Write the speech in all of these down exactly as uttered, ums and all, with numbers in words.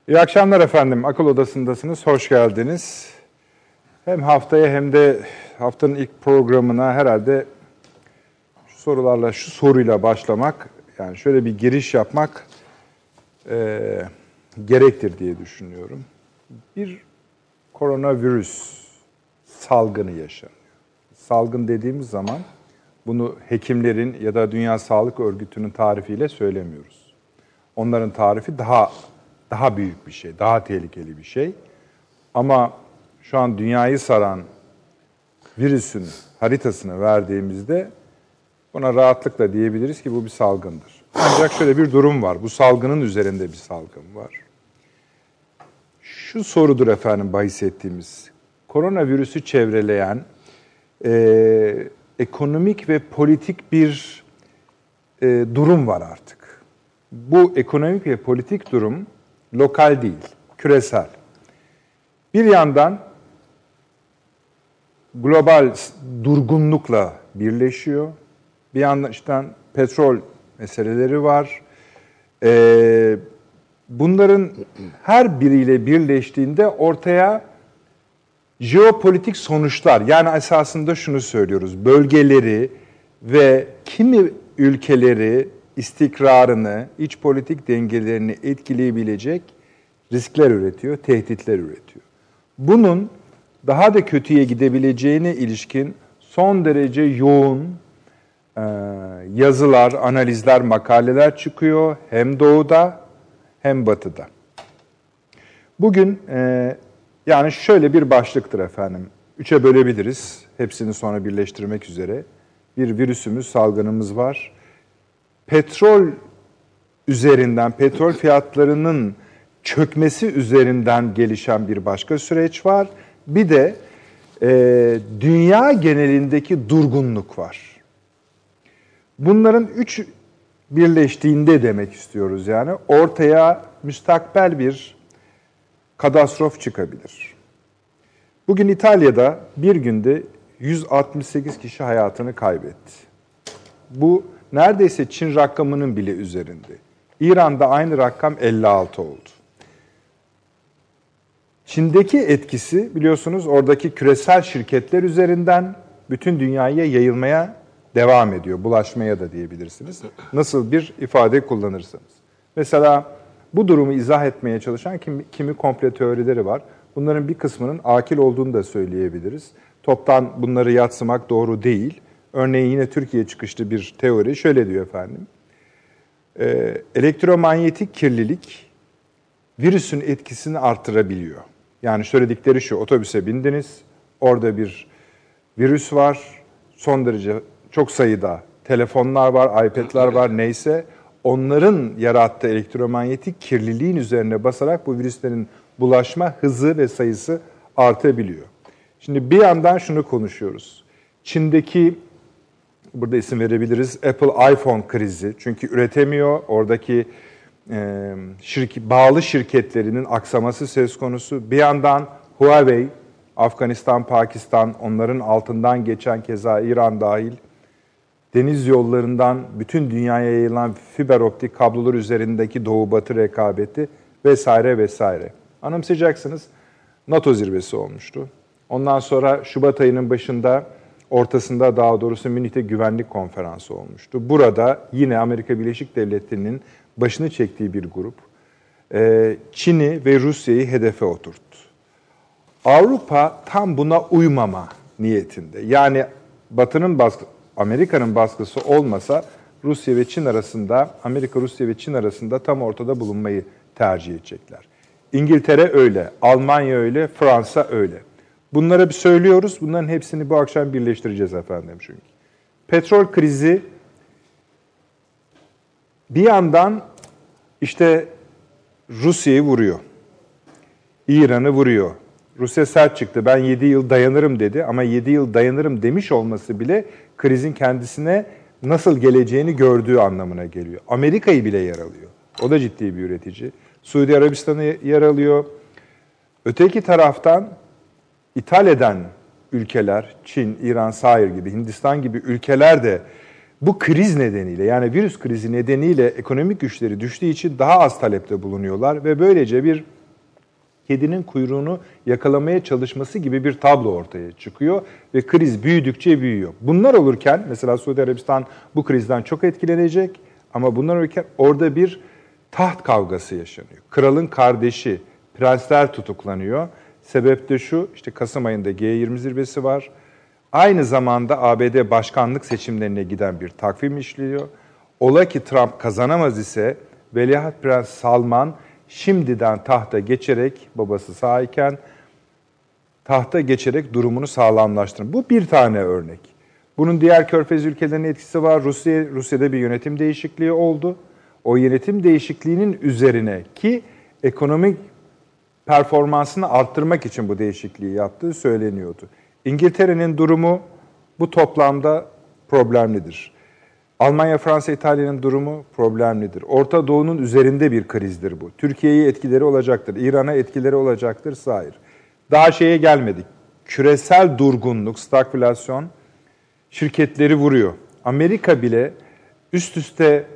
İyi akşamlar efendim. Akıl Odası'ndasınız. Hoş geldiniz. Hem haftaya hem de haftanın ilk programına herhalde şu sorularla, şu soruyla başlamak, yani şöyle bir giriş yapmak e, gerektir diye düşünüyorum. Bir koronavirüs salgını yaşanıyor. Salgın dediğimiz zaman bunu hekimlerin ya da Dünya Sağlık Örgütü'nün tarifiyle söylemiyoruz. Onların tarifi daha daha büyük bir şey, daha tehlikeli bir şey. Ama şu an dünyayı saran virüsün haritasını verdiğimizde buna rahatlıkla diyebiliriz ki bu bir salgındır. Ancak şöyle bir durum var. Bu salgının üzerinde bir salgın var. Şu sorudur efendim bahis ettiğimiz. Koronavirüsü çevreleyen e, ekonomik ve politik bir e, durum var artık. Bu ekonomik ve politik durum lokal değil, küresel. Bir yandan global durgunlukla birleşiyor. Bir yandan işte petrol meseleleri var. Ee, bunların her biriyle birleştiğinde ortaya jeopolitik sonuçlar, yani esasında şunu söylüyoruz, bölgeleri ve kimi ülkeleri istikrarını, iç politik dengelerini etkileyebilecek riskler üretiyor, tehditler üretiyor. Bunun daha da kötüye gidebileceğine ilişkin son derece yoğun e, yazılar, analizler, makaleler çıkıyor hem doğuda hem batıda. Bugün e, yani şöyle bir başlıktır efendim. Üçe bölebiliriz. Hepsini sonra birleştirmek üzere. Bir virüsümüz, salgınımız var. Petrol üzerinden, petrol fiyatlarının çökmesi üzerinden gelişen bir başka süreç var. Bir de e, dünya genelindeki durgunluk var. Bunların üç birleştiğinde demek istiyoruz yani ortaya müstakbel bir katastrof çıkabilir. Bugün İtalya'da bir günde yüz altmış sekiz kişi hayatını kaybetti. Bu neredeyse Çin rakamının bile üzerinde. İran'da aynı rakam elli altı oldu. Çin'deki etkisi biliyorsunuz oradaki küresel şirketler üzerinden bütün dünyaya yayılmaya devam ediyor. Bulaşmaya da diyebilirsiniz. Nasıl bir ifade kullanırsanız. Mesela bu durumu izah etmeye çalışan kimi, kimi komple teorileri var. Bunların bir kısmının akil olduğunu da söyleyebiliriz. Toptan bunları yadsımak doğru değil. Örneğin yine Türkiye çıkışlı bir teori şöyle diyor efendim. Ee, elektromanyetik kirlilik virüsün etkisini artırabiliyor. Yani söyledikleri şu, otobüse bindiniz, orada bir virüs var, son derece çok sayıda telefonlar var, iPad'ler var neyse, onların yarattığı elektromanyetik kirliliğin üzerine basarak bu virüslerin bulaşma hızı ve sayısı artabiliyor. Şimdi bir yandan şunu konuşuyoruz. Çin'deki, burada isim verebiliriz, Apple iPhone krizi. Çünkü üretemiyor, oradaki e, şirk, bağlı şirketlerinin aksaması söz konusu. Bir yandan Huawei, Afganistan, Pakistan, onların altından geçen keza İran dahil, deniz yollarından bütün dünyaya yayılan fiber optik kablolar üzerindeki doğu-batı rekabeti vesaire vesaire. Anımsayacaksınız, NATO zirvesi olmuştu. Ondan sonra Şubat ayının başında, ortasında daha doğrusu Münih'te güvenlik konferansı olmuştu. Burada yine Amerika Birleşik Devletleri'nin başını çektiği bir grup Çin'i ve Rusya'yı hedefe oturttu. Avrupa tam buna uymama niyetinde. Yani Batı'nın baskı, Amerika'nın baskısı olmasa Rusya ve Çin arasında, Amerika, Rusya ve Çin arasında tam ortada bulunmayı tercih edecekler. İngiltere öyle, Almanya öyle, Fransa öyle. Bunları bir söylüyoruz, bunların hepsini bu akşam birleştireceğiz efendim çünkü. Petrol krizi bir yandan işte Rusya'yı vuruyor, İran'ı vuruyor. Rusya sert çıktı, ben yedi yıl dayanırım dedi ama yedi yıl dayanırım demiş olması bile krizin kendisine nasıl geleceğini gördüğü anlamına geliyor. Amerika'yı bile yaralıyor. O da ciddi bir üretici. Suudi Arabistan'ı yaralıyor. Öteki taraftan ithal eden ülkeler, Çin, İran, Sair gibi, Hindistan gibi ülkeler de bu kriz nedeniyle, yani virüs krizi nedeniyle ekonomik güçleri düştüğü için daha az talepte bulunuyorlar ve böylece bir kedinin kuyruğunu yakalamaya çalışması gibi bir tablo ortaya çıkıyor ve kriz büyüdükçe büyüyor. Bunlar olurken mesela Suudi Arabistan bu krizden çok etkilenecek ama bunlar olurken orada bir taht kavgası yaşanıyor. Kralın kardeşi, prensler tutuklanıyor. Sebep de şu, işte Kasım ayında G yirmi zirvesi var. Aynı zamanda A B D başkanlık seçimlerine giden bir takvim işliyor. Ola ki Trump kazanamaz ise Veliaht Prens Salman şimdiden tahta geçerek, babası sağ iken tahta geçerek durumunu sağlamlaştırır. Bu bir tane örnek. Bunun diğer Körfez ülkelerinin etkisi var. Rusya Rusya'da bir yönetim değişikliği oldu. O yönetim değişikliğinin üzerine ki ekonomik performansını arttırmak için bu değişikliği yaptığı söyleniyordu. İngiltere'nin durumu bu toplamda problemlidir. Almanya, Fransa, İtalya'nın durumu problemlidir. Orta Doğu'nun üzerinde bir krizdir bu. Türkiye'ye etkileri olacaktır, İran'a etkileri olacaktır, hayır. Daha şeye gelmedik. Küresel durgunluk, stagflasyon şirketleri vuruyor. Amerika bile üst üste,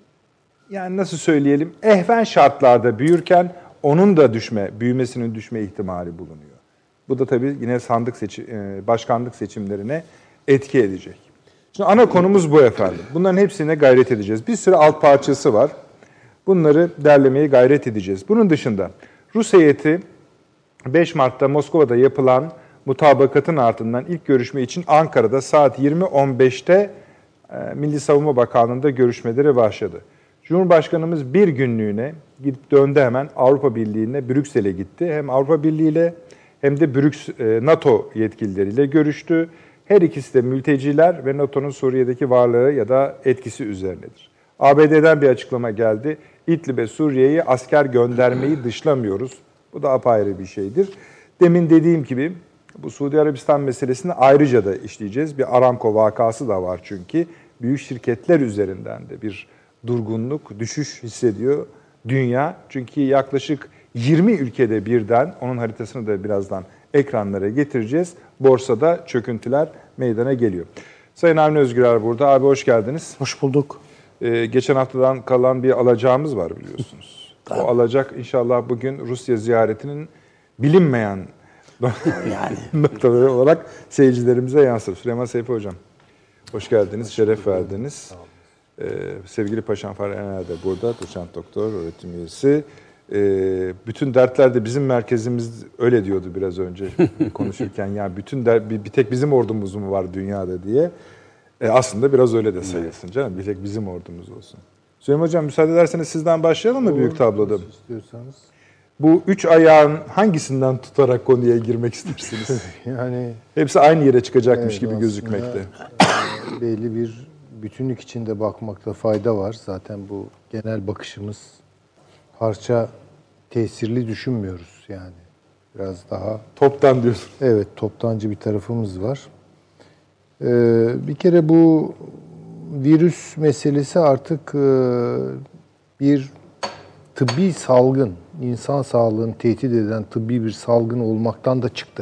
yani nasıl söyleyelim, ehven şartlarda büyürken onun da düşme, büyümesinin düşme ihtimali bulunuyor. Bu da tabii yine sandık seçim, başkanlık seçimlerine etki edecek. Şimdi ana konumuz bu efendim. Bunların hepsine gayret edeceğiz. Bir sürü alt parçası var. Bunları derlemeye gayret edeceğiz. Bunun dışında Rus heyeti beş Mart'ta Moskova'da yapılan mutabakatın ardından ilk görüşme için Ankara'da saat yirmi on beşte Milli Savunma Bakanlığı'nda görüşmeleri başladı. Cumhurbaşkanımız bir günlüğüne gidip döndü, hemen Avrupa Birliği'ne, Brüksel'e gitti. Hem Avrupa Birliği ile hem de Brüks- NATO yetkilileriyle görüştü. Her ikisi de mülteciler ve NATO'nun Suriye'deki varlığı ya da etkisi üzerinedir. A B D'den bir açıklama geldi. İdlib'e, Suriye'ye asker göndermeyi dışlamıyoruz. Bu da apayrı bir şeydir. Demin dediğim gibi bu Suudi Arabistan meselesini ayrıca da işleyeceğiz. Bir Aramco vakası da var çünkü. Büyük şirketler üzerinden de bir durgunluk, düşüş hissediyor dünya. Çünkü yaklaşık yirmi ülkede birden, onun haritasını da birazdan ekranlara getireceğiz. Borsada çöküntüler meydana geliyor. Sayın Avni Özgürer burada. Abi hoş geldiniz. Hoş bulduk. Ee, geçen haftadan kalan bir alacağımız var biliyorsunuz. O alacak inşallah bugün Rusya ziyaretinin bilinmeyen yani noktaları olarak seyircilerimize yansır. Süleyman Seyfi Hocam, hoş geldiniz, hoş şeref bulduk. Verdiniz. Ee, sevgili Paşam Fahri Ener de burada, doçent doktor, öğretim üyesi. Ee, bütün dertler de bizim merkezimiz, öyle diyordu biraz önce konuşurken. Yani bütün der, bir, bir tek bizim ordumuz mu var dünyada diye. Ee, aslında biraz öyle de sayılsın canım. Bir tek bizim ordumuz olsun. Süleyman Hocam, müsaade ederseniz sizden başlayalım mı büyük tabloda? İstiyorsanız. Bu üç ayağın hangisinden tutarak konuya girmek istersiniz? Yani hepsi aynı yere çıkacakmış evet, gibi gözükmekte. E, belli bir bütünlük içinde bakmakta fayda var. Zaten bu genel bakışımız parça tesirli düşünmüyoruz yani. Biraz daha toptan diyorsun. Evet, toptancı bir tarafımız var. Ee, bir kere bu virüs meselesi artık e, bir tıbbi salgın, insan sağlığını tehdit eden tıbbi bir salgın olmaktan da çıktı.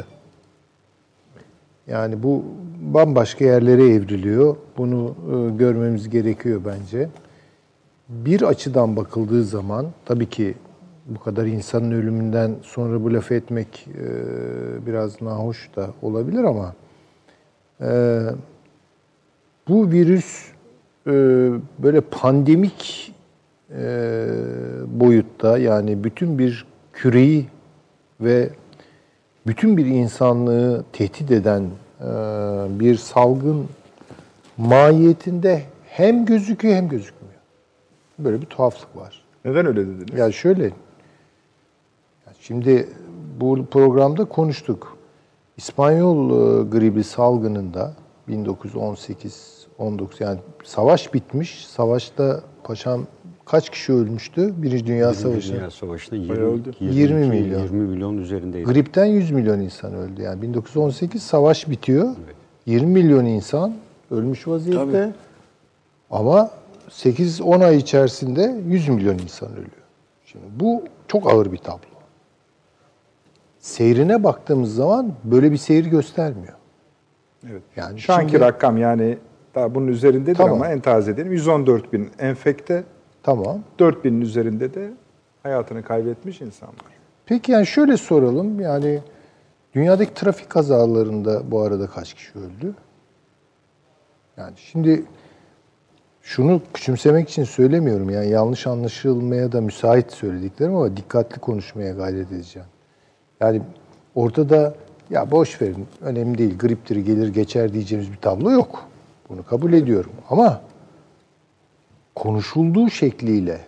Yani bu bambaşka yerlere evriliyor. Bunu e, görmemiz gerekiyor bence. Bir açıdan bakıldığı zaman, tabii ki bu kadar insanın ölümünden sonra bu lafı etmek e, biraz nahoş da olabilir ama e, bu virüs e, böyle pandemik e, boyutta, yani bütün bir küreyi ve bütün bir insanlığı tehdit eden e, bir salgın mahiyetinde hem gözüküyor hem gözükmüyor. Böyle bir tuhaflık var. Neden öyle dediniz? Ya şöyle, şimdi bu programda konuştuk. İspanyol gribi salgınında bin dokuz yüz on sekiz on dokuz, yani savaş bitmiş. Savaşta paşam kaç kişi ölmüştü? Birinci Dünya Savaşı. Dünya Savaşı'nda yirmi, yirmi, yirmi milyon. yirmi milyon üzerindeydi. Gripten yüz milyon insan öldü. Yani bin dokuz yüz on sekiz savaş bitiyor. Evet. yirmi milyon insan ölmüş vaziyette. Tabii. Ama sekiz on ay içerisinde yüz milyon insan ölüyor. Şimdi bu çok ağır bir tablo. Seyrine baktığımız zaman böyle bir seyir göstermiyor. Evet. Yani şu anki şimdi, rakam, yani daha bunun üzerindedir tamam. Ama en taze diyelim yüz on dört bin enfekte. Tamam. dört binin üzerinde de hayatını kaybetmiş insan var. Peki yani şöyle soralım. Yani dünyadaki trafik kazalarında bu arada kaç kişi öldü? Yani şimdi şunu küçümsemek için söylemiyorum. Yani yanlış anlaşılmaya da müsait söylediklerim ama dikkatli konuşmaya gayret edeceğim. Yani ortada ya boş verin, önemli değil, griptir gelir geçer diyeceğimiz bir tablo yok. Bunu kabul ediyorum. Ama konuşulduğu şekliyle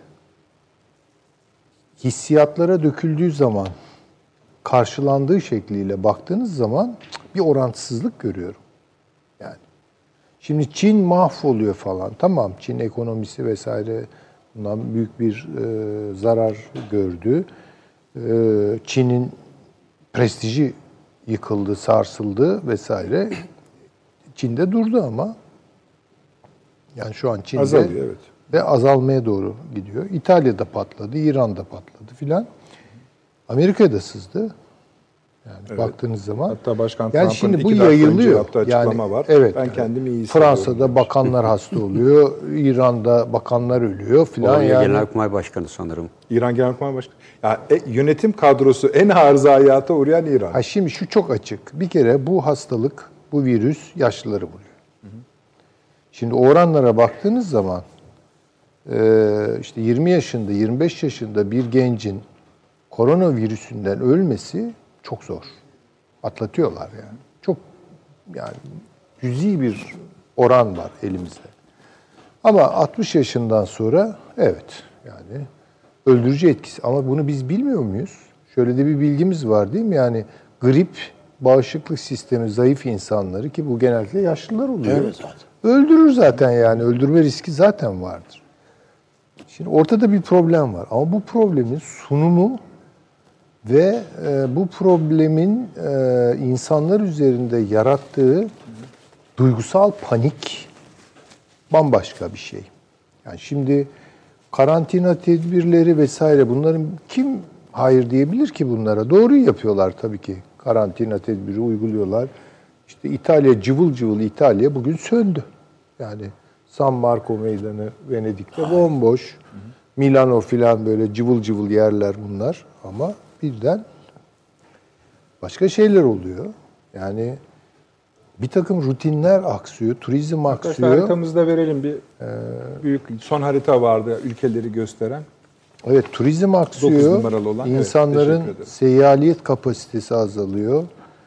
hissiyatlara döküldüğü zaman, karşılandığı şekliyle baktığınız zaman bir orantısızlık görüyorum. Yani şimdi Çin mahvoluyor falan. Tamam, Çin ekonomisi vesaire bundan büyük bir e, zarar gördü. E, Çin'in prestiji yıkıldı, sarsıldı vesaire. Çin'de durdu ama yani şu an Çin'de azalıyor, evet. Ve azalmaya doğru gidiyor. İtalya'da patladı, İran'da patladı filan. Amerika'da sızdı. Yani evet. Baktığınız zaman. Hatta Başkan yani Trump'ın şimdi bu iki dakika yayılıyor. önce yaptığı açıklama yani, var. Evet. Ben kendimi iyi hissediyorum. Fransa'da bakanlar hasta oluyor, İran'da bakanlar ölüyor filan. Oraya yani. Genelkurmay Başkanı sanırım. İran Genelkurmay Başkanı. Ya e, yönetim kadrosu en ağır zayiata uğrayan İran. Ha, şimdi şu çok açık. Bir kere bu hastalık, bu virüs yaşlıları buluyor. Hı hı. Şimdi oranlara baktığınız zaman işte yirmi yaşında, yirmi beş yaşında bir gencin koronavirüsünden ölmesi çok zor. Atlatıyorlar yani. Çok yani cüzi bir oran var elimizde. Ama altmış yaşından sonra evet yani öldürücü etkisi. Ama bunu biz bilmiyor muyuz? Şöyle de bir bilgimiz var değil mi? Yani grip bağışıklık sistemi zayıf insanları, ki bu genellikle yaşlılar oluyor. Evet zaten. Öldürür zaten yani. Öldürme riski zaten vardır. Şimdi ortada bir problem var. Ama bu problemin sunumu ve e, bu problemin e, insanlar üzerinde yarattığı duygusal panik bambaşka bir şey. Yani şimdi karantina tedbirleri vesaire, bunların kim hayır diyebilir ki bunlara? Doğru yapıyorlar tabii ki. Karantina tedbiri uyguluyorlar. İşte İtalya, cıvıl cıvıl İtalya bugün söndü. Yani San Marco Meydanı Venedik'te bomboş. Milano filan böyle cıvıl cıvıl yerler bunlar. Ama birden başka şeyler oluyor. Yani bir takım rutinler aksıyor, turizm aksıyor. Haritamızda verelim bir ee, büyük son harita vardı ülkeleri gösteren. Evet, turizm aksıyor. Olan. İnsanların evet, seyahaliyet kapasitesi azalıyor.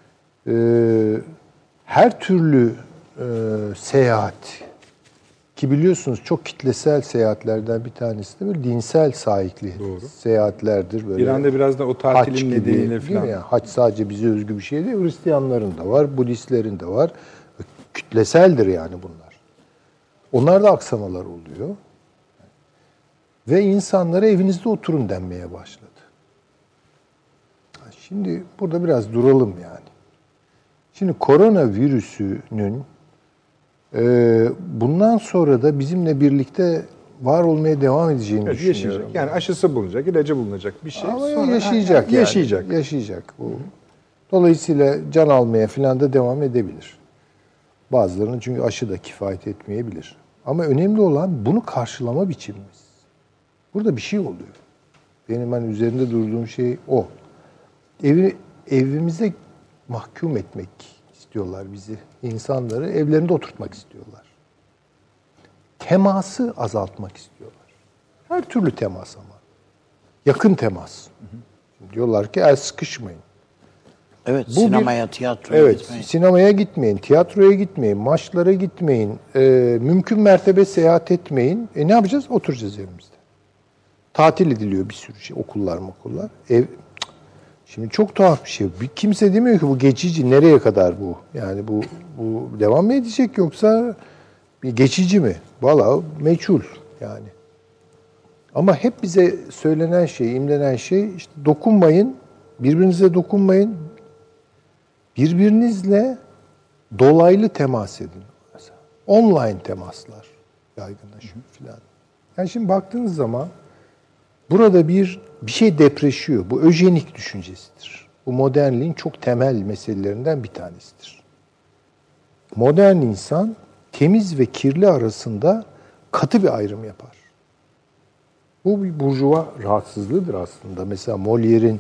Ee, her türlü e, seyahat, ki biliyorsunuz çok kitlesel seyahatlerden bir tanesi de böyle dinsel sahipli Doğru. seyahatlerdir. Böyle İran'da biraz da o tatilin nedeniyle falan. Yani hac sadece bize özgü bir şey değil. Hristiyanların da var, Budistlerin de var. Kütleseldir yani bunlar. Onlarda aksamalar oluyor. Ve insanlara evinizde oturun denmeye başladı. Şimdi burada biraz duralım yani. Şimdi koronavirüsünün e, bundan sonra da bizimle birlikte var olmaya devam edeceğini evet, düşünüyorum. Yaşayacak. Yani aşısı bulunacak, ilacı bulunacak bir şey. Ama sonra yaşayacak yani. Yaşayacak. Yaşayacak. Bu. Dolayısıyla can almaya falan da devam edebilir. Bazılarının çünkü aşı da kifayet etmeyebilir. Ama önemli olan bunu karşılama biçimimiz. Burada bir şey oluyor. Benim hani üzerinde durduğum şey o. Evi, evimize mahkum etmek istiyorlar bizi. İnsanları evlerinde oturtmak istiyorlar. Teması azaltmak istiyorlar. Her türlü temas ama. Yakın temas. Hı hı. Diyorlar ki el sıkışmayın. Evet, Bu sinemaya, bir, tiyatroya evet, gitmeyin. Sinemaya gitmeyin, tiyatroya gitmeyin, maçlara gitmeyin, e, mümkün mertebe seyahat etmeyin. E ne yapacağız? Oturacağız evimizde. Tatil ediliyor bir sürü şey, okullar okullar. Ev, şimdi çok tuhaf bir şey. Bir, kimse demiyor ki bu geçici, nereye kadar bu? Yani bu bu devam mı edecek yoksa bir geçici mi? Vallahi meçhul yani. Ama hep bize söylenen şey, imlenen şey işte dokunmayın, birbirinize dokunmayın. Birbirinizle dolaylı temas edin. Mesela online temaslar yaygınlaşıyor filan. Yani şimdi baktığınız zaman burada bir bir şey depreşiyor. Bu öjenik düşüncesidir. Bu modernliğin çok temel meselelerinden bir tanesidir. Modern insan temiz ve kirli arasında katı bir ayrım yapar. Bu bir burjuva rahatsızlığıdır aslında. Mesela Molière'in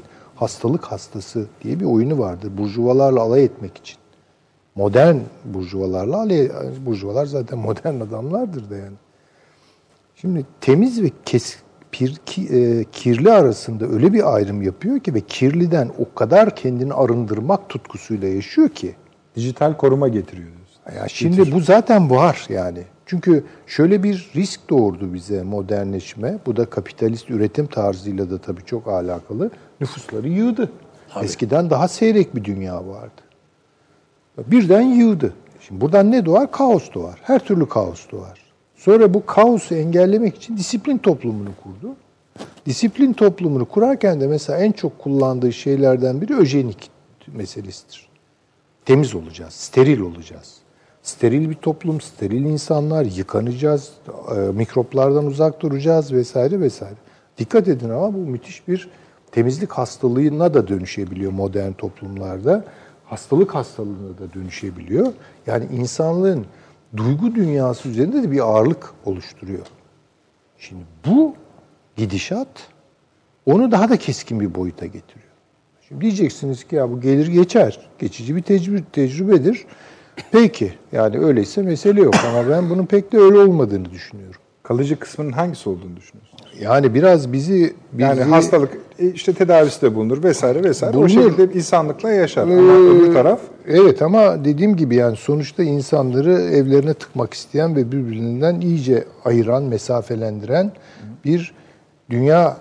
hastalık hastası diye bir oyunu vardır. Burjuvalarla alay etmek için. Modern burjuvalarla alay, burjuvalar zaten modern adamlardır da yani. Şimdi temiz ve kes, pir, ki, e, kirli arasında öyle bir ayrım yapıyor ki ve kirliden o kadar kendini arındırmak tutkusuyla yaşıyor ki. Dijital koruma getiriyor diyorsun. Ya şimdi Getir. Bu zaten var yani. Çünkü şöyle bir risk doğurdu bize modernleşme. Bu da kapitalist üretim tarzıyla da tabii çok alakalı. Nüfusları yığdı. Tabii. Eskiden daha seyrek bir dünya vardı. Birden yığdı. Şimdi buradan ne doğar? Kaos doğar. Her türlü kaos doğar. Sonra bu kaosu engellemek için disiplin toplumunu kurdu. Disiplin toplumunu kurarken de mesela en çok kullandığı şeylerden biri öjenik meselesidir. Temiz olacağız, steril olacağız. Steril bir toplum, steril insanlar, yıkanacağız, e, mikroplardan uzak duracağız vesaire vesaire. Dikkat edin ama bu müthiş bir temizlik hastalığına da dönüşebiliyor modern toplumlarda. Hastalık hastalığına da dönüşebiliyor. Yani insanlığın duygu dünyası üzerinde de bir ağırlık oluşturuyor. Şimdi bu gidişat onu daha da keskin bir boyuta getiriyor. Şimdi diyeceksiniz ki ya bu gelir geçer, geçici bir tecrübe, tecrübedir. Peki yani öyleyse mesele yok ama ben bunun pek de öyle olmadığını düşünüyorum. Kalıcı kısmının hangisi olduğunu düşünüyorsunuz? Yani biraz bizi... bizi yani hastalık işte tedavisi de bulunur vesaire vesaire. Bulunur. O şekilde insanlıkla yaşar ee, ama öbür taraf... Evet ama dediğim gibi yani sonuçta insanları evlerine tıkmak isteyen ve birbirinden iyice ayıran, mesafelendiren bir dünya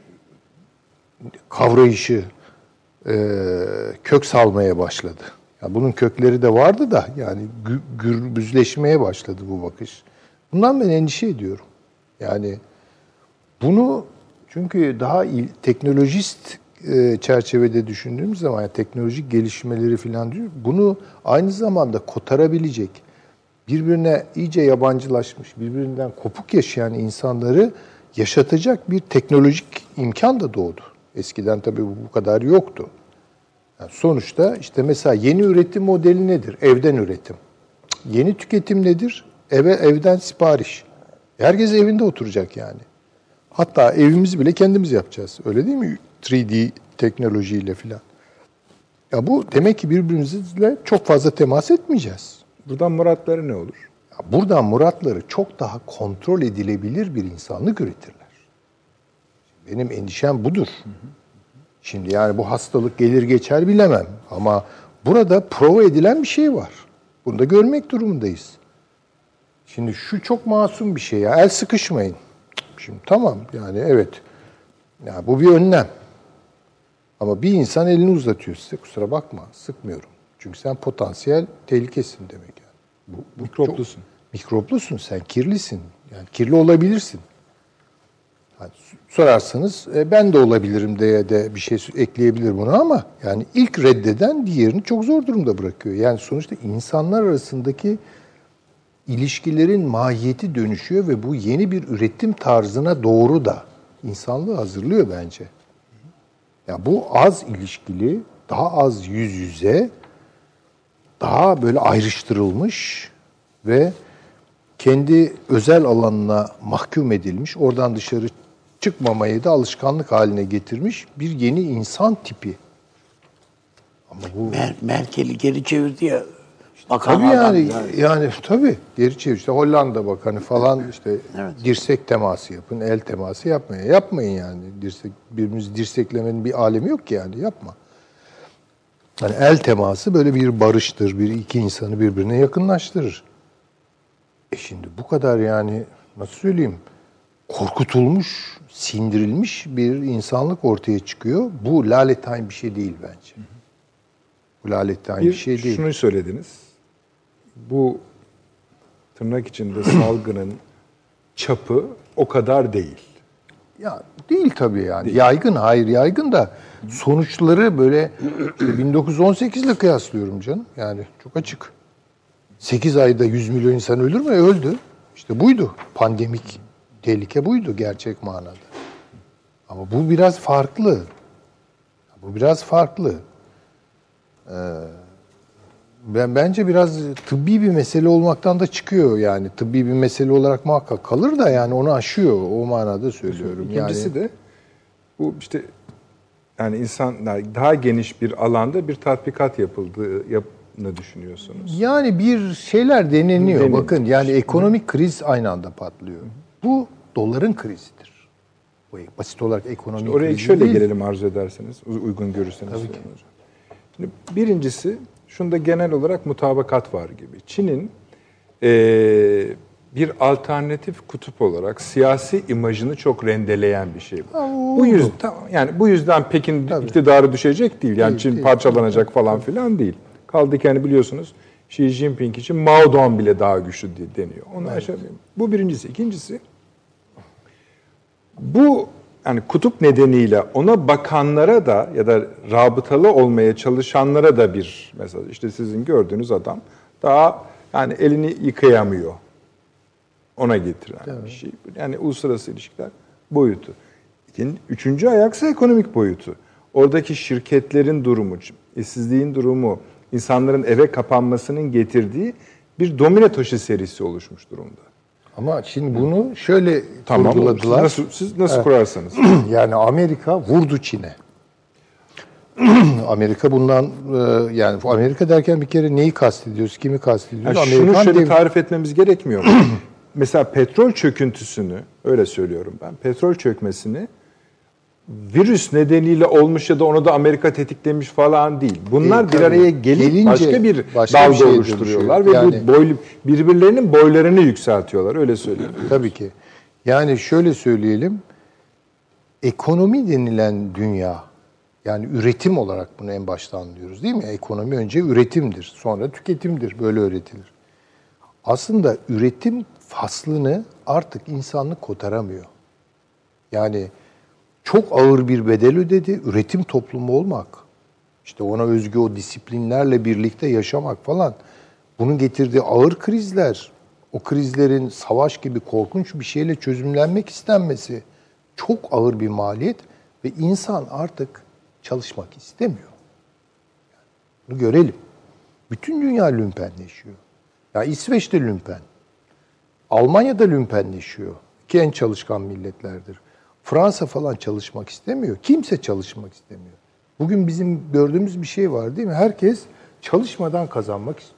kavrayışı e, kök salmaya başladı. Yani bunun kökleri de vardı da yani gürbüzleşmeye başladı bu bakış. Bundan ben endişe ediyorum. Yani bunu çünkü daha il, teknolojist e, çerçevede düşündüğümüz zaman yani teknolojik gelişmeleri falan diyor. Bunu aynı zamanda kotarabilecek, birbirine iyice yabancılaşmış, birbirinden kopuk yaşayan insanları yaşatacak bir teknolojik imkan da doğdu. Eskiden tabii bu, bu kadar yoktu. Yani sonuçta işte mesela yeni üretim modeli nedir? Evden üretim. Yeni tüketim nedir? Eve evden sipariş. Herkes evinde oturacak yani. Hatta evimizi bile kendimiz yapacağız. Öyle değil mi? üç D teknolojiyle filan. Ya bu demek ki birbirimizle çok fazla temas etmeyeceğiz. Buradan muratları ne olur? Ya buradan muratları çok daha kontrol edilebilir bir insanlık üretirler. Benim endişem budur. Hı hı. Şimdi yani bu hastalık gelir geçer bilemem. Ama burada prova edilen bir şey var. Bunu da görmek durumundayız. Şimdi şu çok masum bir şey ya. El sıkışmayın. Şimdi tamam yani evet. Ya bu bir önlem. Ama bir insan elini uzatıyor size. Kusura bakma sıkmıyorum. Çünkü sen potansiyel tehlikesin demek yani. Bu, bu mikroplusun. Çok, mikroplusun. Sen kirlisin. Yani kirli olabilirsin. Yani sorarsanız e, ben de olabilirim diye de bir şey ekleyebilir buna ama yani ilk reddeden diğerini çok zor durumda bırakıyor. Yani sonuçta insanlar arasındaki ilişkilerin mahiyeti dönüşüyor ve bu yeni bir üretim tarzına doğru da insanlığı hazırlıyor bence. Ya bu az ilişkili, daha az yüz yüze, daha böyle ayrıştırılmış ve kendi özel alanına mahkum edilmiş, oradan dışarı çıkmamayı da alışkanlık haline getirmiş bir yeni insan tipi. Ama bu Mer- Merkel'i geri çevirdi ya. Tabii yani, yani yani tabii geri çevir. İşte Hollanda bakanı falan işte evet. Dirsek teması yapın, el teması yapmayın. Yapmayın yani. Dirsek birbirimizi dirseklemenin bir alemi yok ki yani. Yapma. Yani el teması böyle bir barıştır, bir iki insanı birbirine yakınlaştırır. E şimdi bu kadar yani nasıl söyleyeyim? Korkutulmuş, sindirilmiş bir insanlık ortaya çıkıyor. Bu lalettayn bir şey değil bence. Bu lalettayn bir, bir şey değil. Şunu söylediniz. Bu tırnak içinde salgının çapı o kadar değil. Ya değil tabii yani. Değil. Yaygın, hayır yaygın da sonuçları böyle işte bin dokuz yüz on sekiz ile kıyaslıyorum canım. Yani çok açık. sekiz ayda yüz milyon insan ölür mü? Öldü. İşte buydu. Pandemik tehlike buydu gerçek manada. Ama bu biraz farklı. Bu biraz farklı. Ee, ben bence biraz tıbbi bir mesele olmaktan da çıkıyor yani. Tıbbi bir mesele olarak muhakkak kalır da yani onu aşıyor. O manada söylüyorum. İkincisi yani, de bu işte yani insanlar daha geniş bir alanda bir tatbikat yapıldığını düşünüyorsunuz? Yani bir şeyler deneniyor. Deneniyor. Bakın yani ekonomik kriz aynı anda patlıyor. Bu doların krizidir. Bu basit olarak ekonomik Oraya krizi şöyle değil. gelelim arzu ederseniz, uygun görürseniz. Tabii ki. Hocam. Şimdi birincisi, şunda genel olarak mutabakat var gibi. Çin'in e, bir alternatif kutup olarak siyasi imajını çok rendeleyen bir şey bu. Ha, bu yüzden tamam, yani bu yüzden Pekin Tabii. iktidarı düşecek değil. Yani Değil, Çin değil. parçalanacak falan filan değil. Kaldı ki hani biliyorsunuz Xi Jinping için Mao Zedong bile daha güçlü diye deniyor. Onu evet. aşamıyorum. Bu birincisi. İkincisi, bu yani kutup nedeniyle ona bakanlara da ya da rabıtalı olmaya çalışanlara da bir mesaj. İşte sizin gördüğünüz adam daha yani elini yıkayamıyor. Ona getiren evet. bir şey. Yani uluslararası ilişkiler boyutu. İkinci, üçüncü ayaksa ekonomik boyutu. Oradaki şirketlerin durumu, işsizliğin durumu, insanların eve kapanmasının getirdiği bir domino taşı serisi oluşmuş durumda. Ama şimdi bunu şöyle tamam, kurguladılar. Nasıl, siz nasıl evet. kurarsanız. Yani Amerika vurdu Çin'e. Amerika bundan yani Amerika derken bir kere neyi kastediyoruz, kimi kastediyoruz? Yani şunu şöyle dev... tarif etmemiz gerekmiyor mu? Mesela petrol çöküntüsünü, öyle söylüyorum ben, petrol çökmesini virüs nedeniyle olmuş ya da onu da Amerika tetiklemiş falan değil. Bunlar e, bir araya gelip gelince, başka bir başka dalga bir şey oluşturuyorlar ve yani, bu boy, birbirlerinin boylarını yükseltiyorlar, öyle söyleyeyim. Tabii ki. Yani şöyle söyleyelim, ekonomi denilen dünya, yani üretim olarak bunu en başta anlıyoruz değil mi? Ekonomi önce üretimdir, sonra tüketimdir, böyle öğretilir. Aslında üretim faslını artık insanlık kotaramıyor. Yani çok ağır bir bedel ödedi, üretim toplumu olmak. İşte ona özgü o disiplinlerle birlikte yaşamak falan. Bunun getirdiği ağır krizler, o krizlerin savaş gibi korkunç bir şeyle çözümlenmek istenmesi çok ağır bir maliyet ve insan artık çalışmak istemiyor. Bunu görelim. Bütün dünya lümpenleşiyor. Ya İsveç'te lümpen, Almanya'da lümpenleşiyor ki en çalışkan milletlerdir. Fransa falan çalışmak istemiyor. Kimse çalışmak istemiyor. Bugün bizim gördüğümüz bir şey var değil mi? Herkes çalışmadan kazanmak istiyor.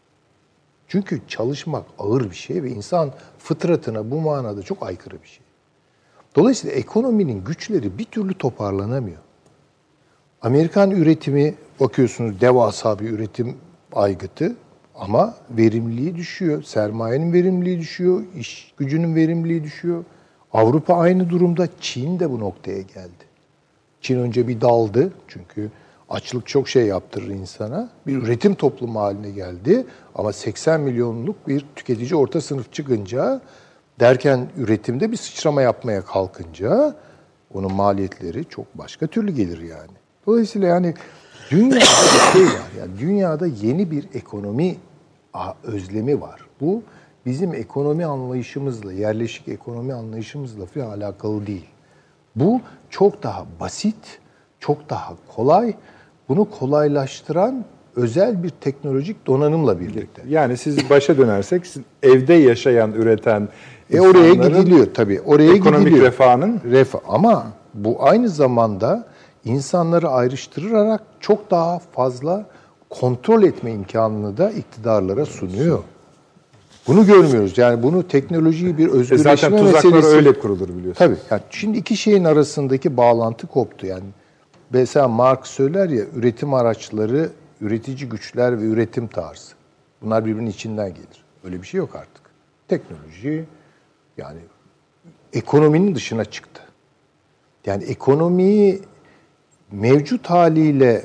Çünkü çalışmak ağır bir şey ve insan fıtratına bu manada çok aykırı bir şey. Dolayısıyla ekonominin güçleri bir türlü toparlanamıyor. Amerikan üretimi bakıyorsunuz devasa bir üretim aygıtı ama verimliliği düşüyor. Sermayenin verimliliği düşüyor, iş gücünün verimliliği düşüyor. Avrupa aynı durumda, Çin de bu noktaya geldi. Çin önce bir daldı çünkü açlık çok şey yaptırır insana. Bir üretim toplumu haline geldi ama seksen milyonluk bir tüketici orta sınıf çıkınca derken üretimde bir sıçrama yapmaya kalkınca onun maliyetleri çok başka türlü gelir yani. Dolayısıyla yani dünyada bir şey var. Yani dünyada yeni bir ekonomi özlemi var. Bu bizim ekonomi anlayışımızla, yerleşik ekonomi anlayışımızla falan alakalı değil. Bu çok daha basit, çok daha kolay. Bunu kolaylaştıran özel bir teknolojik donanımla birlikte. Yani siz başa dönersek evde yaşayan, üreten e oraya gidiliyor tabii. Oraya ekonomik gidiliyor. refahının refah ama bu aynı zamanda insanları ayrıştırarak çok daha fazla kontrol etme imkanını da iktidarlara sunuyor. Bunu görmüyoruz. Yani bunu teknolojiyi bir özgürleşme meselesi. E zaten tuzaklar öyle kurulur biliyorsunuz. Tabii. Yani şimdi iki şeyin arasındaki bağlantı koptu. Yani mesela Marx söyler ya üretim araçları, üretici güçler ve üretim tarzı. Bunlar birbirinin içinden gelir. Öyle bir şey yok artık. Teknoloji yani ekonominin dışına çıktı. Yani ekonomiyi mevcut haliyle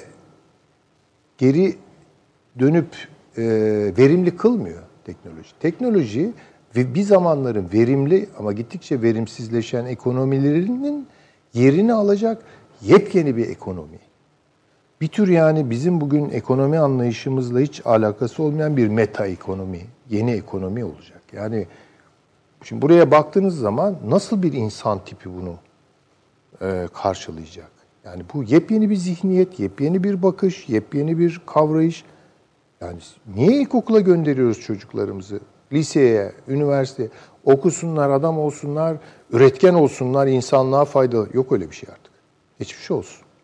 geri dönüp e, verimli kılmıyor teknoloji. Teknoloji ve bir zamanların verimli ama gittikçe verimsizleşen ekonomilerinin yerini alacak yepyeni bir ekonomi. Bir tür yani bizim bugün ekonomi anlayışımızla hiç alakası olmayan bir meta ekonomi, yeni ekonomi olacak. Yani şimdi buraya baktığınız zaman nasıl bir insan tipi bunu e, karşılayacak? Yani bu yepyeni bir zihniyet, yepyeni bir bakış, yepyeni bir kavrayış. Yani niye ilkokula gönderiyoruz çocuklarımızı? Liseye, üniversiteye okusunlar, adam olsunlar, üretken olsunlar, insanlığa faydalı. Yok öyle bir şey artık. Geçmiş olsun.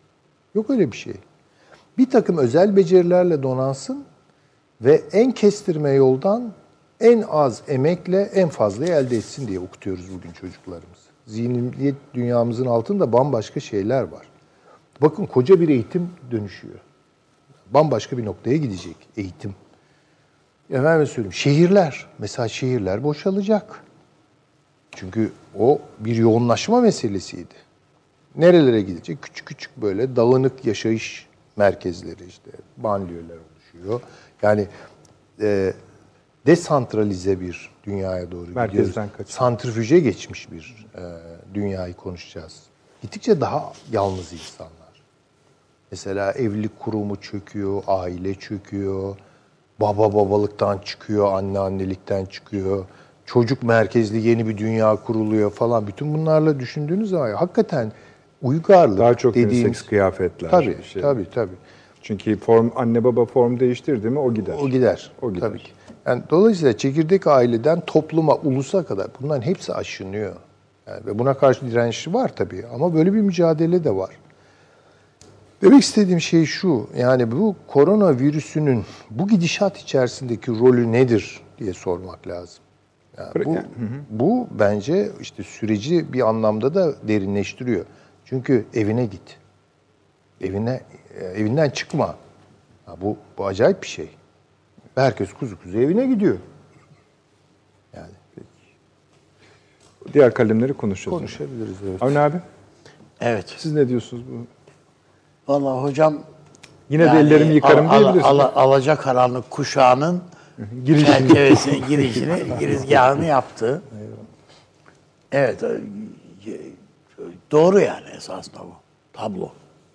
Yok öyle bir şey. Bir takım özel becerilerle donansın ve en kestirme yoldan en az emekle en fazlayı elde etsin diye okutuyoruz bugün çocuklarımızı. Zihniyet dünyamızın altında bambaşka şeyler var. Bakın koca bir eğitim dönüşüyor. Bambaşka bir noktaya gidecek eğitim. Efendim söyleyeyim, şehirler, mesela şehirler boşalacak. Çünkü o bir yoğunlaşma meselesiydi. Nerelere gidecek? Küçük küçük böyle dağınık yaşayış merkezleri, işte banliyöler oluşuyor. Yani e, desantralize bir dünyaya doğru Merkezden gidiyoruz. kaçın. Santrifüje geçmiş bir e, dünyayı konuşacağız. Gittikçe daha yalnız insanlar. Mesela evlilik kurumu çöküyor, aile çöküyor, baba babalıktan çıkıyor, anne annelikten çıkıyor, çocuk merkezli yeni bir dünya kuruluyor falan. Bütün bunlarla düşündüğünüz zaman hakikaten uygarlık Daha çok dediğimiz... unisex kıyafetler. Tabii, şey. tabii, tabii. Çünkü form anne baba form değiştirdi mi o gider. O gider. O gider. Tabii ki. Yani dolayısıyla çekirdek aileden topluma, ulusa kadar bunların hepsi aşınıyor. Yani ve buna karşı direnişi var tabii ama böyle bir mücadele de var. Demek istediğim şey şu, yani bu koronavirüsünün bu gidişat içerisindeki rolü nedir diye sormak lazım. Yani bu, bu bence işte süreci bir anlamda da derinleştiriyor. Çünkü evine git. Evine evinden çıkma. Ha, bu bu acayip bir şey. Herkes kuzu kuzu evine gidiyor. Yani Diğer kalemleri konuşacağız. konuşabiliriz, evet. Avni abi, Evet. siz ne diyorsunuz bu? Vallahi hocam Yine de ellerimi yıkarım al, diyebilirsiniz. al, al, alacakaranlık kuşağının çerçevesini, girişini, girizgahını yaptı. Evet. Doğru yani esasında bu tablo.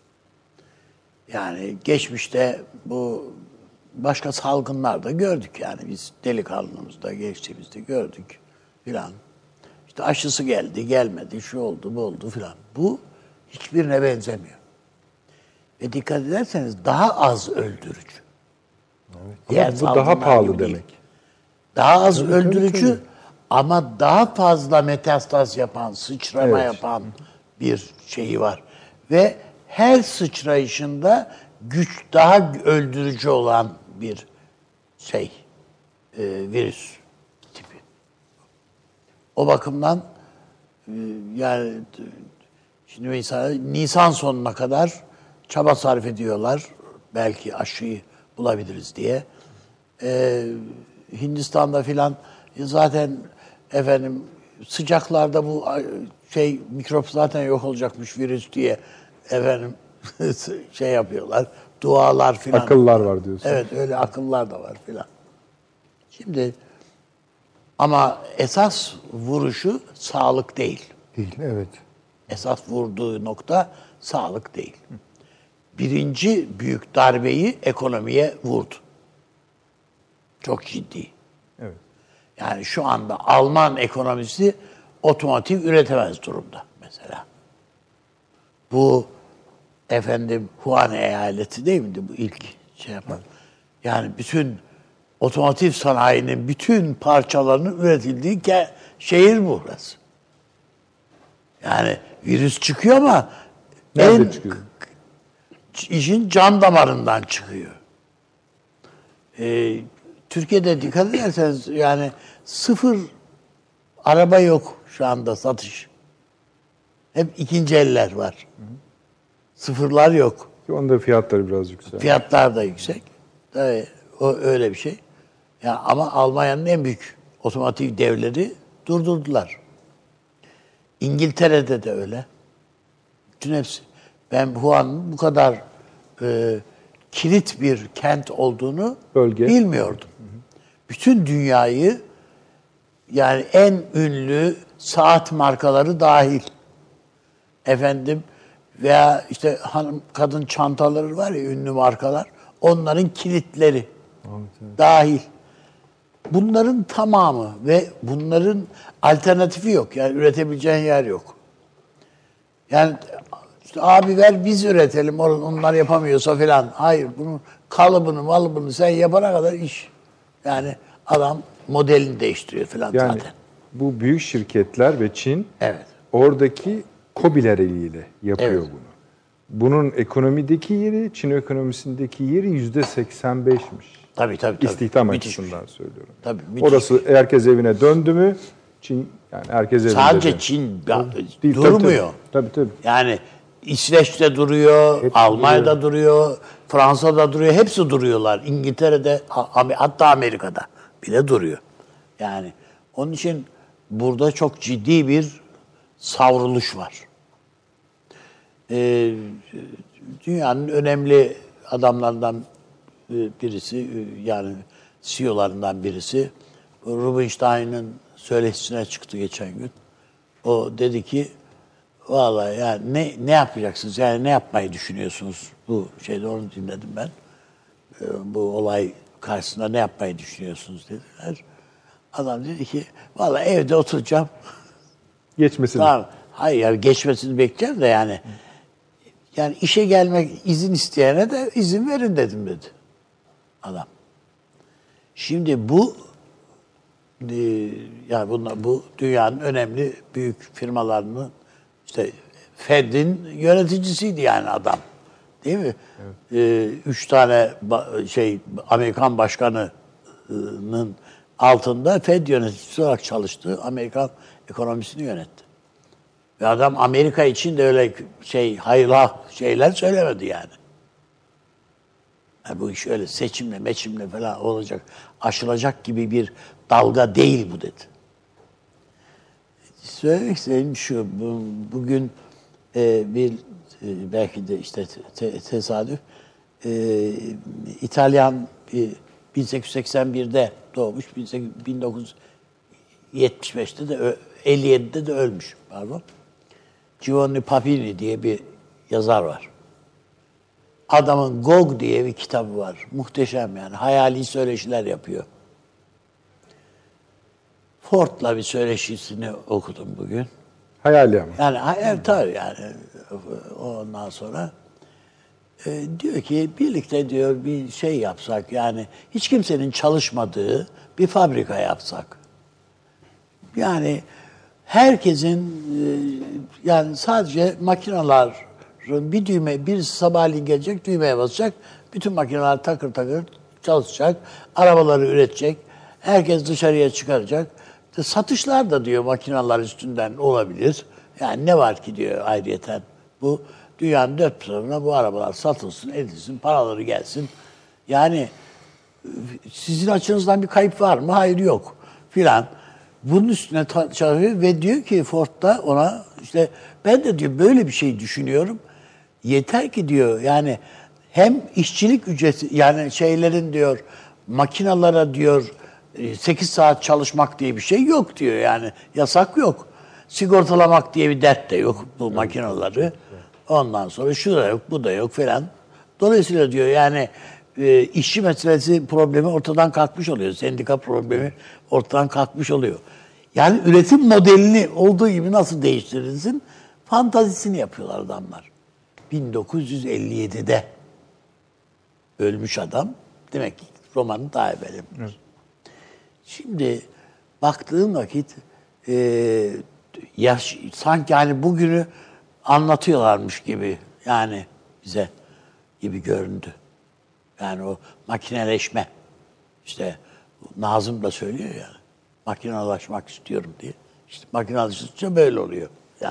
Yani geçmişte bu başka salgınlarda gördük yani biz delikanlımızda, gençliğimizde gördük filan. İşte aşısı geldi, gelmedi, şu oldu, bu oldu filan. Bu hiçbirine benzemiyor. Ve dikkat ederseniz daha az öldürücü. Evet. Diğer Bu daha pahalı gibi değil. demek. Daha az Tabii, öldürücü tabii, tabii. ama daha fazla metastaz yapan, sıçrama Evet. yapan bir şeyi var. Ve her sıçrayışında güç daha öldürücü olan bir şey, e, virüs tipi. O bakımdan e, yani şimdi mesela Nisan sonuna kadar çaba sarf ediyorlar. Belki aşıyı bulabiliriz diye. Ee, Hindistan'da filan zaten efendim sıcaklarda bu şey mikrop zaten yok olacakmış virüs diye efendim şey yapıyorlar. Dualar filan. Akıllar var diyorsun. Evet öyle akıllar da var filan. Şimdi ama esas vuruşu sağlık değil. Değil, evet. Esas vurduğu nokta sağlık değil. Birinci büyük darbeyi ekonomiye vurdu. Çok ciddi. Evet. Yani şu anda Alman ekonomisi otomotiv üretemez durumda mesela. Bu efendim Wuhan eyaleti değil miydi bu ilk şey yapan? Yani bütün otomotiv sanayinin bütün parçalarının üretildiği ke- şehir burası. Yani virüs çıkıyor ama Nerede en çıkıyor? işin can damarından çıkıyor. Ee, Türkiye'de dikkat ederseniz yani sıfır araba yok şu anda satış. Hep ikinci eller var. Sıfırlar yok. Onda fiyatları biraz yüksek. Fiyatlar da yüksek. Tabii o öyle bir şey. Yani ama Almanya'nın en büyük otomotiv devleri durdurdular. İngiltere'de de öyle. Bütün hepsi. Ben Wuhan'ın bu kadar e, kilit bir kent olduğunu Bölge. bilmiyordum. Hı hı. Bütün dünyayı yani en ünlü saat markaları dahil efendim veya işte hanım kadın çantaları var ya ünlü markalar onların kilitleri evet, evet. dahil. Bunların tamamı ve bunların alternatifi yok. Yani üretebileceğin yer yok. Yani işte abi ver biz üretelim onlar yapamıyorsa filan. Hayır bunun kalıbını malıbını sen yapana kadar iş. Yani adam modelini değiştiriyor filan yani zaten. Bu büyük şirketler ve Çin evet. oradaki KOBİ'ler eliyle yapıyor evet. bunu. bunun ekonomideki yeri, Çin ekonomisindeki yeri yüzde seksen beşmiş. Tabii tabii. tabii. İstihdam Müthiş. açısından söylüyorum. Tabii, müthiş. Orası herkes evine döndü mü, Çin yani herkes evinde. Sadece de. Çin Değil, durmuyor. Tabii tabii. tabii. Yani İsveç'te duruyor, Hep Almanya'da duruyor. duruyor, Fransa'da duruyor. Hepsi duruyorlar. İngiltere'de, hatta Amerika'da bile duruyor. Yani onun için burada çok ciddi bir savruluş var. Ee, dünyanın önemli adamlarından birisi, yani C E O'larından birisi, Rubinstein'ın söyleşisine çıktı geçen gün. O dedi ki, vallahi yani ne ne yapacaksınız? Yani ne yapmayı düşünüyorsunuz? Bu şeyde onu dinledim ben. Ee, bu olay karşısında ne yapmayı düşünüyorsunuz dediler. Adam dedi ki, vallahi evde oturacağım. Geçmesini. Tamam. Hayır yani geçmesini bekleyeceğim de yani. Yani işe gelmek izin isteyene de izin verin dedim dedi adam. Şimdi bu e, yani bunlar, bu dünyanın önemli büyük firmalarının işte Fed'in yöneticisiydi yani adam. Değil mi? Evet. E, üç tane ba- şey Amerikan başkanının altında Fed yöneticisi olarak çalıştı. Amerikan ekonomisini yönetti. Ve adam Amerika için de öyle şey hayırlı şeyler söylemedi yani. yani. Bu iş öyle seçimle meçimle falan olacak, aşılacak gibi bir dalga değil bu dedi. Söylemek istediğim şu, bu, bugün e, bir e, belki de işte te, tesadüf e, İtalyan e, bin sekiz yüz seksen birde doğmuş, bin dokuz yüz yetmiş beşte de elli yedide de ölmüş pardon. Giovanni Papini diye bir yazar var. Adamın Gog diye bir kitabı var. Muhteşem yani. Hayali söyleşiler yapıyor. Ford'la bir söyleşisini okudum bugün. Hayali ama. Yani hayal tabii yani. Ondan sonra e, diyor ki birlikte diyor bir şey yapsak yani hiç kimsenin çalışmadığı bir fabrika yapsak. Yani herkesin yani sadece makineler bir düğme, birisi sabahleyin gelecek, düğmeye basacak, bütün makineler takır takır çalışacak, arabaları üretecek, herkes dışarıya çıkaracak. Satışlar da diyor makineler üstünden olabilir. Yani ne var ki diyor ayrıyeten bu dünyanın dört tarafına bu arabalar satılsın, edilsin, paraları gelsin. Yani sizin açınızdan bir kayıp var mı? Hayır yok filan. Bunun üstüne çalışıyor ve diyor ki Ford'da ona işte ben de diyor böyle bir şey düşünüyorum. Yeter ki diyor yani hem işçilik ücreti yani şeylerin diyor makinalara diyor sekiz saat çalışmak diye bir şey yok diyor yani yasak yok. Sigortalamak diye bir dert de yok bu evet, makinaları. Evet. Ondan sonra şu da yok bu da yok falan. Dolayısıyla diyor yani e, işçi meselesi problemi ortadan kalkmış oluyor. Sendika problemi ortadan kalkmış oluyor. Yani üretim modelini olduğu gibi nasıl değiştirilsin fantazisini yapıyorlar adamlar. bin dokuz yüz elli yedide ölmüş adam. Demek ki romanı daha evvel yapmış. Evet. Şimdi baktığım vakit e, yaş, sanki hani bugünü anlatıyorlarmış gibi yani bize gibi göründü. Yani o makineleşme işte Nazım da söylüyor yani makinalaşmak istiyorum diye. İşte makinalaşınca böyle oluyor. Yani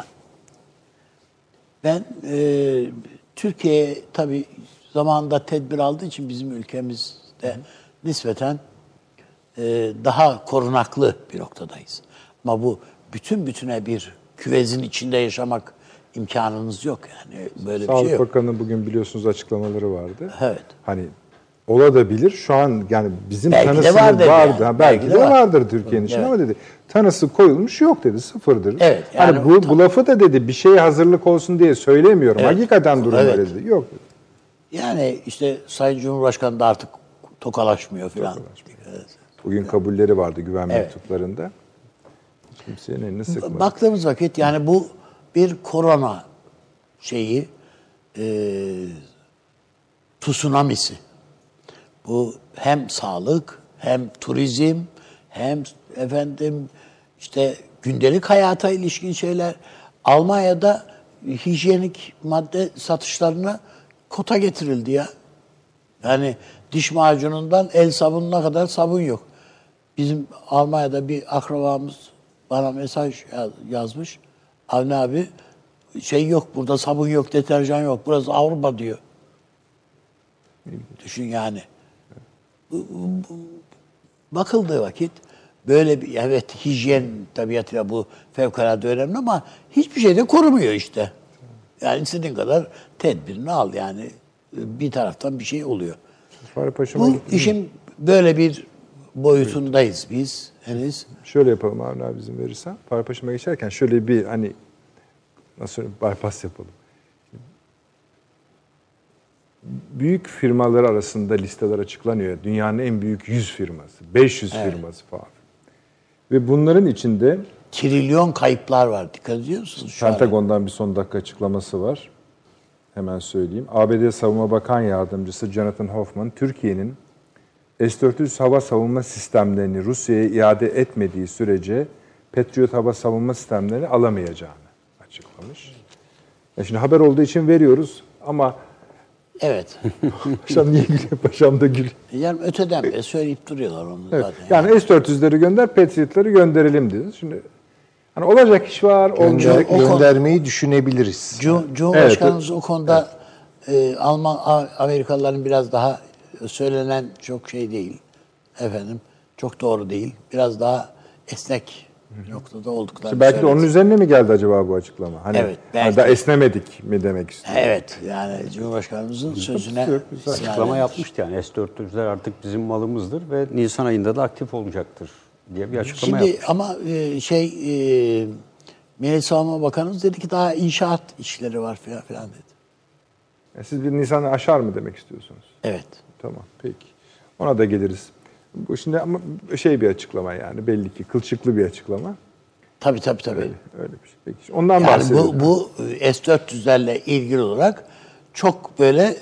ben e, Türkiye tabii zamanında tedbir aldığı için bizim ülkemizde Hı. nispeten e, daha korunaklı bir noktadayız. Ama bu bütün bütüne bir küvezin içinde yaşamak imkanınız yok yani böyle Sağlık bir şey yok. Sağlık Bakanı bugün biliyorsunuz açıklamaları vardı. Evet. Hani olabilir. Şu an yani bizim belki tanısı vardı. vardı. Yani. Belki, belki de var. vardır Türkiye'nin evet. için ama dedi tanısı koyulmuş yok dedi. Sıfırdır. Evet. Yani, yani bu, bu lafı da dedi bir şeye hazırlık olsun diye söylemiyorum. Evet. Hakikaten durum evet. öyle dedi. Yok dedi. Yani işte Sayın Cumhurbaşkanı da artık tokalaşmıyor falan. Tokalaşmıyor. Evet. Bugün kabulleri vardı güven evet. mektuplarında. Kimsenin elini sıkmadı. Baktığımız vakit yani bu bir korona şeyi e, tsunamisi. Bu hem sağlık, hem turizm, hem efendim işte gündelik hayata ilişkin şeyler. Almanya'da hijyenik madde satışlarına kota getirildi ya. Yani diş macunundan el sabununa kadar sabun yok. Bizim Almanya'da bir akrabamız bana mesaj yazmış. Avni abi şey yok, burada sabun yok, deterjan yok. Burası Avrupa diyor. Düşün yani. Bakıldığı vakit böyle bir, evet hijyen tabiatıyla bu fevkalade önemli ama hiçbir şey de korumuyor işte. Yani istediğin kadar tedbirini al yani. Bir taraftan bir şey oluyor. Bu işin böyle bir boyutundayız biz henüz. Şöyle yapalım Avni abi izin verirsen. Farpaşıma geçerken şöyle bir hani nasıl söyleyeyim bypass yapalım. Büyük firmalar arasında listeler açıklanıyor. Dünyanın en büyük yüz firması, beş yüz evet. firması falan. Ve bunların içinde trilyon kayıplar var. Dikkat ediyor musunuz? Pentagon'dan bir son dakika açıklaması var. Hemen söyleyeyim. A B D Savunma Bakan Yardımcısı Jonathan Hoffman, Türkiye'nin S dört yüz hava savunma sistemlerini Rusya'ya iade etmediği sürece Patriot hava savunma sistemlerini alamayacağını açıklamış. Ya şimdi haber olduğu için veriyoruz ama evet. Paşam niye gülüyor? Paşam da gülüyor. Yani öteden beri söyleyip duruyorlar onu evet. zaten. Yani, yani S dört yüzleri gönder, Patriot'ları gönderelim diyoruz. Şimdi hani olacak iş var, olmayacak. Gönder, göndermeyi düşünebiliriz. Cum- Cumhurbaşkanımız evet. o konuda evet. e, Alman Amerikalıların biraz daha söylenen çok şey değil. Efendim çok doğru değil. Biraz daha esnek noktada olduklarını işte belki söyledi. de onun üzerine mi geldi acaba bu açıklama? Hani, evet. hani da esnemedik mi demek istiyor? Evet. Yani Cumhurbaşkanımızın sözüne açıklama yapmıştı yani S dört yüzler artık bizim malımızdır ve Nisan ayında da aktif olacaktır diye bir açıklama Şimdi yapmış. ama e, şey e, Milli Savunma Bakanımız dedi ki daha inşaat işleri var falan filan dedi. Yani siz bir Nisan'ı aşar mı demek istiyorsunuz? Evet. Tamam peki. Ona da geliriz. Bu şimdi ama şey bir açıklama yani belli ki kılçıklı bir açıklama. Tabii tabii tabii. Öyle, öyle bir şey. Peki. Ondan yani bahsedelim. bu, bu S dört yüzlerle ilgili olarak çok böyle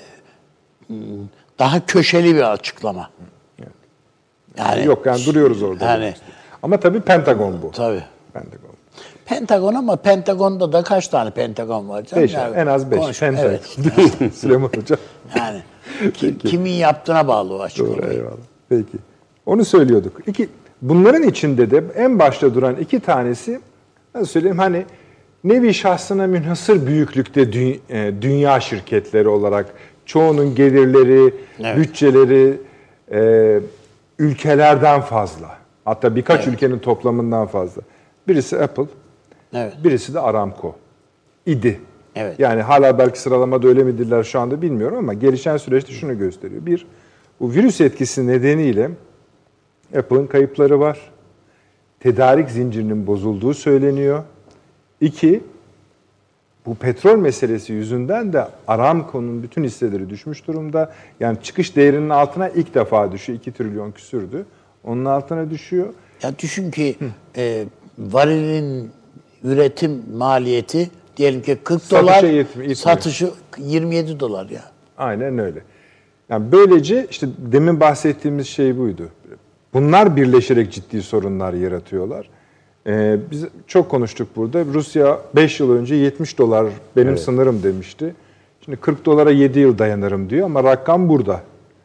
daha köşeli bir açıklama. Evet. Yani yok yani duruyoruz orada. Yani, ama tabii Pentagon bu. Tabii. Pentagon. Pentagon ama Pentagon'da da kaç tane Pentagon var canım? Beş, yani, en az beş. Konuş, Pentagon. evet. Süleyman Hocam. Yani kim, kimin yaptığına bağlı o açıklamayı. Doğru eyvallah. Peki. Onu söylüyorduk. İki, bunların içinde de en başta duran iki tanesi nasıl söyleyeyim hani nevi şahsına münhasır büyüklükte dü- e, dünya şirketleri olarak çoğunun gelirleri, evet. bütçeleri e, ülkelerden fazla. Hatta birkaç evet. ülkenin toplamından fazla. Birisi Apple, evet. birisi de Aramco idi. Evet. Yani hala belki sıralamada öyle midirler şu anda bilmiyorum ama gelişen süreçte şunu gösteriyor. Bir, bu virüs etkisi nedeniyle Apple'ın kayıpları var. Tedarik zincirinin bozulduğu söyleniyor. İki, bu petrol meselesi yüzünden de Aramco'nun bütün hisseleri düşmüş durumda. Yani çıkış değerinin altına ilk defa düşüyor. iki trilyon küsürdü. Onun altına düşüyor. Ya düşün ki e, varilin üretim maliyeti diyelim ki kırk Satışa dolar, yetmiyor. satışı yirmi yedi dolar ya. Aynen öyle. Yani böylece işte demin bahsettiğimiz şey buydu. Bunlar birleşerek ciddi sorunlar yaratıyorlar. Ee, biz çok konuştuk burada. Rusya beş yıl önce yetmiş dolar benim evet. sınırım demişti. Şimdi kırk dolara yedi yıl dayanırım diyor ama rakam burada.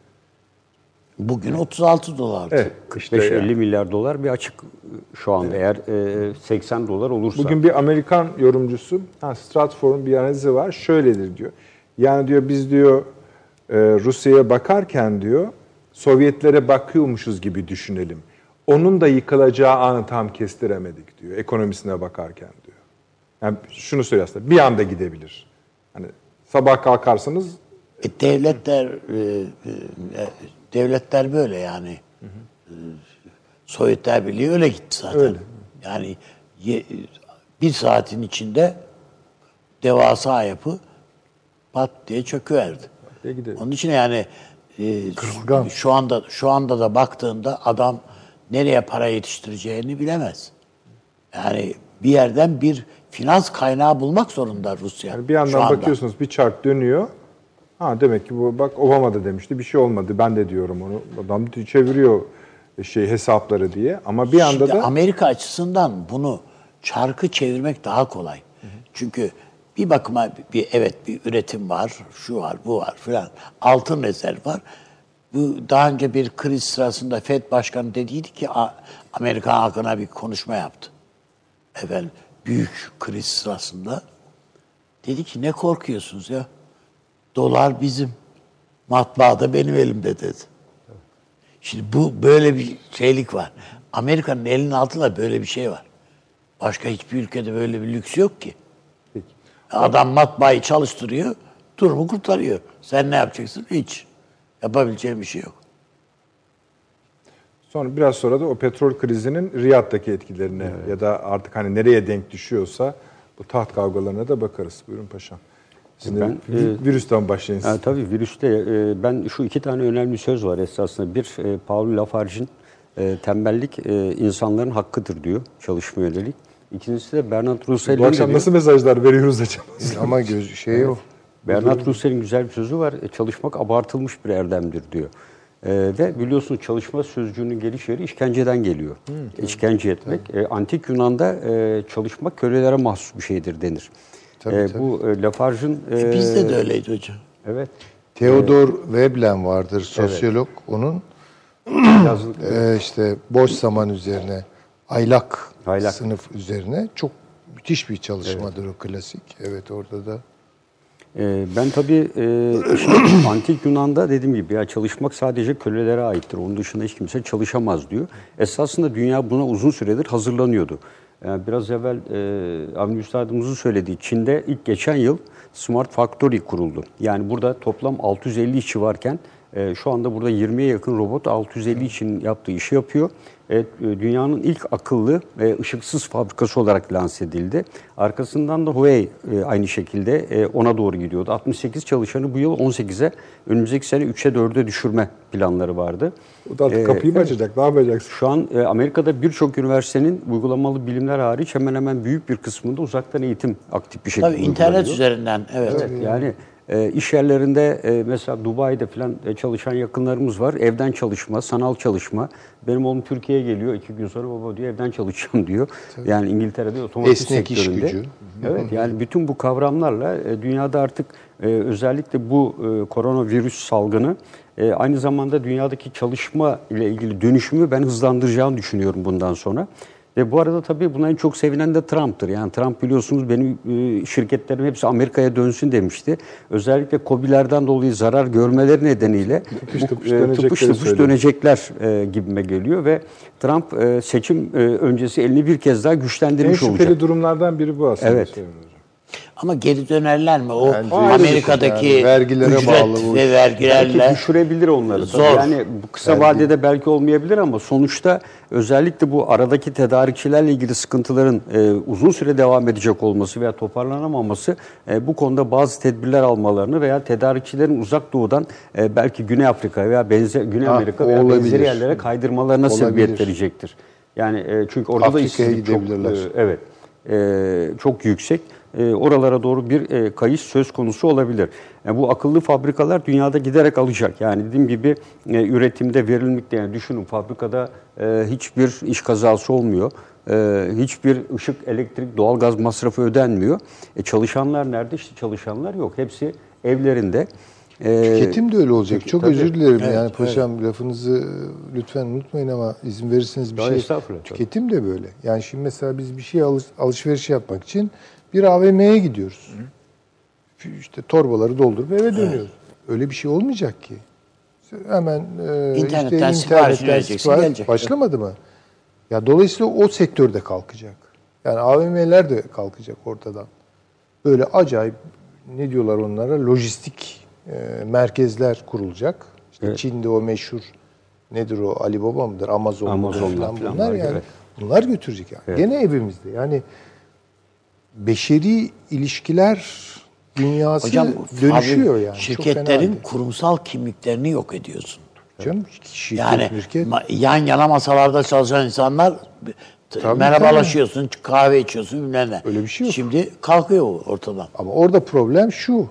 Bugün otuz altı dolardı. Evet, kırk beş elli yani. Milyar dolar bir açık şu anda evet. eğer e, seksen dolar olursa. Bugün bir Amerikan yorumcusu, ha, Stratfor'un bir analizi var. Şöyledir diyor. Yani diyor biz diyor e, Rusya'ya bakarken diyor Sovyetlere bakıyormuşuz gibi düşünelim. Onun da yıkılacağı anı tam kestiremedik diyor ekonomisine bakarken diyor. Yani şunu söylüyor aslında bir anda gidebilir. Hani sabah kalkarsanız e, devletler e, e, devletler böyle yani. Hı hı. Sovyetler Birliği öyle gitti zaten. Öyle. Yani ye, bir saatin içinde devasa yapı pat diye çöküverdi. Onun için yani e, şu anda şu anda da baktığında adam nereye para yetiştireceğini bilemez. Yani bir yerden bir finans kaynağı bulmak zorunda Rusya. Yani bir yandan bakıyorsunuz bir çark dönüyor. Ha demek ki bu bak Obama da demişti bir şey olmadı. Ben de diyorum onu. Adam çeviriyor şey hesapları diye. Ama bir anda Şimdi da Amerika açısından bunu çarkı çevirmek daha kolay. Hı hı. Çünkü bir bakıma bir evet bir üretim var, şu var, bu var filan. Altın rezerv var. Bu daha önce bir kriz sırasında Fed Başkanı dediydi ki Amerikan halkına bir konuşma yaptı. Efendim büyük kriz sırasında dedi ki ne korkuyorsunuz ya? Dolar bizim. Matbaa da benim elimde dedi. Şimdi bu böyle bir şeylik var. Amerika'nın elinin altında böyle bir şey var. Başka hiçbir ülkede böyle bir lüks yok ki. Peki. Adam matbaayı çalıştırıyor, durumu kurtarıyor. Sen ne yapacaksın? Hiç. Yapabileceğin bir şey yok. Sonra biraz sonra da o petrol krizinin Riyad'daki etkilerine evet. ya da artık hani nereye denk düşüyorsa bu taht kavgalarına da bakarız. Buyurun paşam. Sizin ben, de virüsten başlayın. E, tabii virüste e, ben şu iki tane önemli söz var esasında. Bir e, Paul Lafarge'in e, tembellik e, insanların hakkıdır diyor çalışma yönelik. İkincisi de Bernard Russell'in. Bu akşam diyor, nasıl mesajlar veriyoruz acaba? Ama göz şey o. Bernard Russell'in güzel bir sözü var. E, çalışmak abartılmış bir erdemdir diyor. E, ve biliyorsunuz çalışma sözcüğünün geliş yeri işkenceden geliyor. Hı, İşkence etmek. E, Antik Yunan'da e, çalışmak kölelere mahsus bir şeydir denir. Tabii, e, tabii. Bu e, Lafarge'ın... E, Bizde de öyleydi hocam. Evet. Theodor e, Veblen vardır, sosyolog. Evet. Onun e, işte boş zaman üzerine, aylak, aylak sınıf üzerine çok müthiş bir çalışmadır evet. o klasik. Evet orada da. E, ben tabii e, işte, Antik Yunan'da dediğim gibi ya çalışmak sadece kölelere aittir. Onun dışında hiç kimse çalışamaz diyor. Esasında dünya buna uzun süredir hazırlanıyordu. Yani biraz evvel e, Avni Üstadımızın söylediği Çin'de ilk geçen yıl Smart Factory kuruldu. Yani burada toplam altı yüz elli işçi varken e, şu anda burada yirmiye yakın robot altı yüz elli işçinin yaptığı işi yapıyor. E, dünyanın ilk akıllı e, ışıksız fabrikası olarak lanse edildi. Arkasından da Huawei e, aynı şekilde e, ona doğru gidiyordu. altmış sekiz çalışanı bu yıl on sekize, önümüzdeki sene üçe dörde düşürme planları vardı. O da artık kapıyı mı ee, açacak? Ne yapacaksın? Şu an e, Amerika'da birçok üniversitenin uygulamalı bilimler hariç hemen hemen büyük bir kısmında uzaktan eğitim aktif bir şekilde Tabii internet üzerinden. Evet. evet yani e, iş yerlerinde e, mesela Dubai'de falan e, çalışan yakınlarımız var. Evden çalışma, sanal çalışma. Benim oğlum Türkiye'ye geliyor. iki gün sonra baba diyor evden çalışacağım diyor. Tabii. Yani İngiltere'de otomotiv esnek sektöründe. İş gücü. Evet yani bütün bu kavramlarla e, dünyada artık e, özellikle bu e, koronavirüs salgını e, aynı zamanda dünyadaki çalışma ile ilgili dönüşümü ben hızlandıracağını düşünüyorum bundan sonra. Ve bu arada tabii buna en çok sevinen de Trump'tır. Yani Trump biliyorsunuz benim e, şirketlerim hepsi Amerika'ya dönsün demişti. Özellikle KOBİ'lerden dolayı zarar görmeleri nedeniyle tıpış tıpış, bu, tıpış, tıpış dönecekler e, gibime geliyor. Ve Trump e, seçim e, öncesi elini bir kez daha güçlendirmiş olacak. En şüpheli olacak. durumlardan biri bu aslında. Evet. Ama geri dönerler mi? O Bence Amerika'daki yani vergilere ücret bağlı ve vergilerle belki düşürebilir onları. Zor. Yani bu kısa Vergi. vadede belki olmayabilir ama sonuçta özellikle bu aradaki tedarikçilerle ilgili sıkıntıların e, uzun süre devam edecek olması veya toparlanamaması e, bu konuda bazı tedbirler almalarını veya tedarikçilerin uzak doğudan e, belki Güney Afrika veya benzer Güney ha, Amerika veya olabilir. benzeri yerlere kaydırmalarına olabilir. sebebiyet verecektir. Yani e, çünkü orada Afrika'ya da işsizlik çok e, evet e, çok yüksek. E, oralara doğru bir e, kayış söz konusu olabilir. Yani bu akıllı fabrikalar dünyada giderek alacak. Yani dediğim gibi e, üretimde verimlilikte yani düşünün fabrikada e, hiçbir iş kazası olmuyor. E, hiçbir ışık, elektrik, doğalgaz masrafı ödenmiyor. E, çalışanlar nerede? İşte çalışanlar yok. Hepsi evlerinde. E, Tüketim de öyle olacak. Peki, Çok tabii. özür dilerim evet, yani paşam evet. lafınızı lütfen unutmayın ama izin verirseniz bir Daha şey. Tüketim tabii. de böyle. Yani şimdi mesela biz bir şey alış, alışveriş yapmak için bir A V M'ye gidiyoruz. Hı. İşte torbaları doldurup eve dönüyoruz. Evet. Öyle bir şey olmayacak ki. Hemen e, internetten işte sipariş internetten sipariş gelecek. Başlamadı mı? Ya dolayısıyla o sektörde kalkacak. Yani A V M'ler de kalkacak ortadan. Böyle acayip ne diyorlar onlara? Lojistik e, merkezler kurulacak. İşte evet. Çin'de o meşhur nedir o? Alibaba mıdır? Amazon Amazon falan falan bunlar yani. Evet. Bunlar götürecek yani. Evet. Gene evimizde. Yani beşeri ilişkiler dünyası Hocam, dönüşüyor yani. Şirketlerin kurumsal kimliklerini yok ediyorsun. Canım, şirket, yani şirket. yan yana masalarda çalışan insanlar tabii, merhabalaşıyorsun, tabii. kahve içiyorsun bilmem ne. Öyle bir şey yok. Şimdi kalkıyor ortadan. Ama orada problem şu.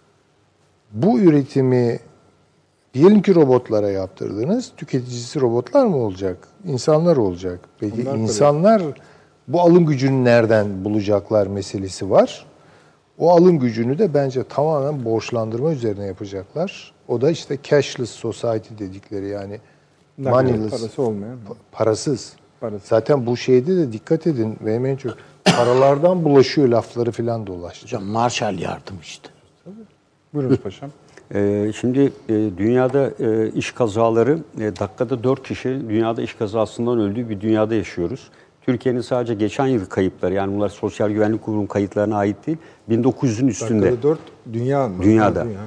Bu üretimi diyelim ki robotlara yaptırdınız. Tüketicisi robotlar mı olacak? İnsanlar olacak. Peki Onlar insanlar tabii. bu alım gücünü nereden bulacaklar meselesi var. O alım gücünü de bence tamamen borçlandırma üzerine yapacaklar. O da işte cashless society dedikleri, yani moneyless, parası olmayan. parasız. Parasız. Zaten bu şeyde de dikkat edin, benim en çok paralardan bulaşıyor lafları falan dolaştı. Hocam Marshall yardım işte. Buyurunuz paşam. Ee, şimdi e, dünyada e, iş kazaları, e, dakikada dört kişi dünyada iş kazasından öldüğü bir dünyada yaşıyoruz. Türkiye'nin sadece geçen yıl kayıpları, yani bunlar Sosyal Güvenlik Kurulu'nun kayıtlarına ait değil, bin dokuz yüzün üstünde. Dakikada dört dünya mı? Dünyada. Dünya.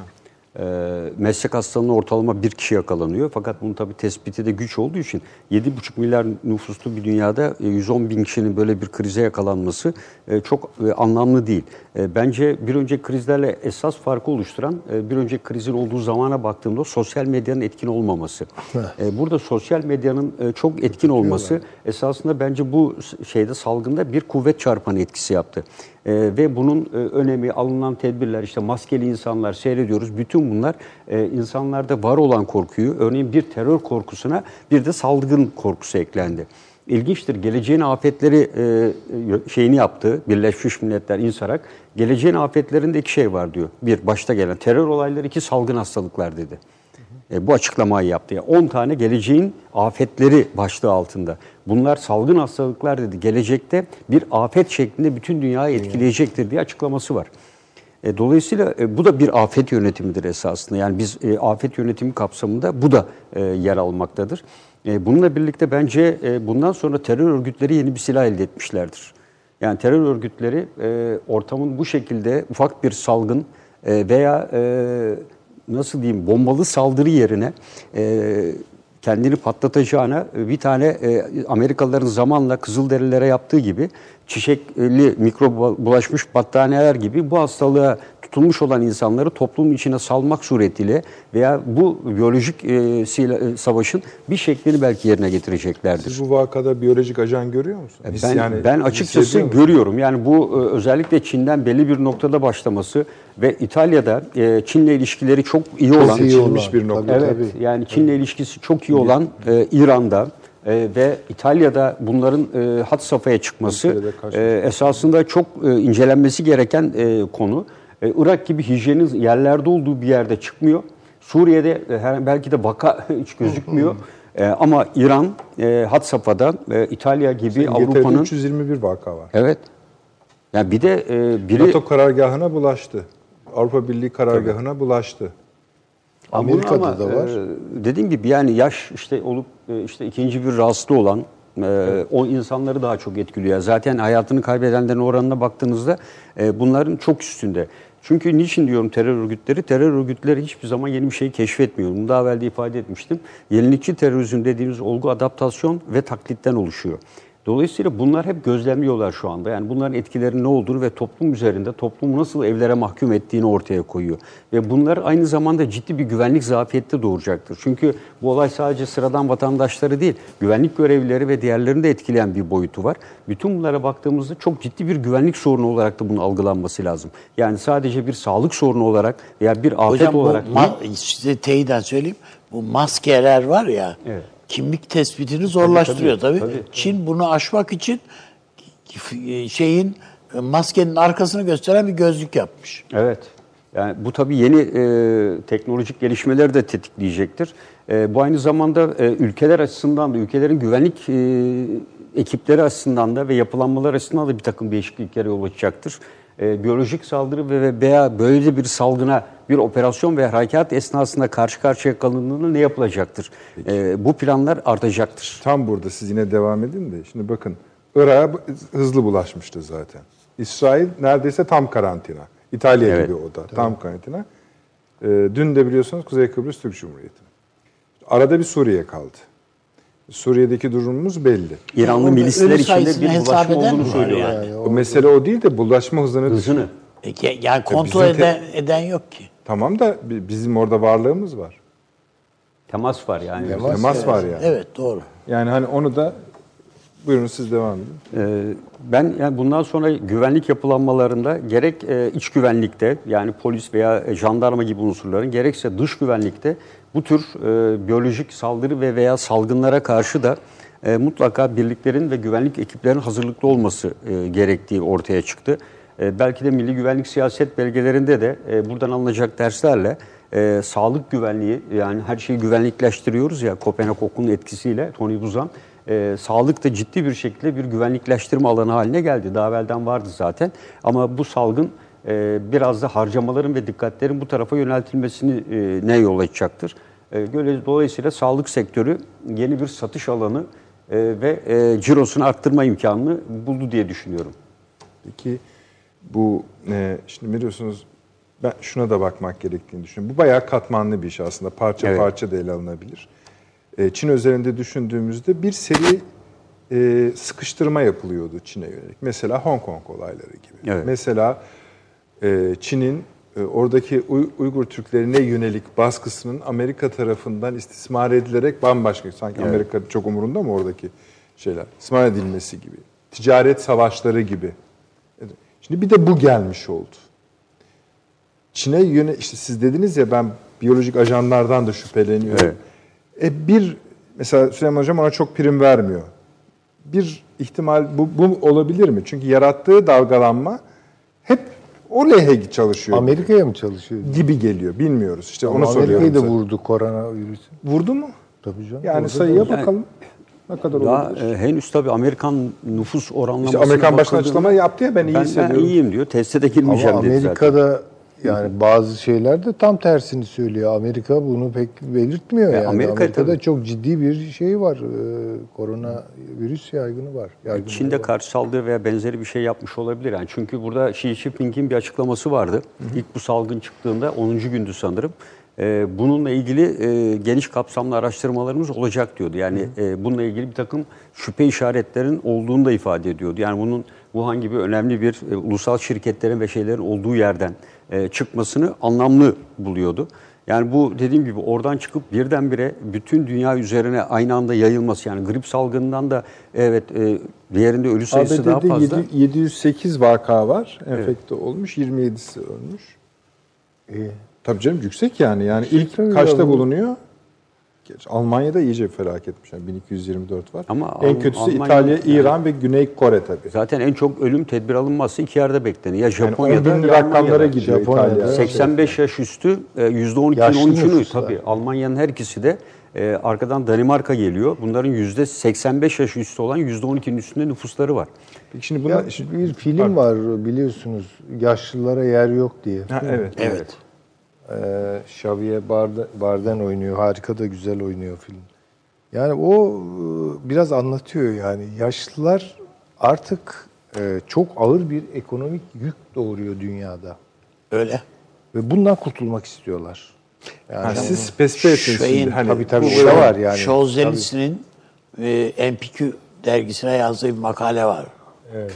E, meslek hastalığına ortalama bir kişi yakalanıyor. Fakat bunun tabii tespiti de güç olduğu için yedi buçuk milyar nüfuslu bir dünyada e, yüz on bin kişinin böyle bir krize yakalanması e, çok e, anlamlı değil. E, bence bir önceki krizlerle esas farkı oluşturan, e, bir önceki krizin olduğu zamana baktığımda sosyal medyanın etkin olmaması. E, burada sosyal medyanın e, çok etkin olması esasında bence bu şeyde, salgında bir kuvvet çarpanı etkisi yaptı. Ee, ve bunun e, önemi, alınan tedbirler, işte maskeli insanlar seyrediyoruz. Bütün bunlar e, insanlarda var olan korkuyu, örneğin bir terör korkusuna bir de salgın korkusu eklendi. İlginçtir, geleceğin afetleri e, şeyini yaptı Birleşmiş Milletler İNSARAG. Geleceğin afetlerinde iki şey var diyor. Bir, başta gelen terör olayları, iki salgın hastalıklar dedi. E, bu açıklamayı yaptı. Yani on tane geleceğin afetleri başlığı altında. Bunlar salgın hastalıklar dedi. Gelecekte bir afet şeklinde bütün dünyayı etkileyecektir diye açıklaması var. E, dolayısıyla e, bu da bir afet yönetimidir esasında. Yani biz e, afet yönetimi kapsamında bu da e, yer almaktadır. E, bununla birlikte bence e, bundan sonra terör örgütleri yeni bir silah elde etmişlerdir. Yani terör örgütleri e, ortamın bu şekilde ufak bir salgın e, veya e, nasıl diyeyim, bombalı saldırı yerine e, kendini patlatacağına bir tane e, Amerikalıların zamanla Kızılderililere yaptığı gibi çiçekli mikrop bulaşmış battaniyeler gibi bu hastalığa tutulmuş olan insanları toplumun içine salmak suretiyle veya bu biyolojik e, sila, savaşın bir şeklini belki yerine getireceklerdir. Siz bu vakada biyolojik ajan görüyor musunuz? Ben, yani, ben açıkçası görüyorum. Yani bu özellikle Çin'den belli bir noktada başlaması ve İtalya'da e, Çin'le ilişkileri çok iyi Çok olan, iyi seçilmiş olan, bir nokta. tabii, evet, tabii. yani Çin'le ilişkisi çok iyi olan e, İran'da e, ve İtalya'da bunların e, had safhaya çıkması e, esasında çok e, incelenmesi gereken e, konu. E, Irak gibi hijyenin yerlerde olduğu bir yerde çıkmıyor. Suriye'de e, belki de vaka hiç gözükmüyor. E, ama İran e, had safhada, e, İtalya gibi Avrupa'nın üç yüz yirmi bir vaka var. evet. Yani bir de e, biri NATO karargahına bulaştı. Avrupa Birliği karargahına Tabii. bulaştı. Amerika'da ama, da var. E, dediğim gibi yani yaş işte olup e, işte ikinci bir rahatsızlığı olan e, evet. o insanları daha çok etkiliyor. Zaten hayatını kaybedenlerin oranına baktığınızda e, bunların çok üstünde. Çünkü niçin diyorum terör örgütleri? Terör örgütleri hiçbir zaman yeni bir şey keşfetmiyor. Bunu daha evvel de ifade etmiştim. Yenilikçi terörizm dediğimiz olgu adaptasyon ve taklitten oluşuyor. Dolayısıyla bunlar hep gözlemliyorlar şu anda. Yani bunların etkilerinin ne olduğunu ve toplum üzerinde toplumu nasıl evlere mahkum ettiğini ortaya koyuyor. Ve bunlar aynı zamanda ciddi bir güvenlik zafiyeti doğuracaktır. Çünkü bu olay sadece sıradan vatandaşları değil, güvenlik görevlileri ve diğerlerini de etkileyen bir boyutu var. Bütün bunlara baktığımızda çok ciddi bir güvenlik sorunu olarak da bunun algılanması lazım. Yani sadece bir sağlık sorunu olarak veya bir afet Hocam, olarak bu ma- size teyiden söyleyeyim. Bu maskeler var ya. Evet. Kimlik tespitini zorlaştırıyor tabii, tabii. tabii. Çin bunu aşmak için şeyin maskenin arkasını gösteren bir gözlük yapmış. Evet. Yani bu tabii yeni e, teknolojik gelişmeleri de tetikleyecektir. E, bu aynı zamanda e, ülkeler açısından da, ülkelerin güvenlik e, ekipleri açısından da ve yapılanmalar açısından da bir takım değişikliklere yol açacaktır. E, biyolojik saldırı ve veya böyle bir salgına bir operasyon veya harekat esnasında karşı karşıya kalındığında ne yapılacaktır? E, bu planlar artacaktır. Tam burada siz yine devam edin de. Şimdi bakın, Irak'a hızlı bulaşmıştı zaten. İsrail neredeyse tam karantina. İtalya evet. gibi o da tam evet. karantina. E, dün de biliyorsunuz Kuzey Kıbrıs Türk Cumhuriyeti. Arada bir Suriye kaldı. Suriye'deki durumumuz belli. İranlı yani milisler içinde bir bulaşma olduğunu söylüyorlar. Yani. Yani, o mesele o değil de bulaşma hızını. Hızını. E, yani kontrol eden, te- eden yok ki. Tamam da bizim orada varlığımız var. Temas var yani. Temas, Temas evet. var yani. Evet, doğru. Yani hani onu da buyurun siz devam edin. Ee, ben yani bundan sonra güvenlik yapılanmalarında gerek e, iç güvenlikte yani polis veya jandarma gibi unsurların gerekse dış güvenlikte bu tür e, biyolojik saldırı ve veya salgınlara karşı da e, mutlaka birliklerin ve güvenlik ekiplerinin hazırlıklı olması e, gerektiği ortaya çıktı. E, belki de milli güvenlik siyaset belgelerinde de e, buradan alınacak derslerle e, sağlık güvenliği, yani her şeyi güvenlikleştiriyoruz ya, Kopenhag Okulu'nun etkisiyle Tony Buzan, e, sağlık da ciddi bir şekilde bir güvenlikleştirme alanı haline geldi. Daha evvelden vardı zaten ama bu salgın e, biraz da harcamaların ve dikkatlerin bu tarafa yöneltilmesini e, ne yol açacaktır. E, dolayısıyla sağlık sektörü yeni bir satış alanı e, ve e, cirosunu arttırma imkanını buldu diye düşünüyorum. Peki bu e, şimdi biliyorsunuz, ben şuna da bakmak gerektiğini düşünüyorum. Bu bayağı katmanlı bir iş aslında. Parça Evet. parça da ele alınabilir. E, Çin özelinde düşündüğümüzde bir seri e, sıkıştırma yapılıyordu Çin'e yönelik. Mesela Hong Kong olayları gibi. Evet. Mesela e, Çin'in e, oradaki Uy- Uygur Türklerine yönelik baskısının Amerika tarafından istismar edilerek bambaşka, sanki Evet. Amerika çok umurunda mı oradaki şeyler? İstismar edilmesi gibi. Ticaret savaşları gibi. Şimdi bir de bu gelmiş oldu. Çin'e yöne işte siz dediniz ya, ben biyolojik ajanlardan da şüpheleniyorum. Evet. E bir mesela Süleyman Hocam ona çok prim vermiyor. Bir ihtimal bu, bu olabilir mi? Çünkü yarattığı dalgalanma hep o lehine çalışıyor. Amerika'ya mı çalışıyor? Gibi geliyor. Bilmiyoruz. İşte Ama onu soruyorum. Amerika'yı da size. vurdu koronavirüsü. Vurdu mu? Tabii canım. Yani Orada sayıya da- bakalım. Ne kadar Daha olabilir? e, henüz tabii Amerikan nüfus oranlamasına İşte Amerikan başkan bakıldığında- açıklama yaptı ya, ben iyi ben, hissediyorum. Ben iyiyim diyor. Teste de girmeyeceğim Ama dedi zaten. Amerika'da yani bazı şeyler de tam tersini söylüyor. Amerika bunu pek belirtmiyor Ya yani. Amerika Amerika'da tabii. çok ciddi bir şey var. Ee, koronavirüs yaygını var. Yaygınlığı Çin'de var. karşı saldırı veya benzeri bir şey yapmış olabilir. Yani çünkü burada Xi Jinping'in bir açıklaması vardı. Hı hı. İlk bu salgın çıktığında onuncu gündü sanırım. Ee, bununla ilgili e, geniş kapsamlı araştırmalarımız olacak diyordu. Yani e, bununla ilgili bir takım şüphe işaretlerin olduğunu da ifade ediyordu. Yani bunun Wuhan gibi önemli bir e, ulusal şirketlerin ve şeylerin olduğu yerden e, çıkmasını anlamlı buluyordu. Yani bu dediğim gibi oradan çıkıp birdenbire bütün dünya üzerine aynı anda yayılması, yani grip salgınından da evet e, diğerinde ölü sayısı daha fazla. A B D'de yedi yüz sekiz vaka var. Enfekte evet. olmuş. yirmi yedisi ölmüş. İyi. Tabii canım, yüksek yani. Yani Yüksek ilk tabii kaçta ya bu. bulunuyor? Geç, Almanya'da iyice felaketmiş. Yani bin iki yüz yirmi dört var. Ama en Al- kötüsü Almanya- İtalya, yani- İran ve Güney Kore tabii. Zaten en çok ölüm tedbir alınmazsa iki yerde bekleniyor. Ya Yani Japonya'da on binli ya rakamlara Almanya'da. gidiyor Japonya'da. İtalya. seksen beş yaş üstü yüzde on iki Yaşlı on üçünü nüfus var. tabii. Almanya'nın her ikisi de e, arkadan Danimarka geliyor. Bunların yüzde seksen beş yaş üstü olan yüzde on ikinin üstünde nüfusları var. Peki şimdi Ya buna... şimdi- bir film Pardon. var biliyorsunuz. Yaşlılara yer yok diye. Ha, evet. Evet. Ee, Xavier Bardem, Bardem oynuyor. Harika da güzel oynuyor film. Yani o e, biraz anlatıyor yani. Yaşlılar artık e, çok ağır bir ekonomik yük doğuruyor dünyada. Öyle. Ve bundan kurtulmak istiyorlar. Yani Ha, siz spesifik ettiniz Şeyin- şimdi. Hani, tabii tabii Bu o da var yani. Scholzelius'in e, N P Q dergisine yazdığı bir makale var. Evet.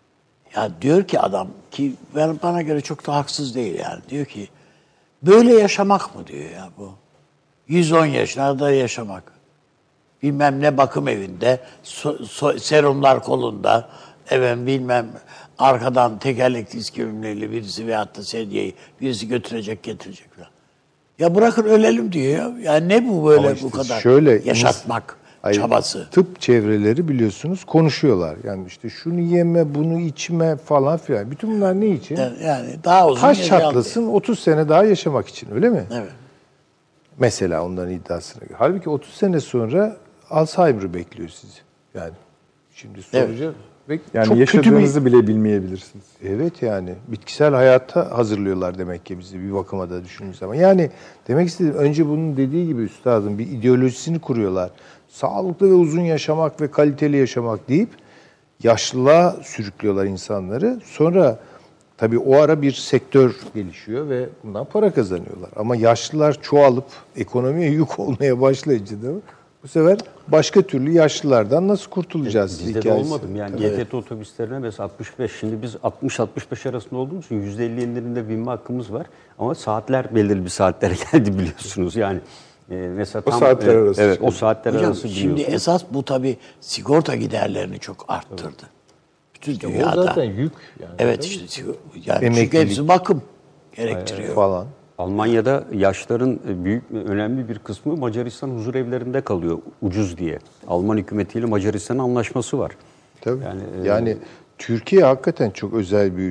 Ya diyor ki adam ki ben, bana göre çok da haksız değil yani. Diyor ki böyle yaşamak mı diyor ya bu. yüz on yaşında yaşamak. Bilmem ne bakım evinde, so, so, serumlar kolunda, efendim bilmem arkadan tekerlekli iskemleyle birisi veyahut da sedyeyi birisi götürecek getirecek falan. Ya bırakın ölelim diyor ya. Yani ne bu böyle Ama işte bu kadar şöyle, yaşatmak Hayır, çabası. Tıp çevreleri biliyorsunuz konuşuyorlar. Yani işte şunu yeme, bunu içme falan filan. Bütün bunlar ne için? Yani, yani daha uzun Taş yaşayalım çatlasın otuz sene daha yaşamak için, öyle mi? diye. Evet. Mesela onların iddiasına göre. Halbuki otuz sene sonra Alzheimer'ı bekliyor sizi. Yani şimdi soracağız. Ve yani çok kötü yaşadığınızı bir... bile bilmeyebilirsiniz. Evet yani bitkisel hayata hazırlıyorlar demek ki bizi bir bakıma da düşündüğünüz zaman. Yani demek istediğim, önce bunun dediği gibi üstadım bir ideolojisini kuruyorlar. Sağlıklı ve uzun yaşamak ve kaliteli yaşamak deyip yaşlılığa sürüklüyorlar insanları. Sonra tabii o ara bir sektör gelişiyor ve bundan para kazanıyorlar. Ama yaşlılar çoğalıp ekonomiye yük olmaya başlayınca da bu sefer başka türlü yaşlılardan nasıl kurtulacağız? Bizde de hikayesi. olmadım. Yani Tabii. G T T otobüslerine mesela altmış beş. Şimdi biz altmış altmış beş arasında olduğumuz için yüzde elli indirimde binme hakkımız var. Ama saatler belirli bir saatlere geldi biliyorsunuz. Yani e, mesela O tam, saatler e, arası. Evet, o saatler Hocam arası şimdi biliyorsunuz. esas bu tabii sigorta giderlerini çok arttırdı. Bütün O dünyada. zaten yük yani. Evet Tabii. işte sigor- yani çünkü Emeklilik. hepsi bakım gerektiriyor. Falan. Almanya'da yaşların büyük önemli bir kısmı Macaristan huzur evlerinde kalıyor ucuz diye. Alman hükümetiyle Macaristan'ın anlaşması var. Tabii. Yani, Yani, e, Türkiye hakikaten çok özel bir ülke.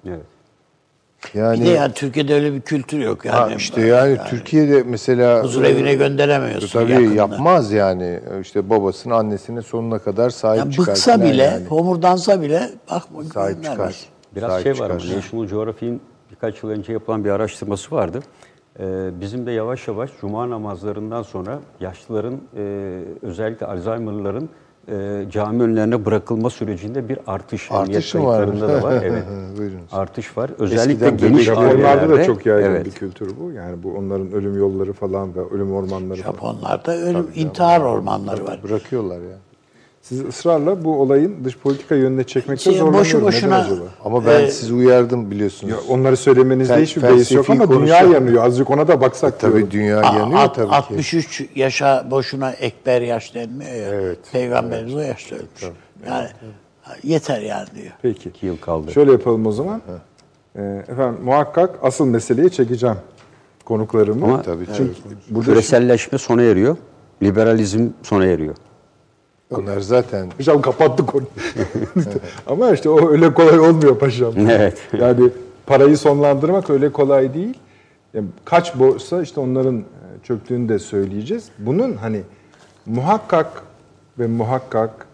Evet. Yani Bir de yani Türkiye'de öyle bir kültür yok yani. ha işte yani, Türkiye'de mesela huzur evine gönderemiyorsun. tabii yakında. yapmaz yani. İşte babasının annesine sonuna kadar sahip Yani çıkar. bıksa falan bile, yani. homurdansa bile bakma Sahip göndermez. çıkar. Biraz Sahip şey var ama çıkar. National Geographic'in birkaç yıl önce yapılan bir araştırması vardı. Ee, bizim de yavaş yavaş cuma namazlarından sonra yaşlıların, e, özellikle Alzheimer'ların e, cami önlerine bırakılma sürecinde bir artış. Artış emniyet mı var? kayıtlarında da var. Evet. Buyurunuz. Artış var. Özellikle Eskiden geniş bebekler- Japonlarda ailelerde. da çok yaygın Evet. bir kültür bu. Yani bu onların ölüm yolları falan ve ölüm ormanları falan. Japonlarda ölüm, intihar ormanları var. Bırakıyorlar ya. Siz ısrarla bu olayın dış politika yönüne çekmekte Şey, zorlanıyorum. boşu boşuna- Neden acaba? Ama ben Ee, sizi uyardım biliyorsunuz. Ya onları söylemenizde Fel- hiçbir beis yok ama felsefi dünya konuşalım. yanıyor. Azıcık ona da baksak Tabii diyorum. dünya Aa, yanıyor alt- tabii ki. altmış üç yaşa boşuna ekber yaş denmiyor ya. Evet, Peygamberimiz o yaşta ölmüş. Yani yeter yani diyor. Peki. İki yıl kaldı. Şöyle yapalım o zaman. Ee, efendim muhakkak asıl meseleye çekeceğim konuklarımı. Ama Tabii, Çünkü burada küreselleşme sona eriyor. Liberalizm sona eriyor. Onlar zaten Paşam kapattık konuyu. Ama işte o öyle kolay olmuyor paşam. Evet. Yani parayı sonlandırmak öyle kolay değil. Yani kaç borsa işte onların e, çöktüğünü de söyleyeceğiz. Bunun hani muhakkak ve muhakkak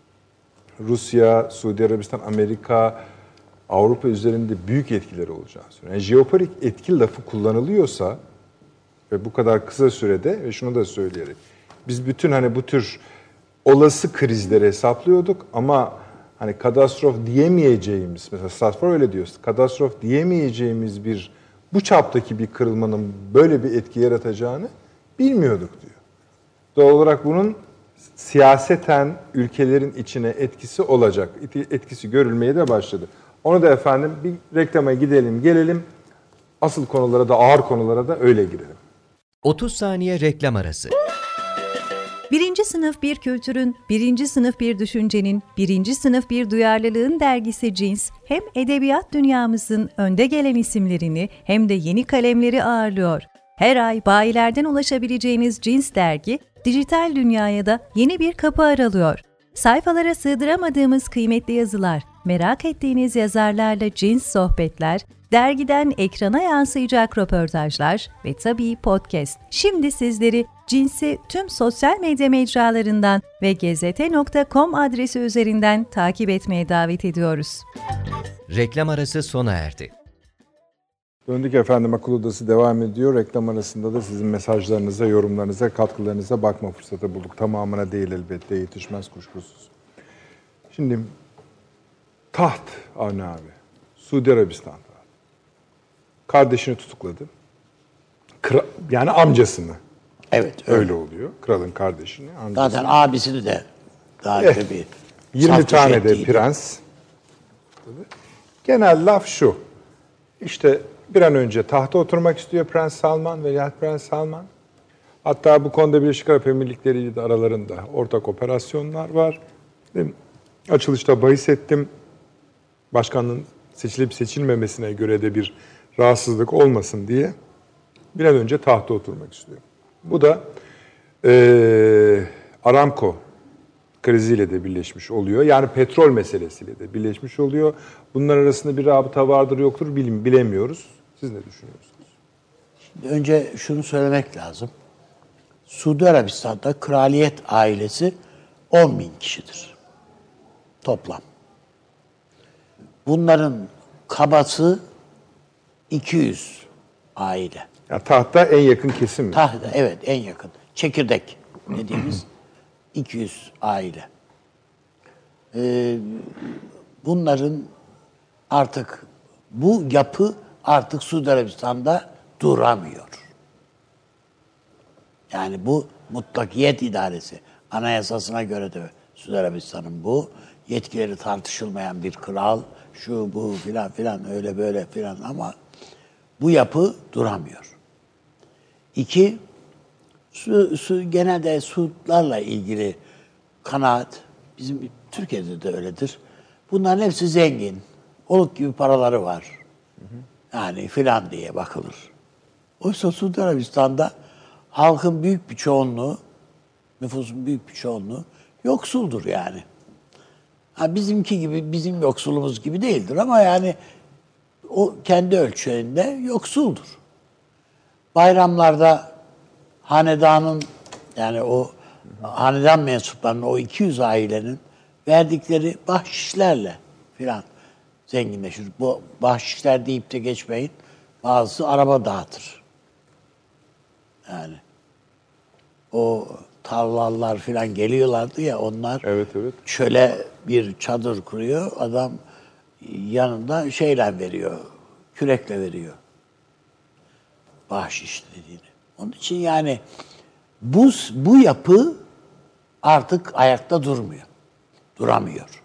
Rusya, Suudi Arabistan, Amerika, Avrupa üzerinde büyük etkileri olacağı söyleniyor. Yani jeopolitik etki lafı kullanılıyorsa ve bu kadar kısa sürede ve şunu da söyleyerek biz bütün hani bu tür olası krizleri hesaplıyorduk ama hani katastrof diyemeyeceğimiz, mesela Stratfor öyle diyor, katastrof diyemeyeceğimiz bir bu çaptaki bir kırılmanın böyle bir etki yaratacağını bilmiyorduk diyor. Doğal olarak bunun siyaseten ülkelerin içine etkisi olacak. Etkisi görülmeye de başladı. Onu da efendim bir reklama gidelim, gelelim. Asıl konulara da, ağır konulara da öyle girelim. otuz saniye reklam arası. Birinci sınıf bir kültürün, birinci sınıf bir düşüncenin, birinci sınıf bir duyarlılığın dergisi Cins, hem edebiyat dünyamızın önde gelen isimlerini hem de yeni kalemleri ağırlıyor. Her ay bayilerden ulaşabileceğiniz Cins dergi, dijital dünyaya da yeni bir kapı aralıyor. Sayfalara sığdıramadığımız kıymetli yazılar, merak ettiğiniz yazarlarla cins sohbetler, dergiden ekrana yansıyacak röportajlar ve tabii podcast. Şimdi sizleri Cins'i tüm sosyal medya mecralarından ve gezete nokta com adresi üzerinden takip etmeye davet ediyoruz. Reklam arası sona erdi. Döndük efendim, akıl odası devam ediyor. Reklam arasında da sizin mesajlarınıza, yorumlarınıza, katkılarınıza bakma fırsatı bulduk. Tamamına değil elbette, yetişmez kuşkusuz. Şimdi taht Avni abi, Suudi Arabistan'da kardeşini tutukladı. Kra- yani amcasını. Evet. Öyle oluyor. Kralın kardeşini, amcasını. Zaten abisini de daha Evet. önce bir yirmi saf tane dışı de ettiydi. prens. Genel laf şu. İşte bir an önce tahta oturmak istiyor Prens Salman, Veliaht Prens Salman. Hatta bu konuda Birleşik Arap Emirlikleri ile de aralarında ortak operasyonlar var. Açılışta bahis ettim. Başkanın seçilip seçilmemesine göre de bir rahatsızlık olmasın diye bir an önce tahta oturmak istiyor. Bu da e, Aramco kriziyle de birleşmiş oluyor. Yani petrol meselesiyle de birleşmiş oluyor. Bunlar arasında bir rabıta vardır yoktur bilemiyoruz. Siz ne düşünüyorsunuz? Önce şunu söylemek lazım. Suudi Arabistan'da kraliyet ailesi on bin kişidir. Toplam. Bunların kabası iki yüz aile. Yani tahta en yakın kesim mi? Tahta, evet en yakın. Çekirdek dediğimiz iki yüz aile. Ee, bunların artık bu yapı artık Suudi Arabistan'da duramıyor. Yani bu mutlakiyet idaresi. Anayasasına göre de Suudi Arabistan'ın bu yetkileri tartışılmayan bir kral, şu bu filan filan öyle böyle filan ama bu yapı duramıyor. İki, su, su, genelde Suudlarla ilgili kanaat, bizim Türkiye'de de öyledir. Bunların hepsi zengin. Oluk gibi paraları var. Yani filan diye bakılır. Oysa Suudi Arabistan'da halkın büyük bir çoğunluğu, nüfusun büyük bir çoğunluğu yoksuldur yani. Ha bizimki gibi, bizim yoksulumuz gibi değildir ama yani o kendi ölçülerinde yoksuldur. Bayramlarda hanedanın yani o hanedan mensuplarının o iki yüz ailenin verdikleri bahşişlerle filan zenginleşir. Bu bahşişler deyip de geçmeyin. Bazısı araba dağıtır. Yani o tarlalar filan geliyorlardı ya onlar. Evet, evet. Çöle bir çadır kuruyor. Adam yanında şeyle veriyor. Kürekle veriyor. Bahşiş dediğini. Onun için yani bu bu yapı artık ayakta durmuyor. Duramıyor.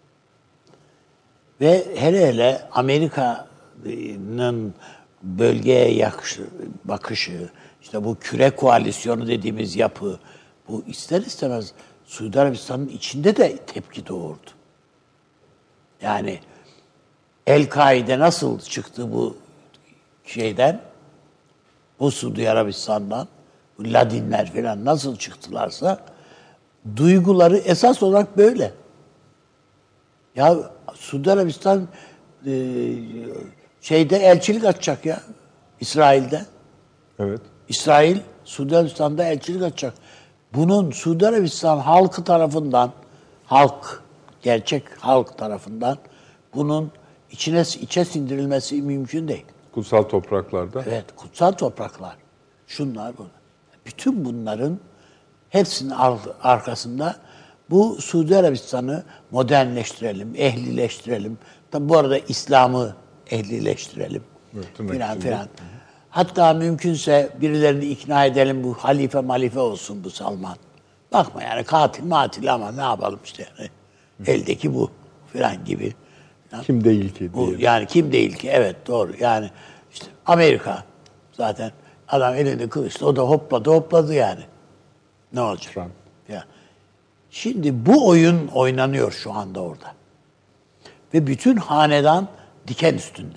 Ve hele hele Amerika'nın bölgeye yakışı, bakışı, işte bu küre koalisyonu dediğimiz yapı, bu ister istemez Suudi Arabistan'ın içinde de tepki doğurdu. Yani El-Kaide nasıl çıktı bu şeyden, bu Suudi Arabistan'dan, bu Ladinler falan nasıl çıktılarsa, duyguları esas olarak böyle. Ya Suudi Arabistan e, şeyde elçilik açacak ya, İsrail'de. Evet. İsrail, Suudi Arabistan'da elçilik açacak. Bunun Suudi Arabistan halkı tarafından, halk, gerçek halk tarafından bunun içine içe sindirilmesi mümkün değil. Kutsal topraklarda. Evet, kutsal topraklar. Şunlar bunlar. Bütün bunların hepsinin arkasında bu Suudi Arabistan'ı modernleştirelim, ehlileştirelim. Tabi bu arada İslam'ı ehlileştirelim. Evet, filan filan. Hatta mümkünse birilerini ikna edelim, bu halife malife olsun bu Salman. Bakma yani katil matil ama ne yapalım işte yani. Eldeki bu filan gibi. Kim değil ki Bu, diye. yani kim değil ki? Evet doğru. Yani işte Amerika zaten adam elinde kılıçla o da hopladı hopladı yani. Ne olacak? Trump. Ya. Şimdi bu oyun oynanıyor şu anda orada. Ve bütün hanedan diken üstünde.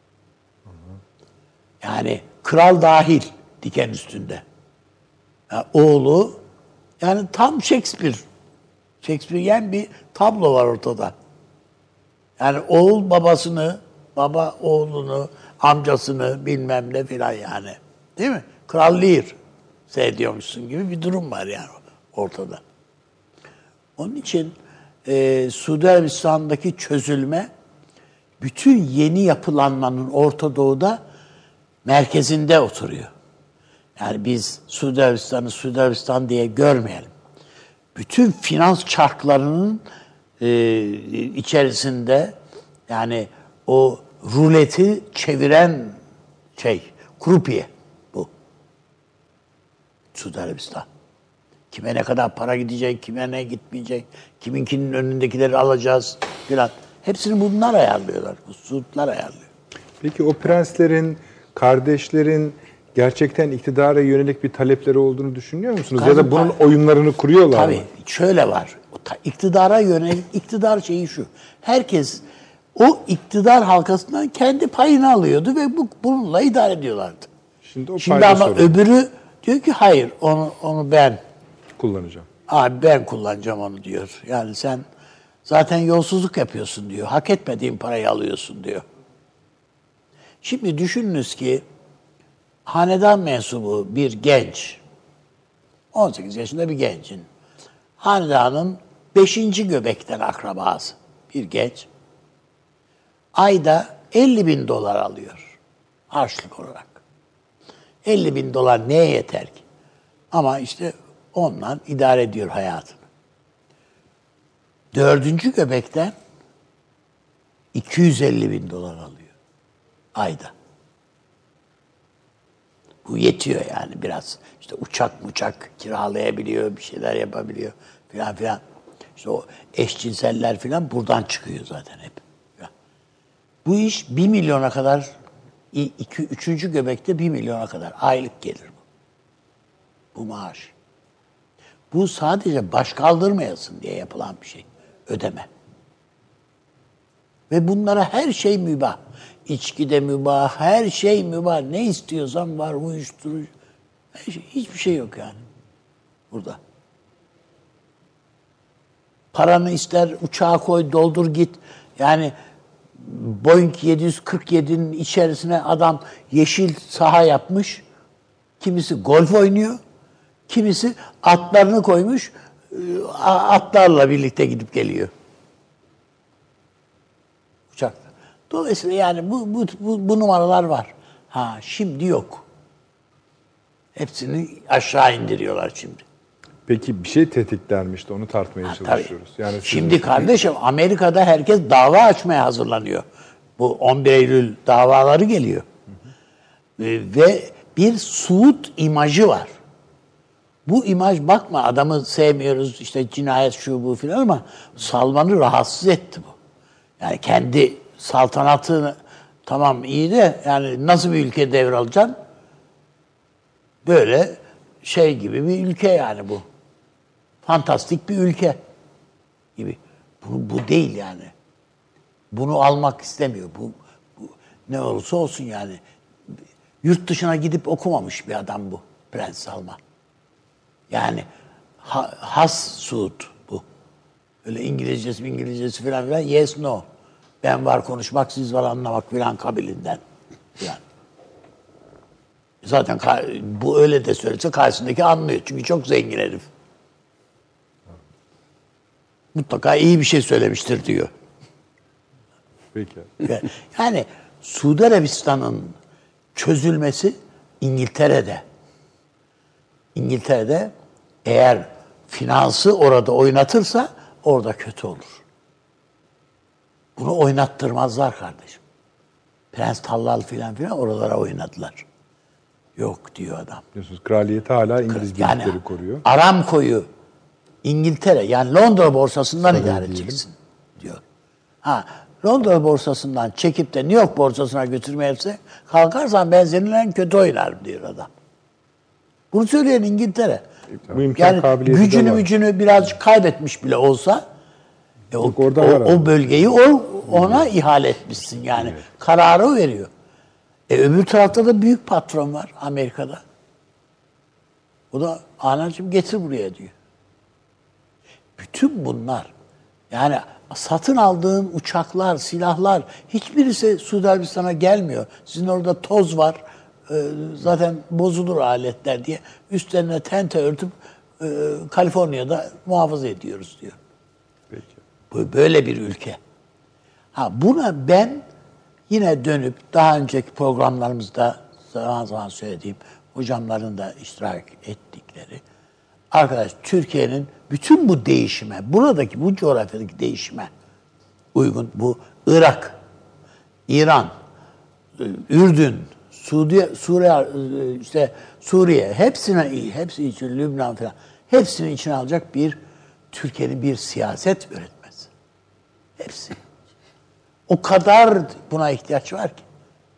Yani kral dahil diken üstünde. Yani oğlu yani tam Shakespeare. Shakespeare'yen bir tablo var ortada. Yani oğul babasını, baba oğlunu, amcasını bilmem ne filan yani. Değil mi? Kral Lear seyrediyormuşsun gibi bir durum var yani ortada. Onun için e, Suudi Arabistan'daki çözülme bütün yeni yapılanmanın Orta Doğu'da merkezinde oturuyor. Yani biz Suudi Arabistan'ı Suudi Arabistan diye görmeyelim. Bütün finans çarklarının e, içerisinde yani o ruleti çeviren şey, krupiye bu. Suudi Arabistan. Kime ne kadar para gidecek, kime ne gitmeyecek, kiminkinin önündekileri alacağız filan. Hepsini bunlar ayarlıyorlar. Bu Suudlar ayarlıyor. Peki o prenslerin, kardeşlerin gerçekten iktidara yönelik bir talepleri olduğunu düşünüyor musunuz? Tabii, ya da bunun tabii. oyunlarını kuruyorlar Tabii, mı? şöyle var. İktidara yönelik, iktidar şeyi şu. Herkes o iktidar halkasından kendi payını alıyordu ve bu bununla idare ediyorlardı. Şimdi o Şimdi payda ama sorun. öbürü diyor ki hayır onu onu ben Kullanacağım. abi ben kullanacağım onu diyor. Yani sen zaten yolsuzluk yapıyorsun diyor. Hak etmediğin parayı alıyorsun diyor. Şimdi düşününüz ki hanedan mensubu bir genç, on sekiz yaşında bir gencin, hanedanın beşinci göbekten akrabası bir genç, ayda elli bin dolar alıyor harçlık olarak. elli bin dolar neye yeter ki? Ama işte onunla idare ediyor hayatını. Dördüncü göbekten iki yüz elli bin dolar alıyor ayda. Bu yetiyor yani biraz. İşte uçak muçak kiralayabiliyor, bir şeyler yapabiliyor filan filan. İşte o eşcinseller filan buradan çıkıyor zaten hep. Bu iş bir milyona kadar, iki, üçüncü göbekte bir milyona kadar aylık gelir bu. Bu maaş. Bu sadece baş kaldırmayasın diye yapılan bir şey. Ödeme. Ve bunlara her şey mübah. İçki de mübah, her şey mübah. Ne istiyorsan var, uyuşturucu. Her şey, hiçbir şey yok yani burada. Paranı ister uçağa koy, doldur git. Yani Boeing yedi yüz kırk yedi'nin içerisine adam yeşil saha yapmış. Kimisi golf oynuyor. Kimisi atlarını koymuş. Atlarla birlikte gidip geliyor. Uçakla. Dolayısıyla yani bu, bu, bu, bu numaralar var. Ha şimdi yok. Hepsini aşağı indiriyorlar şimdi. Peki bir şey tetiklenmişti, onu tartmaya Ha, çalışıyoruz. tabii. Yani Şimdi sizin... kardeşim Amerika'da herkes dava açmaya hazırlanıyor. Bu on bir Eylül davaları geliyor. Hı hı. Ve bir Suud imajı var. Bu imaj bakma adamı sevmiyoruz işte cinayet şu bu filan ama Salman'ı rahatsız etti bu. Yani kendi saltanatını tamam iyi de yani nasıl bir ülke devralacaksın? Böyle şey gibi bir ülke yani bu. Fantastik bir ülke gibi. Bu, bu değil yani. Bunu almak istemiyor. Bu, bu ne olursa olsun yani. Yurt dışına gidip okumamış bir adam bu. Prens Salman. Yani ha, has Suud bu. Öyle İngilizcesi İngilizcesi falan filan. Yes no. Ben var konuşmak, siz var anlamak filan kabilinden. Yani. Zaten bu öyle de söylese karşısındaki anlıyor. Çünkü çok zengin herif. Mutlaka iyi bir şey söylemiştir diyor. Peki. Yani Suudi Arabistan'ın çözülmesi İngiltere'de. İngiltere'de eğer finansı orada oynatırsa orada kötü olur. Bunu oynattırmazlar kardeşim. Prens Tallal filan filan oralara oynadılar. Yok diyor adam. Biliyorsunuz kraliyeti hala İngiliz yani, birlikleri koruyor. Aramco'yu İngiltere yani Londra borsasından Tabii idare edeceksin diyor. Ha Londra borsasından çekip de New York borsasına götürmeyelse kalkarsan ben seninle en kötü oynarım diyor adam. Bunu söyleyen İngiltere. Bu imkan yani kabiliyeti gücünü gücünü birazcık kaybetmiş bile olsa e, o, o, o bölgeyi o, ona evet. ihale etmişsin yani. Evet. Kararı veriyor. E, öbür tarafta da büyük patron var Amerika'da. O da anacığım getir buraya diyor. Bütün bunlar yani satın aldığın uçaklar, silahlar hiçbirisi Suudi Arabistan'a gelmiyor. Sizin orada toz var. Zaten bozulur aletler diye üstlerine tente örtüp Kaliforniya'da muhafaza ediyoruz diyor. Peki. Bu böyle bir ülke. Ha buna ben yine dönüp daha önceki programlarımızda zaman zaman söylediğim hocamların da iştirak ettikleri arkadaş Türkiye'nin bütün bu değişime, buradaki bu coğrafyadaki değişime uygun bu Irak, İran, Ürdün, Suudi, Suriye, işte Suriye hepsine hepsi için Lübnan falan hepsini içine alacak bir Türkiye'nin bir siyaset üretmesi. Hepsi. O kadar buna ihtiyaç var ki.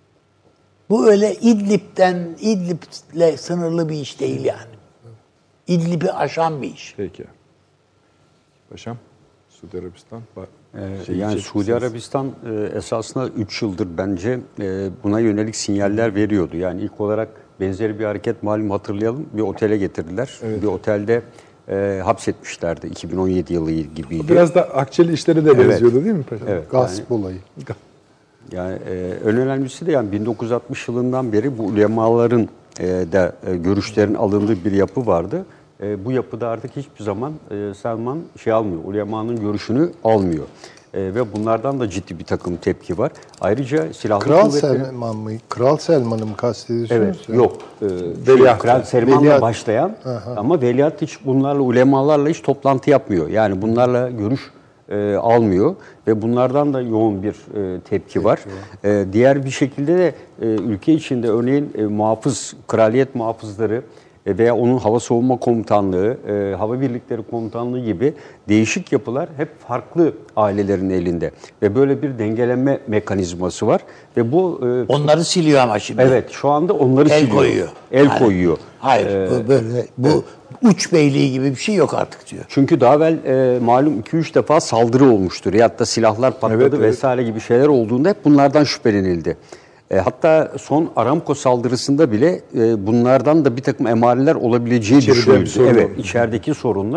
Bu öyle İdlib'den İdlib'le sınırlı bir iş değil yani. İdlib'i aşan bir iş. Peki. Paşam, Suudi Arabistan. Ee, yani Suudi Arabistan e, esasında üç yıldır bence e, buna yönelik sinyaller veriyordu. Yani ilk olarak benzeri bir hareket malum hatırlayalım. Bir otele getirdiler. Evet. Bir otelde e, hapsetmişlerdi iki bin on yedi yılı gibiydi. Biraz da Akçeli işleri de evet. benziyordu değil mi Paşam? Evet. Gasp yani, olayı. Yani e, en önemlisi de yani bin dokuz yüz altmış yılından beri bu ulemaların e, de e, görüşlerin alındığı bir yapı vardı. E, bu yapıda artık hiçbir zaman e, Selman şey almıyor, ulemanın görüşünü almıyor. E, ve bunlardan da ciddi bir takım tepki var. Ayrıca silahlı Kral kuvvetleri... Selman mı? Kral Selman'ı mı kastediyorsunuz? Evet, ya? yok. E, Veliaht. Kral Selman'la Veliaht. başlayan Aha. ama veliaht hiç bunlarla, ulemalarla hiç toplantı yapmıyor. Yani bunlarla görüş e, almıyor ve bunlardan da yoğun bir e, tepki var. E, diğer bir şekilde de e, ülke içinde örneğin e, muhafız, kraliyet muhafızları veya onun hava savunma komutanlığı, e, hava birlikleri komutanlığı gibi değişik yapılar hep farklı ailelerin elinde. Ve böyle bir dengelenme mekanizması var. Ve bu e, onları siliyor ama şimdi. Evet, şu anda onları El siliyor. koyuyor. El Yani, koyuyor. Hayır, Ee, bu böyle bu evet. uç beyliği gibi bir şey yok artık diyor. Çünkü daha evvel e, malum iki üç defa saldırı olmuştur. Ya da silahlar patladı evet, evet. vesaire gibi şeyler olduğunda hep bunlardan şüphelenildi. E, hatta son Aramco saldırısında bile e, bunlardan da bir takım emareler olabileceği İçeride düşünüldü. sorun Evet, oldu. içerideki sorunla.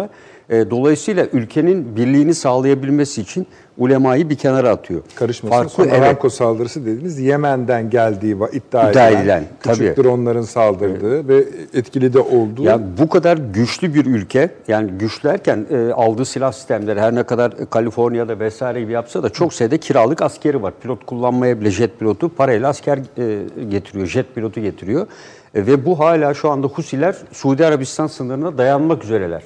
E, dolayısıyla ülkenin birliğini sağlayabilmesi için ulemayı bir kenara atıyor. Karışmasın. Farklı, Son evet. Aramco saldırısı dediğiniz Yemen'den geldiği va- iddia, İddia edilen, edilen, küçük tabii. dronların saldırdığı ve etkili de olduğu. Ya bu kadar güçlü bir ülke, yani güçlerken e, aldığı silah sistemleri her ne kadar e, Kaliforniya'da vesaire gibi yapsa da çok sayıda kiralık askeri var. Pilot kullanmaya bile jet pilotu parayla asker e, getiriyor, jet pilotu getiriyor. E, ve bu hala şu anda Husiler Suudi Arabistan sınırına dayanmak üzereler.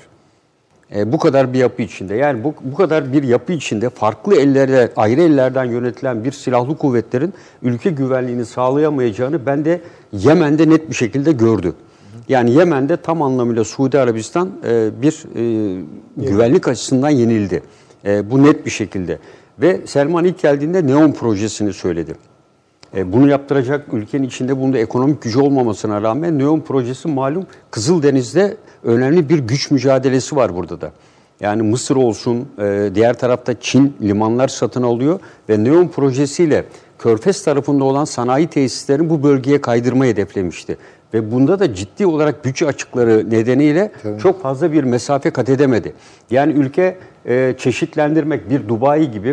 E, bu kadar bir yapı içinde, yani bu, bu kadar bir yapı içinde farklı ellerde, ayrı ellerden yönetilen bir silahlı kuvvetlerin ülke güvenliğini sağlayamayacağını ben de Yemen'de net bir şekilde gördüm. Yani Yemen'de tam anlamıyla Suudi Arabistan e, bir e, güvenlik açısından yenildi. E, bu net bir şekilde. Ve Selman ilk geldiğinde NEOM projesini söyledi. E, bunu yaptıracak ülkenin içinde bunda ekonomik gücü olmamasına rağmen NEOM projesi malum Kızıldeniz'de önemli bir güç mücadelesi var burada da. Yani Mısır olsun, e, diğer tarafta Çin limanlar satın alıyor ve NEOM projesiyle Körfez tarafında olan sanayi tesislerini bu bölgeye kaydırmayı hedeflemişti. Ve bunda da ciddi olarak bütçe açıkları nedeniyle Tabii. çok fazla bir mesafe kat edemedi. Yani ülke e, çeşitlendirmek, bir Dubai gibi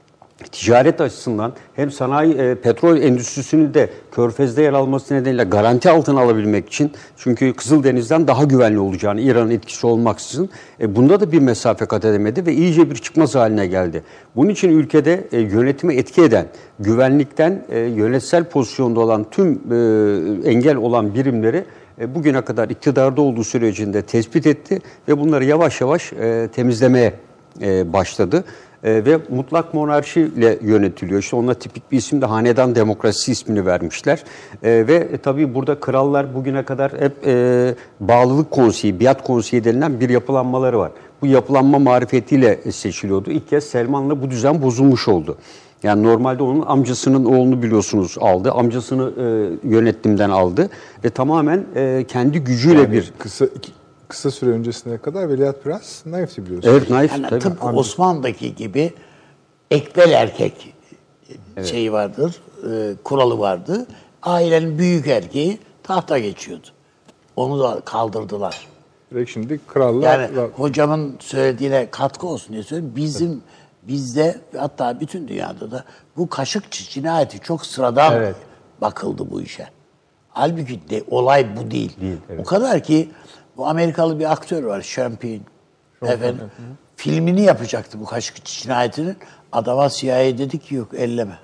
ticaret açısından hem sanayi, e, petrol endüstrisini de Körfez'de yer alması nedeniyle garanti altına alabilmek için, çünkü Kızıldeniz'den daha güvenli olacağını, İran'ın etkisi olmaksızın e, bunda da bir mesafe kat edemedi ve iyice bir çıkmaz haline geldi. Bunun için ülkede e, yönetime etki eden, güvenlikten e, yönetsel pozisyonda olan tüm e, engel olan birimleri e, bugüne kadar iktidarda olduğu sürecinde tespit etti ve bunları yavaş yavaş e, temizlemeye e, başladı. E, ve mutlak monarşiyle yönetiliyor. İşte ona tipik bir isim de hanedan demokrasisi ismini vermişler. E, ve e, tabii burada krallar bugüne kadar hep e, bağlılık konseyi, biat konseyi denilen bir yapılanmaları var. Bu yapılanma marifetiyle seçiliyordu. İlk kez Selman'la bu düzen bozulmuş oldu. Yani normalde onun amcasının oğlunu biliyorsunuz aldı. Amcasını e, yönetimden aldı ve tamamen e, kendi gücüyle yani bir... Kısa iki, kısa süre öncesine kadar Veliaht Prens naifti biliyorsunuz. Evet, naif. Yani tabii. tıpkı Osmanlı'daki gibi ekbel erkek Evet. şeyi vardır, e, kuralı vardı. Ailenin büyük erkeği tahta geçiyordu. Onu da kaldırdılar. Direkt şimdi krallar... Yani hocamın söylediğine katkı olsun diye söylüyorum. Bizim bizde hatta bütün dünyada da bu Kaşıkçı cinayeti çok sıradan Evet. bakıldı bu işe. Halbuki de, olay bu değil. Değil, evet. O kadar ki bu Amerikalı bir aktör var, Champagne. Efendim, filmini yapacaktı bu Kaşıkçı cinayetinin. Adama C I A dedi ki yok, elleme.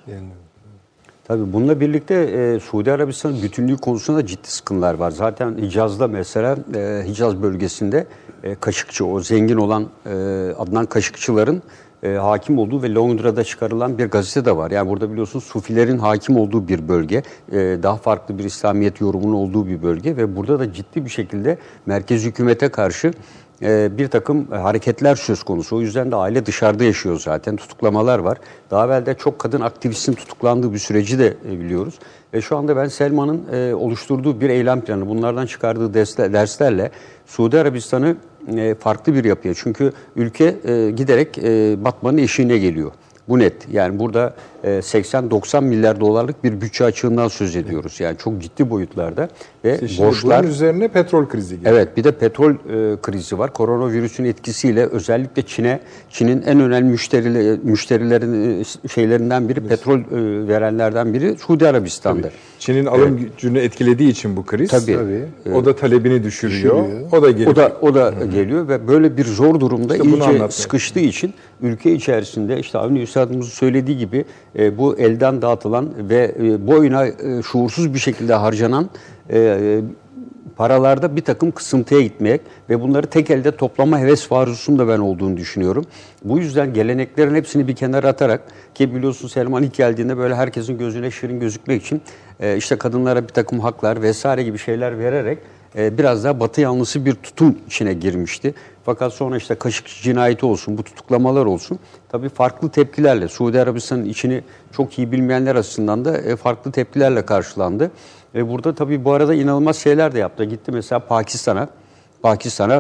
Tabii bununla birlikte e, Suudi Arabistan'ın bütünlüğü konusunda ciddi sıkıntılar var. Zaten Hicaz'da mesela e, Hicaz bölgesinde e, Kaşıkçı, o zengin olan e, Adnan Kaşıkçıların e, hakim olduğu ve Londra'da çıkarılan bir gazete de var. Yani burada biliyorsunuz Sufilerin hakim olduğu bir bölge, e, daha farklı bir İslamiyet yorumunun olduğu bir bölge ve burada da ciddi bir şekilde merkez hükümete karşı bir takım hareketler söz konusu. O yüzden de aile dışarıda yaşıyor zaten. Tutuklamalar var. Daha evvel de çok kadın aktivistin tutuklandığı bir süreci de biliyoruz. Ve şu anda ben Selman'ın oluşturduğu bir eylem planı, bunlardan çıkardığı derslerle Suudi Arabistan'ı farklı bir yapıya. Çünkü ülke giderek batmanın eşiğine geliyor. Bu net. Yani burada seksen doksan milyar dolarlık bir bütçe açığından söz ediyoruz. Yani çok ciddi boyutlarda ve Şimdi borçlar... bunun üzerine petrol krizi geliyor. Evet, bir de petrol e, krizi var. Koronavirüsün etkisiyle özellikle Çin'e, Çin'in en önemli müşterileri, müşterilerin e, şeylerinden biri, petrol e, verenlerden biri Suudi Arabistan'da. Tabii. Çin'in alım evet. gücünü etkilediği için bu kriz. Tabii. Tabii. O da talebini düşürüyor. düşürüyor. O da geliyor. O da o da Hı-hı. geliyor ve böyle bir zor durumda işte iyice sıkıştığı için ülke içerisinde işte Avni Üstadımızın söylediği gibi e, bu elden dağıtılan ve e, boyuna e, şuursuz bir şekilde harcanan e, paralarda bir takım kısıntıya gitmek ve bunları tek elde toplama heves varzusunun da ben olduğunu düşünüyorum. Bu yüzden geleneklerin hepsini bir kenara atarak, ki biliyorsun Selman ilk geldiğinde böyle herkesin gözüne şirin gözükmek için e, işte kadınlara bir takım haklar vesaire gibi şeyler vererek e, biraz daha batı yanlısı bir tutum içine girmişti. Fakat sonra işte Kaşıkçı cinayeti olsun, bu tutuklamalar olsun, tabii farklı tepkilerle, Suudi Arabistan'ın içini çok iyi bilmeyenler açısından da e, farklı tepkilerle karşılandı. Ve burada tabii bu arada inanılmaz şeyler de yaptı. Gitti mesela Pakistan'a, Pakistan'a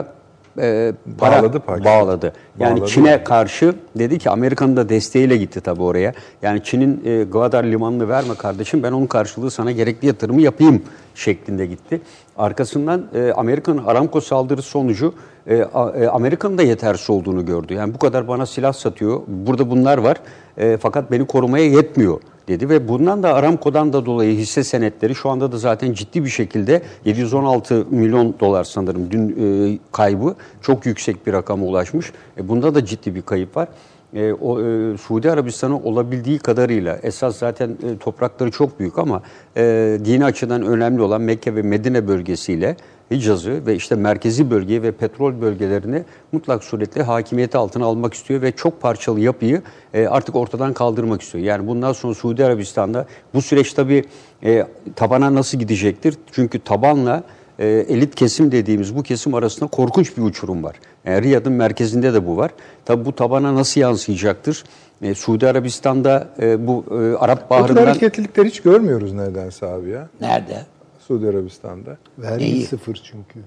e, para Bağladı Pakistan. bağladı. Yani Bağladı. Çin'e karşı dedi ki Amerika'nın da desteğiyle gitti tabii oraya. Yani Çin'in e, Gwadar limanını verme kardeşim, ben onun karşılığı sana gerekli yatırımı yapayım şeklinde gitti. Arkasından e, Amerika'nın Aramco saldırısı sonucu e, a, e, Amerika'nın da yetersiz olduğunu gördü. Yani bu kadar bana silah satıyor, burada bunlar var e, fakat beni korumaya yetmiyor dedi ve bundan da Aramco'dan da dolayı hisse senetleri şu anda da zaten ciddi bir şekilde yedi yüz on altı milyon dolar sanırım dün e, kaybı çok yüksek bir rakama ulaşmış. E, bunda da ciddi bir kayıp var. E, o, e, Suudi Arabistan'ı olabildiği kadarıyla esas zaten e, toprakları çok büyük ama e, dini açıdan önemli olan Mekke ve Medine bölgesiyle Hicaz'ı ve işte merkezi bölgeyi ve petrol bölgelerini mutlak suretle hakimiyeti altına almak istiyor ve çok parçalı yapıyı e, artık ortadan kaldırmak istiyor. Yani bundan sonra Suudi Arabistan'da bu süreç tabii e, tabana nasıl gidecektir? Çünkü tabanla e, elit kesim dediğimiz bu kesim arasında korkunç bir uçurum var. Yani Riyad'ın merkezinde de bu var. Tabii bu tabana nasıl yansıyacaktır? E, Suudi Arabistan'da e, bu e, Arap Bu tür Baharı'ndan... hareketlilikleri hiç görmüyoruz nedense abi ya. Nerede? Suudi Arabistan'da. Vergi Neyi? sıfır çünkü.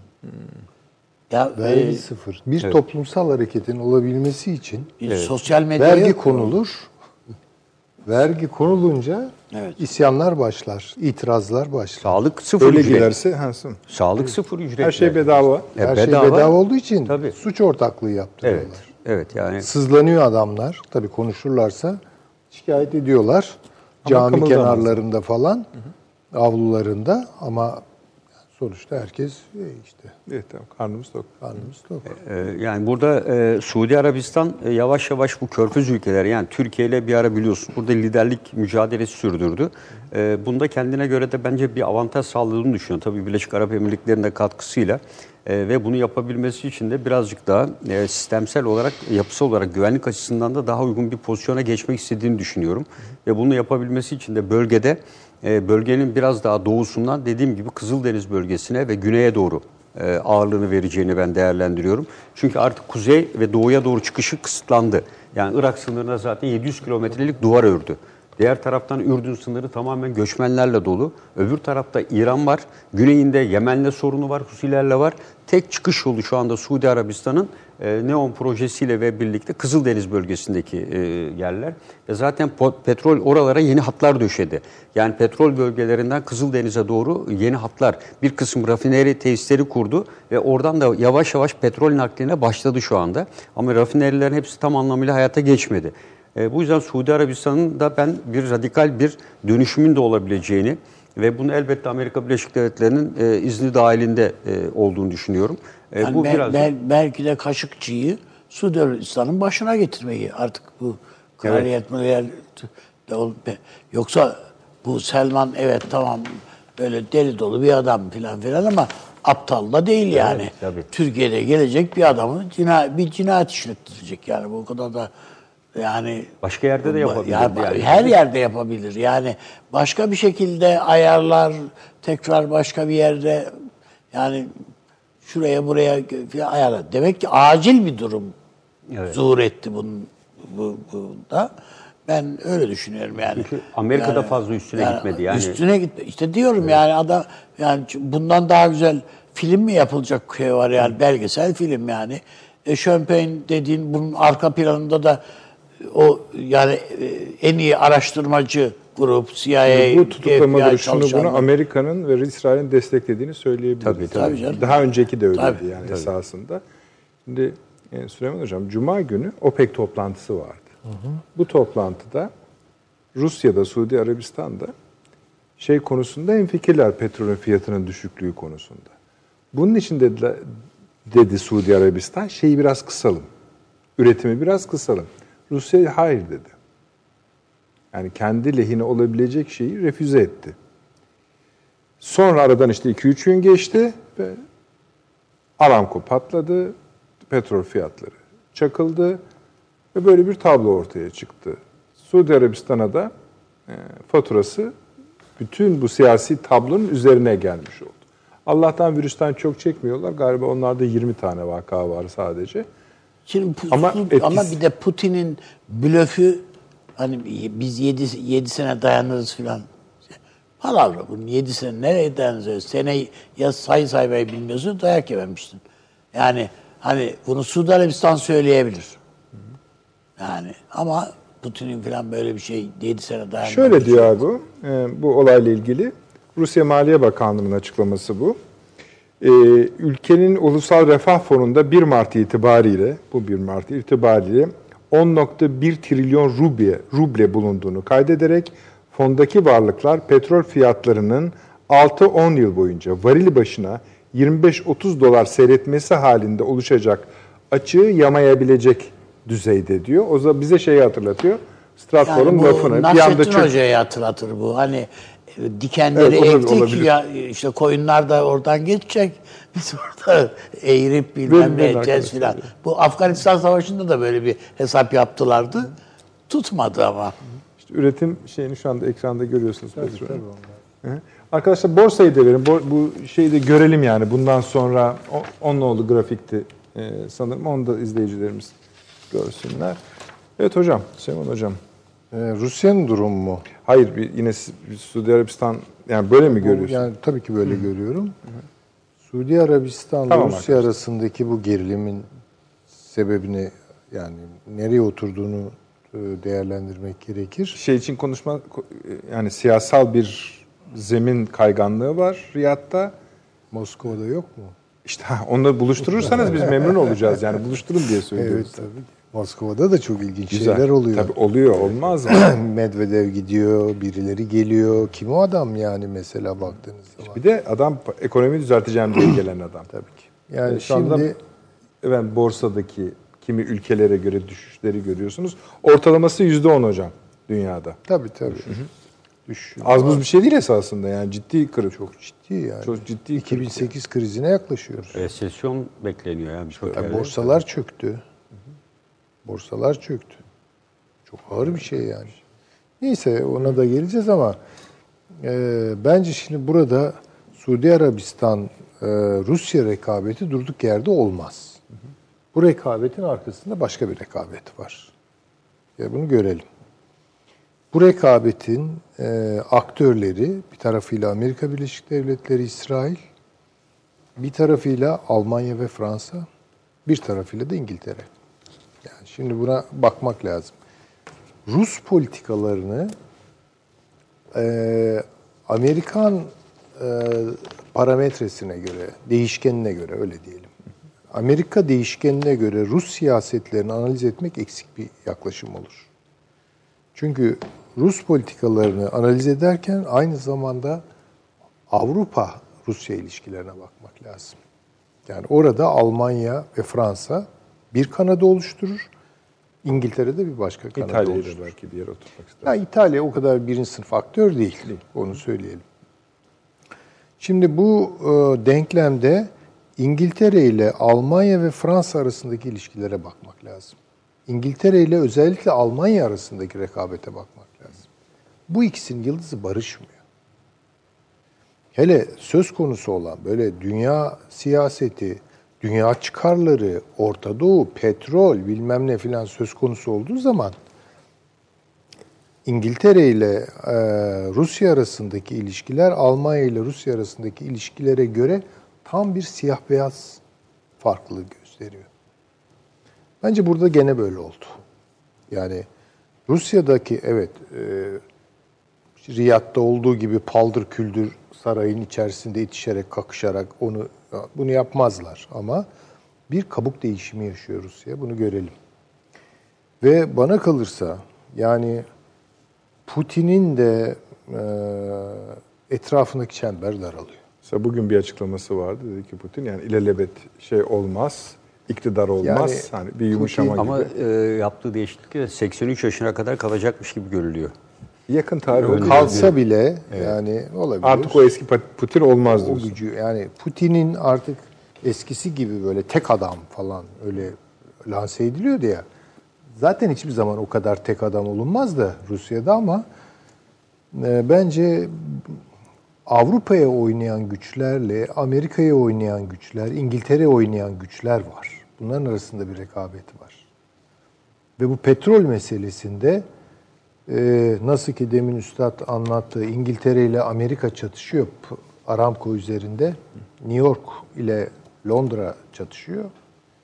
Ya Vergi e, sıfır. Bir toplumsal hareketin olabilmesi için bir sosyal medyaya vergi konulur. Vergi konulunca Evet. isyanlar başlar, itirazlar başlar. Sağlık sıfır Öyle ücret. giderse hansın. Sağlık sıfır ücret. Her şey bedava. E, Her şey bedava olduğu için Tabii. suç ortaklığı yaptırıyorlar. Evet. Evet yani Sızlanıyor adamlar. Tabii konuşurlarsa şikayet ediyorlar. Ama Cami kımıldamaz. kenarlarında falan, avlularında ama sonuçta herkes e, işte Evet, tamam, karnımız tok. karnımız tok. Ee, Yani burada e, Suudi Arabistan e, yavaş yavaş bu körfez ülkeleri yani Türkiye ile bir ara biliyorsun burada liderlik mücadelesi sürdürdü. E, bunda kendine göre de bence bir avantaj sağladığını düşünüyorum. Tabii Birleşik Arap Emirlikleri'nin de katkısıyla e, ve bunu yapabilmesi için de birazcık daha e, sistemsel olarak, yapısal olarak güvenlik açısından da daha uygun bir pozisyona geçmek istediğini düşünüyorum. Ve bunu yapabilmesi için de bölgede e, bölgenin biraz daha doğusundan dediğim gibi Kızıldeniz bölgesine ve güneye doğru e, ağırlığını vereceğini ben değerlendiriyorum. Çünkü artık kuzey ve doğuya doğru çıkışı kısıtlandı. Yani Irak sınırına zaten yedi yüz kilometrelik duvar ördü. Diğer taraftan Ürdün sınırı tamamen göçmenlerle dolu. Öbür tarafta İran var. Güneyinde Yemen'le sorunu var, Husilerle var. Tek çıkış yolu şu anda Suudi Arabistan'ın e, Neom projesiyle ve birlikte Kızıldeniz bölgesindeki e, yerler. E zaten po- petrol oralara yeni hatlar döşedi. Yani petrol bölgelerinden Kızıldeniz'e doğru yeni hatlar. Bir kısım rafineri tesisleri kurdu ve oradan da yavaş yavaş petrol nakline başladı şu anda. Ama rafinerilerin hepsi tam anlamıyla hayata geçmedi. E, bu yüzden Suudi Arabistan'ın da ben bir radikal bir dönüşümün de olabileceğini ve bunu elbette Amerika Birleşik Devletleri'nin e, izni dahilinde e, olduğunu düşünüyorum. E, yani bu bel- biraz bel- belki de Kaşıkçı'yı Suudi Arabistan'ın başına getirmeyi artık bu kraliyet evet. Yoksa bu Selman evet tamam böyle deli dolu bir adam filan filan ama aptal da değil yani. Evet, tabii. Türkiye'de gelecek bir adamı cina, bir cinayet işlettirecek yani bu kadar da yani başka yerde de yapabilir. Yani, yani. Her yerde yapabilir. Yani başka bir şekilde ayarlar, tekrar başka bir yerde yani şuraya buraya ayarlar. Demek ki acil bir durum Evet. zuhur etti bunun bu, bunda. Ben öyle düşünüyorum yani. Çünkü Amerika'da yani, fazla üstüne gitmedi yani. Üstüne gitti. İşte diyorum evet. yani adam yani bundan daha güzel film mi yapılacak şey var yani belgesel film yani. E, Champagne dediğin bunun arka planında da o yani en iyi araştırmacı grup, C I A, bu tutuklamaları şunu çalışanlar. bunu Amerika'nın ve İsrail'in desteklediğini söyleyebiliriz. Tabii, tabii canım. Daha önceki de öyleydi Tabii, yani tabii. esasında. Şimdi e, Süleyman Hocam Cuma günü OPEC toplantısı vardı. Hı hı. Bu toplantıda Rusya'da, Suudi Arabistan'da şey konusunda hemfikirler petrolün fiyatının düşüklüğü konusunda. Bunun için dediler, dedi Suudi Arabistan şeyi biraz kısalım. Üretimi biraz kısalım. Rusya hayır dedi. Yani kendi lehine olabilecek şeyi refüze etti. Sonra aradan işte iki üç gün geçti ve Aramco patladı, petrol fiyatları çakıldı ve böyle bir tablo ortaya çıktı. Suudi Arabistan'a da e, faturası bütün bu siyasi tablonun üzerine gelmiş oldu. Allah'tan virüsten çok çekmiyorlar. Galiba onlarda yirmi tane vaka var sadece. Şimdi Ama ama, etkisi... ama bir de Putin'in blöfü hani biz yedi sene dayanırız filan. Palavra bunun yedi sene nereye dayanırız? Sene ya sayı saymayı bilmiyorsun dayak yememişsin. Yani Hani bunu Suudi Arabistan söyleyebilir. Yani ama Putin'in falan böyle bir şey yedi sene dayanmadı. Şöyle diyor abi bu, e, bu olayla ilgili. Rusya Maliye Bakanlığı'nın açıklaması bu. E, ülkenin Ulusal Refah Fonu'nda bir Mart itibariyle, bu bir Mart itibariyle on nokta bir trilyon ruble, ruble bulunduğunu kaydederek fondaki varlıklar petrol fiyatlarının altı on yıl boyunca varil başına yirmi beş otuz dolar seyretmesi halinde oluşacak açığı yamayabilecek düzeyde diyor. O zaman bize şeyi hatırlatıyor. Stratfor'un Yani bu lafını. Bir Nasrettin anda çök... Hoca'yı hatırlatır bu. Hani e, dikenleri Evet, ektik olabilir. ya işte koyunlar da oradan geçecek. Biz orada eğirip bilmem Verin, ne verin edeceğiz arkadaşlar. filan. Bu Afganistan Savaşı'nda da böyle bir hesap yaptılardı. Tutmadı ama. İşte üretim şeyini şu anda ekranda görüyorsunuz. Tabii, tabii Hı. Arkadaşlar borsayı da verin. Bu, bu şeyi de görelim yani. Bundan sonra on nolu grafikti ee, sanırım. Onu da izleyicilerimiz görsünler. Evet hocam, Süleyman hocam. Ee, Rusya'nın durumu mu? Hayır, bir, yine Suudi Arabistan yani böyle mi görüyorsun? Yani tabii ki böyle Hı. görüyorum. Hı. Suudi Arabistan tamam, Rusya arkadaşlar. arasındaki bu gerilimin sebebini yani nereye oturduğunu değerlendirmek gerekir. Şey için konuşma yani siyasal bir zemin kayganlığı var Riyad'da. Moskova'da yok mu? İşte onları buluşturursanız biz memnun olacağız yani buluşturun diye söylüyoruz. Evet tabii. Moskova'da da çok ilginç Güzel. şeyler oluyor. Tabii oluyor, olmaz mı? Medvedev gidiyor, birileri geliyor. Kim o adam yani mesela baktığınız zaman? Bir de adam ekonomi düzelteceğim diye gelen adam. Tabii ki. Yani şu anda şimdi evet, borsadaki kimi ülkelere göre düşüşleri görüyorsunuz. Ortalaması yüzde on hocam dünyada. Tabii tabii. Düşüyor. Az buz bir şey değil esasında yani ciddi kırık. Çok ciddi yani. Çok ciddi. iki bin sekiz krizine yaklaşıyoruz. Resesyon bekleniyor yani birçok Yani yerde. borsalar çöktü. Borsalar çöktü. Çok ağır bir şey yani. Neyse ona da geleceğiz ama e, bence şimdi burada Suudi Arabistan e, Rusya rekabeti durduk yerde olmaz. Bu rekabetin arkasında başka bir rekabet var. Ya bunu görelim. Bu rekabetin e, aktörleri bir tarafıyla Amerika Birleşik Devletleri, İsrail, bir tarafıyla Almanya ve Fransa, bir tarafıyla da İngiltere. Yani şimdi buna bakmak lazım. Rus politikalarını e, Amerikan e, parametresine göre, değişkenine göre öyle diyelim. Amerika değişkenine göre Rus siyasetlerini analiz etmek eksik bir yaklaşım olur. Çünkü Rus politikalarını analiz ederken aynı zamanda Avrupa-Rusya ilişkilerine bakmak lazım. Yani orada Almanya ve Fransa bir kanadı oluşturur. İngiltere'de bir başka kanadı İtalya'yı oluşturur. da belki bir yere oturmak ister. Yani İtalya o kadar birinci sınıf aktör değil. değil. Onu söyleyelim. Şimdi bu e, denklemde İngiltere ile Almanya ve Fransa arasındaki ilişkilere bakmak lazım. İngiltere ile özellikle Almanya arasındaki rekabete bakmak lazım. Bu ikisinin yıldızı barışmıyor. Hele söz konusu olan böyle dünya siyaseti, dünya çıkarları, Orta Doğu, petrol bilmem ne filan söz konusu olduğu zaman İngiltere ile e, Rusya arasındaki ilişkiler Almanya ile Rusya arasındaki ilişkilere göre tam bir siyah beyaz farklılık gösteriyor. Bence burada gene böyle oldu. Yani Rusya'daki evet e, Riyad'da olduğu gibi paldır küldür sarayın içerisinde itişerek, kakışarak onu bunu yapmazlar ama bir kabuk değişimi yaşıyor Rusya. Bunu görelim. Ve bana kalırsa yani Putin'in de e, etrafındaki çember daralıyor. Mesela bugün bir açıklaması vardı. Dedi ki Putin yani ilelebet şey olmaz, iktidar olmaz. Yani, hani bir yumuşama Putin, gibi. ama e, yaptığı değişiklikle seksen üç yaşına kadar kalacakmış gibi görülüyor. Yakın tarih Öyle kalsa bile evet. yani olabilir. Artık o eski Putin olmaz diyorsun. O gücü yani Putin'in artık eskisi gibi böyle tek adam falan öyle lanse ediliyordu ya. Zaten hiçbir zaman o kadar tek adam olunmaz da Rusya'da ama e, bence Avrupa'ya oynayan güçlerle Amerika'ya oynayan güçler, İngiltere'ye oynayan güçler var. Bunların arasında bir rekabet var. Ve bu petrol meselesinde e, nasıl ki demin Üstad anlattığı İngiltere ile Amerika çatışıyor Aramco üzerinde. New York ile Londra çatışıyor.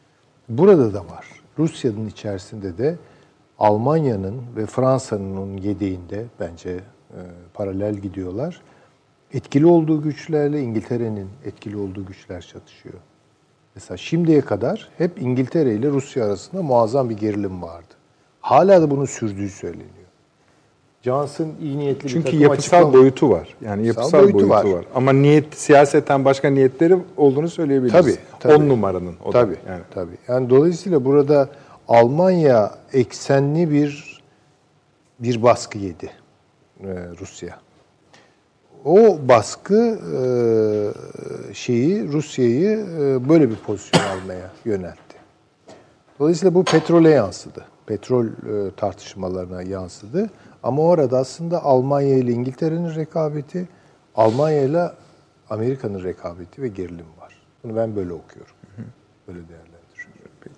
burada da var. Rusya'nın içerisinde de Almanya'nın ve Fransa'nın onun yedeğinde bence e, paralel gidiyorlar. Etkili olduğu güçlerle İngiltere'nin etkili olduğu güçler çatışıyor. Mesela şimdiye kadar hep İngiltere ile Rusya arasında muazzam bir gerilim vardı. Hala da bunun sürdüğü söyleniyor. Johnson iyi niyetli bir Çünkü takım yapısal açıklama- boyutu var. Yani yapısal boyutu boyutu, var. var. Ama niyet siyaseten başka niyetleri olduğunu söyleyebiliriz. Tabii, tabii. On numaranın o tabii, da. Yani. tabii. Yani dolayısıyla burada Almanya eksenli bir bir baskı yedi e, Rusya. O baskı e, şeyi Rusya'yı e, böyle bir pozisyon almaya yöneltti. Dolayısıyla bu petrole yansıdı. Petrol e, tartışmalarına yansıdı. Ama orada aslında Almanya ile İngiltere'nin rekabeti, Almanya ile Amerika'nın rekabeti ve gerilim var. Bunu ben böyle okuyorum. Böyle değerlendiriyorum. Peki.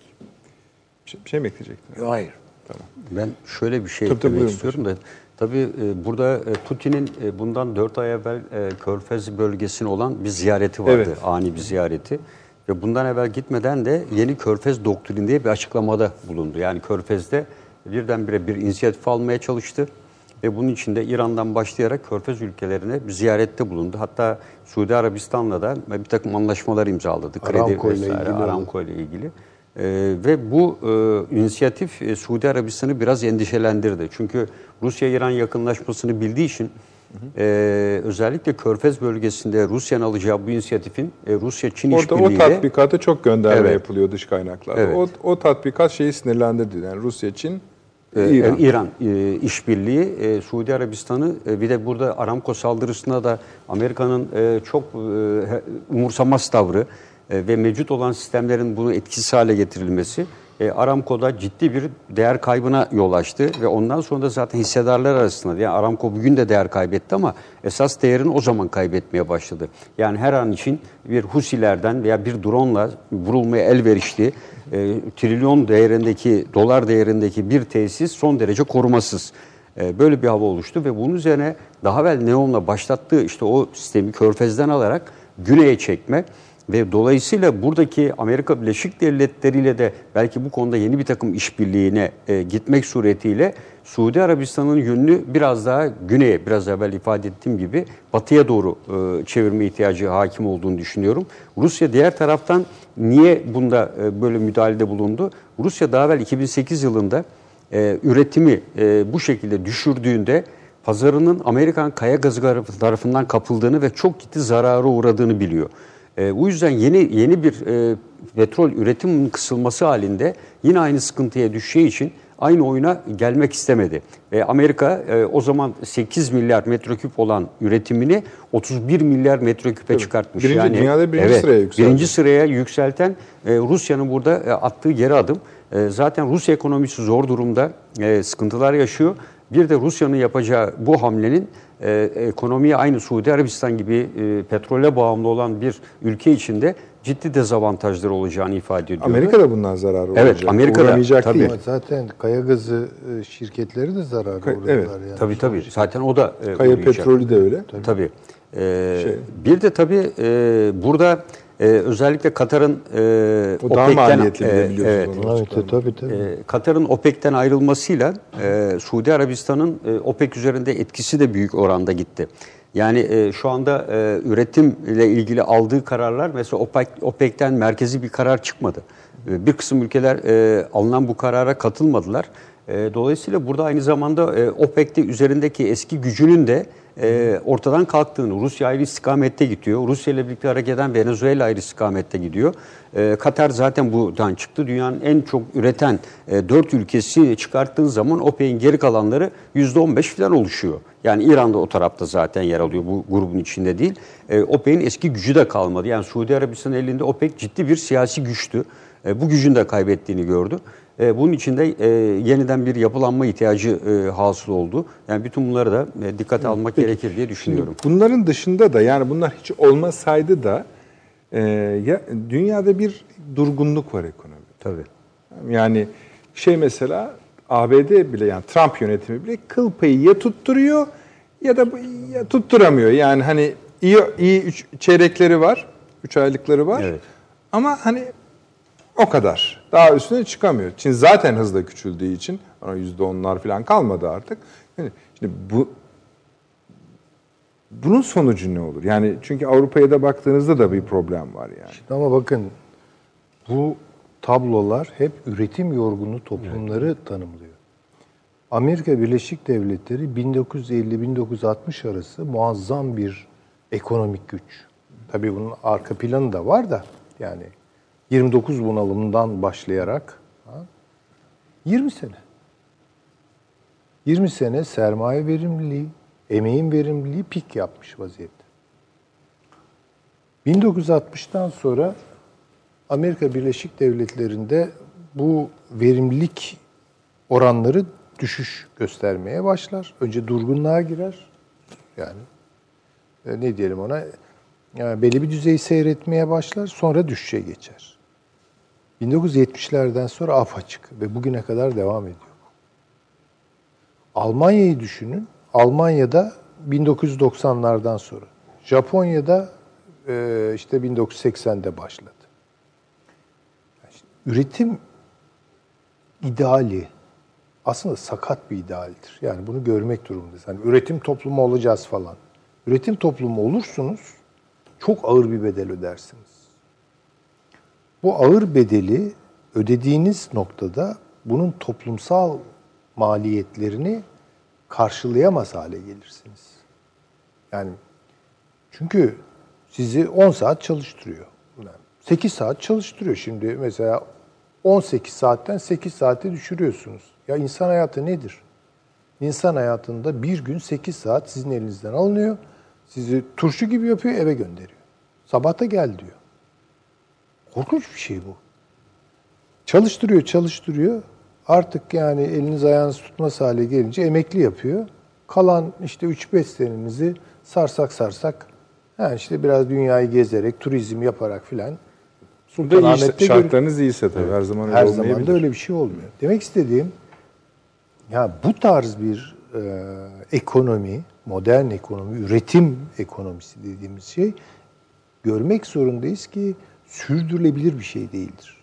Bir şey, bir şey mi ekleyecektin? Hayır. Tamam. Ben şöyle bir şey Tabii, tabii, eklemek buyurun istiyorum da. Tabii e, burada e, Putin'in e, bundan dört ay evvel e, Körfez bölgesine olan bir ziyareti vardı. Evet. Ani bir ziyareti. Ve bundan evvel gitmeden de yeni Körfez doktrini diye bir açıklamada bulundu. Yani Körfez'de birdenbire bir inisiyatif almaya çalıştı. Ve bunun için de İran'dan başlayarak Körfez ülkelerine bir ziyarette bulundu. Hatta Suudi Arabistan'la da bir takım anlaşmalar imzaladı. Kredi Aramco ile vesaire, ilgili Aramco ile ilgili. Ee, ve bu e, inisiyatif e, Suudi Arabistan'ı biraz endişelendirdi. Çünkü Rusya-İran yakınlaşmasını bildiği için e, özellikle Körfez bölgesinde Rusya'nın alacağı bu inisiyatifin e, Rusya-Çin Orada o işbirliğiyle... tatbikata çok gönderme Evet. yapılıyor dış kaynaklarda. Evet. O, o tatbikat şeyi sinirlendirdi. Yani Rusya, Çin, Ee, İran. İran e, işbirliği, e, Suudi Arabistan'ı e, bir de burada Aramco saldırısına da Amerika'nın e, çok e, umursamaz tavrı e, ve mevcut olan sistemlerin bunu etkisiz hale getirilmesi e, Aramco'da ciddi bir değer kaybına yol açtı ve ondan sonra da zaten hissedarlar arasında, yani Aramco bugün de değer kaybetti ama esas değerini o zaman kaybetmeye başladı. Yani her an için bir Husilerden veya bir drone'la vurulmaya elverişli e, trilyon değerindeki, dolar değerindeki bir tesis son derece korumasız. E, böyle bir hava oluştu ve bunun üzerine daha evvel Neom'la başlattığı işte o sistemi Körfez'den alarak güneye çekme ve dolayısıyla buradaki Amerika Birleşik Devletleri ile de belki bu konuda yeni bir takım işbirliğine e, gitmek suretiyle Suudi Arabistan'ın yönünü biraz daha güneye, biraz evvel ifade ettiğim gibi batıya doğru e, çevirme ihtiyacı hakim olduğunu düşünüyorum. Rusya diğer taraftan niye bunda e, böyle müdahalede bulundu? Rusya daha evvel iki bin sekiz yılında e, üretimi e, bu şekilde düşürdüğünde pazarının Amerikan kaya gazı tarafından kapıldığını ve çok ciddi zarara uğradığını biliyor. E, o yüzden yeni yeni bir e, petrol üretiminin kısılması halinde yine aynı sıkıntıya düşeceği için aynı oyuna gelmek istemedi. E, Amerika e, o zaman sekiz milyar metreküp olan üretimini otuz bir milyar metreküpe çıkartmış. Birinci, yani dünyada birinci evet, sıraya yükseldi. Birinci sıraya yükselten e, Rusya'nın burada e, attığı geri adım. E, zaten Rusya ekonomisi zor durumda, e, sıkıntılar yaşıyor. Bir de Rusya'nın yapacağı bu hamlenin e, ekonomiye aynı Suudi Arabistan gibi e, petrole bağımlı olan bir ülke içinde ciddi dezavantajları olacağını ifade ediyor. Amerika da bundan zararı Evet, olacak. Amerika'da, Uğramayacak tabii. değil. Ama zaten kaya gazı e, şirketleri de zarara Kay- uğradılar. evet, yani. Tabii tabii. Zaten o da e, Kaya uğrayacak. petrolü de öyle. Tabii. tabii. Ee, Şey. Bir de tabii e, burada e, özellikle Katar'ın e, O daha maliyetli bir de e, biliyorsunuz evet, onu. Evet, tabii tabii. tabii. e, Katar'ın OPEC'ten ayrılmasıyla e, Suudi Arabistan'ın e, OPEC üzerinde etkisi de büyük oranda gitti. Yani e, şu anda e, üretimle ilgili aldığı kararlar mesela OPEC, OPEC'ten merkezi bir karar çıkmadı. E, bir kısım ülkeler e, alınan bu karara katılmadılar. E, dolayısıyla burada aynı zamanda e, OPEC'te üzerindeki eski gücünün de e, ortadan kalktığını, Rusya ayrı istikamette gidiyor. Rusya ile birlikte hareket eden Venezuela ayrı istikamette gidiyor. E, Katar zaten buradan çıktı. Dünyanın en çok üreten e, dört ülkesi çıkarttığın zaman OPEC'in geri kalanları yüzde on beş falan oluşuyor. Yani İran da o tarafta zaten yer alıyor, bu grubun içinde değil. E, OPEC'in eski gücü de kalmadı. Yani Suudi Arabistan'ın elinde OPEC ciddi bir siyasi güçtü. E, bu gücünü de kaybettiğini gördü. E, bunun içinde e, yeniden bir yapılanma ihtiyacı e, hasıl oldu. Yani bütün bunları da e, dikkate almak Peki. gerekir diye düşünüyorum. Şimdi bunların dışında da yani bunlar hiç olmasaydı da e, ya, dünyada bir durgunluk var ekonomide. Tabii. Yani şey mesela A B D bile yani Trump yönetimi bile kıl payı ya tutturuyor ya da ya tutturamıyor. Yani hani iyi iyi üç çeyrekleri var, üç aylıkları var. Evet. Ama hani O kadar. Daha üstüne çıkamıyor. Çin zaten hızla küçüldüğü için ona yüzde onlar falan kalmadı artık. Yani şimdi bu bunun sonucu ne olur? Yani çünkü Avrupa'ya da baktığınızda da bir problem var yani. Şimdi ama bakın bu tablolar hep üretim yorgunu toplumları evet. tanımlıyor. Amerika Birleşik Devletleri bin dokuz yüz elli bin dokuz yüz altmış arası muazzam bir ekonomik güç. Tabii bunun arka planı da var da yani yirmi dokuz bunalımından başlayarak yirmi sene. yirmi sene sermaye verimliliği, emeğin verimliliği pik yapmış vaziyette. bin dokuz yüz altmıştan sonra Amerika Birleşik Devletleri'nde bu verimlilik oranları düşüş göstermeye başlar. Önce durgunluğa girer. Yani ne diyelim ona? Yani belli bir düzeyi seyretmeye başlar, sonra düşüşe geçer. bin dokuz yüz yetmişlerden sonra apaçık ve bugüne kadar devam ediyor. Almanya'yı düşünün. Almanya'da bin dokuz yüz doksanlardan sonra. Japonya'da işte bin dokuz yüz seksende başladı. Üretim ideali aslında sakat bir idealdir. Yani bunu görmek durumundayız. Yani üretim toplumu olacağız falan. Üretim toplumu olursunuz, çok ağır bir bedel ödersiniz. Bu ağır bedeli ödediğiniz noktada bunun toplumsal maliyetlerini karşılayamaz hale gelirsiniz. Yani çünkü sizi on saat çalıştırıyor. sekiz saat çalıştırıyor şimdi. Mesela on sekiz saatten sekiz saate düşürüyorsunuz. Ya insan hayatı nedir? İnsan hayatında bir gün sekiz saat sizin elinizden alınıyor. Sizi turşu gibi yapıyor, eve gönderiyor. Sabahta gel diyor. Korkunç bir şey bu. Çalıştırıyor, çalıştırıyor. Artık yani eliniz ayağınız tutmaz hale gelince emekli yapıyor. Kalan işte üç beş senenizi sarsak sarsak, yani işte biraz dünyayı gezerek, turizm yaparak filan. Sultanahmet'te şartlarınız gör- iyiyse tabii her zaman öyle her olmayabilir. Her zaman da öyle bir şey olmuyor. Demek istediğim, ya bu tarz bir e, ekonomi, modern ekonomi, üretim ekonomisi dediğimiz şey görmek zorundayız ki sürdürülebilir bir şey değildir.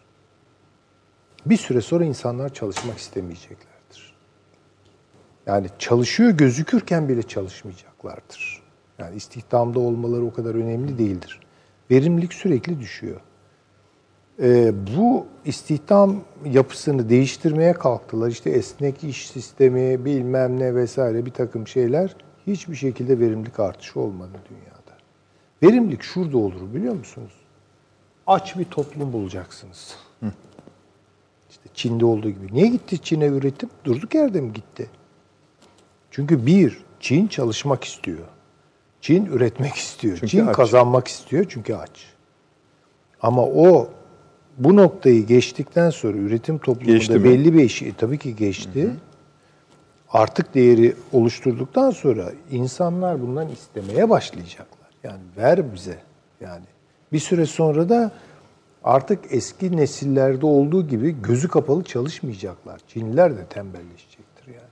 Bir süre sonra insanlar çalışmak istemeyeceklerdir. Yani çalışıyor gözükürken bile çalışmayacaklardır. Yani istihdamda olmaları o kadar önemli değildir. Verimlilik sürekli düşüyor. Ee, bu istihdam yapısını değiştirmeye kalktılar. İşte esnek iş sistemi, bilmem ne vesaire bir takım şeyler. Hiçbir şekilde verimlilik artışı olmadı dünyada. Verimlilik şurada olur biliyor musunuz? Aç bir toplum bulacaksınız. Hı. İşte Çin'de olduğu gibi. Niye gitti Çin'e üretim? Durduk yerde mi gitti? Çünkü bir, Çin çalışmak istiyor. Çin üretmek istiyor. Çünkü Çin aç. Kazanmak istiyor çünkü aç. Ama o bu noktayı geçtikten sonra üretim toplumunda belli bir eşiği tabii ki geçti. Hı hı. Artık değeri oluşturduktan sonra insanlar bundan istemeye başlayacaklar. Yani ver bize. Yani bir süre sonra da artık eski nesillerde olduğu gibi gözü kapalı çalışmayacaklar. Çinliler de tembelleşecektir yani.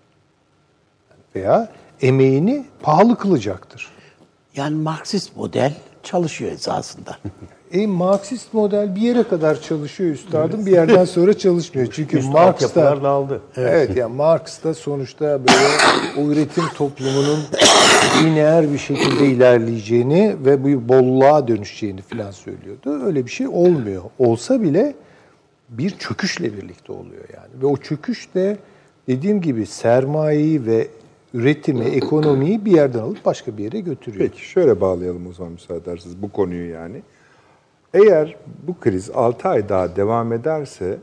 Veya emeğini pahalı kılacaktır. Yani Marksist model çalışıyor esasında. E, Marksist model bir yere kadar çalışıyor üstadım, bir yerden sonra çalışmıyor. Çünkü Marx da dağıldı. Evet, evet yani Marx da sonuçta böyle o üretim toplumunun lineer bir şekilde ilerleyeceğini ve bu bolluğa dönüşeceğini falan söylüyordu. Öyle bir şey olmuyor. Olsa bile bir çöküşle birlikte oluyor yani. Ve o çöküş de dediğim gibi sermayeyi ve üretimi, ekonomiyi bir yerden alıp başka bir yere götürüyor. Peki şöyle bağlayalım o zaman müsaade ederseniz bu konuyu yani. Eğer bu kriz altı ay daha devam ederse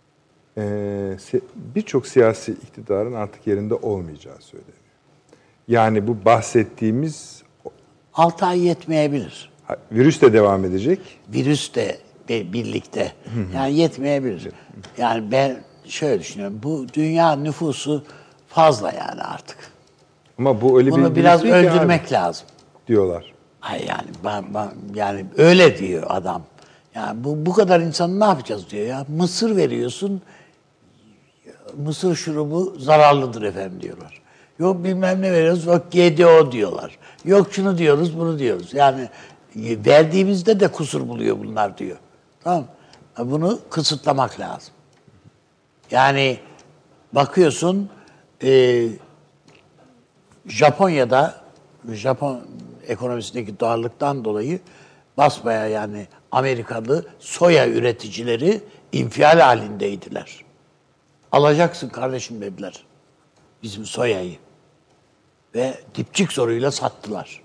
birçok siyasi iktidarın artık yerinde olmayacağı söyleniyor. Yani bu bahsettiğimiz altı ay yetmeyebilir. Virüs de devam edecek. Virüs de birlikte. Yani yetmeyebilir. Yani ben şöyle düşünüyorum. Bu dünya nüfusu fazla yani artık. Ama bu öyle Bunu bir biraz öldürmek abi, lazım diyorlar. Hayır yani ben, ben yani öyle diyor adam. Yani bu bu kadar insanı ne yapacağız diyor ya. Mısır veriyorsun. Mısır şurubu zararlıdır efendim diyorlar. Yok bilmem ne veriyoruz. Yok G D O diyorlar. Yok şunu diyoruz, bunu diyoruz. Yani verdiğimizde de kusur buluyor bunlar diyor. Tamam. Bunu kısıtlamak lazım. Yani bakıyorsun e, Japonya'da Japon ekonomisindeki darlıktan dolayı basbayağı yani Amerikalı soya üreticileri infial halindeydiler. Alacaksın kardeşim dediler bizim soyayı. Ve dipçik zoruyla sattılar.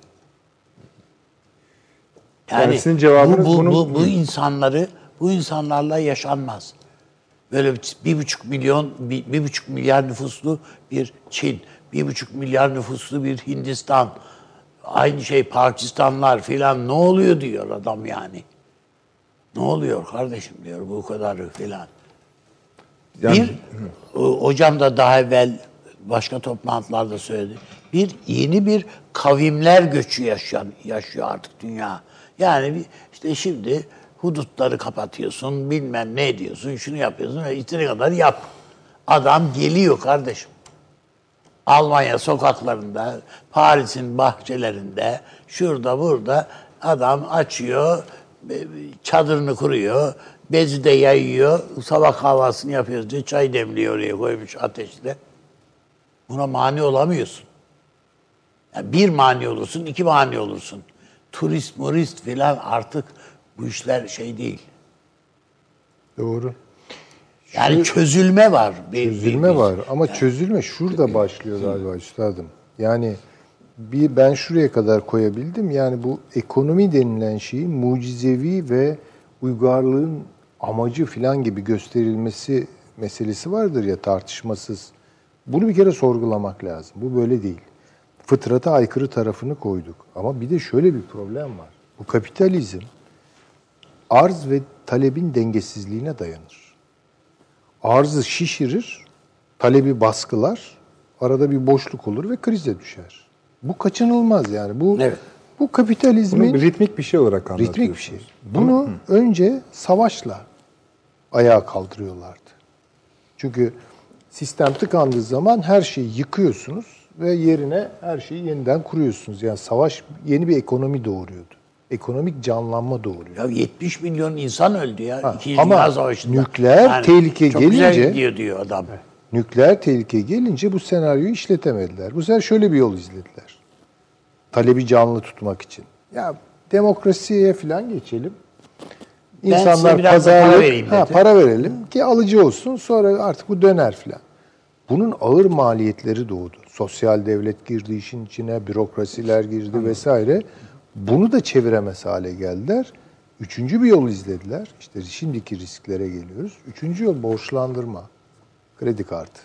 Yani, Yani sizin cevabınız bu, bu, bunun... bu, bu insanları, bu insanlarla yaşanmaz. Böyle bir buçuk milyon, bir, bir buçuk milyar nüfuslu bir Çin, bir buçuk milyar nüfuslu bir Hindistan, aynı şey Pakistanlar filan ne oluyor diyor adam yani. Ne oluyor kardeşim diyor bu kadarı filan. Yani, bir, o, hocam da daha evvel başka toplantılarda söyledi. Bir yeni bir kavimler göçü yaşayan, yaşıyor artık dünya. Yani bir, işte şimdi hudutları kapatıyorsun, bilmem ne ediyorsun, şunu yapıyorsun ve istediğin kadar yap. Adam geliyor kardeşim. Almanya sokaklarında, Paris'in bahçelerinde, şurada burada adam açıyor, çadırını kuruyor, bezi de yayıyor, sabah kahvaltısını yapıyoruz diye çay demliyor oraya koymuş ateşle. Buna mani olamıyorsun. Yani bir mani olursun, iki mani olursun. Turist, murist filan artık bu işler şey değil. Doğru. Yani Şu, çözülme var. Bir, çözülme bir, bir. var ama yani. Çözülme şurada başlıyor galiba üstadım. Yani bir ben şuraya kadar koyabildim. Yani bu ekonomi denilen şeyin mucizevi ve uygarlığın amacı filan gibi gösterilmesi meselesi vardır ya tartışmasız. Bunu bir kere sorgulamak lazım. Bu böyle değil. Fıtrata aykırı tarafını koyduk. Ama bir de şöyle bir problem var. Bu kapitalizm arz ve talebin dengesizliğine dayanır. Arzı şişirir, talebi baskılar, arada bir boşluk olur ve krize düşer. Bu kaçınılmaz yani. Bu evet. bu kapitalizmin bunu ritmik bir şey olarak anlatıyorsunuz. Ritmik bir şey. Bunu Hı. önce savaşla ayağa kaldırıyorlardı. Çünkü sistem tıkandığı zaman her şeyi yıkıyorsunuz ve yerine her şeyi yeniden kuruyorsunuz. Yani savaş yeni bir ekonomi doğuruyordu. Ekonomik canlanma doğuruyor. Ya yetmiş milyon insan öldü ya. Ha, İkinci ama Dünya Savaşı'nda. nükleer yani tehlike çok gelince... Çok güzel gidiyor diyor adam. Nükleer tehlike gelince bu senaryoyu işletemediler. Bu sefer şöyle bir yol izlediler. Talebi canlı tutmak için. Ya demokrasiye falan geçelim. İnsanlar pazarlık, para vereyim ha, para verelim ki alıcı olsun. Sonra artık bu döner falan. Bunun ağır maliyetleri doğdu. Sosyal devlet girdi işin içine, bürokrasiler girdi Hı. vesaire. Bunu da çeviremez hale geldiler. Üçüncü bir yol izlediler. İşte şimdiki risklere geliyoruz. Üçüncü yol borçlandırma. Kredi kartı.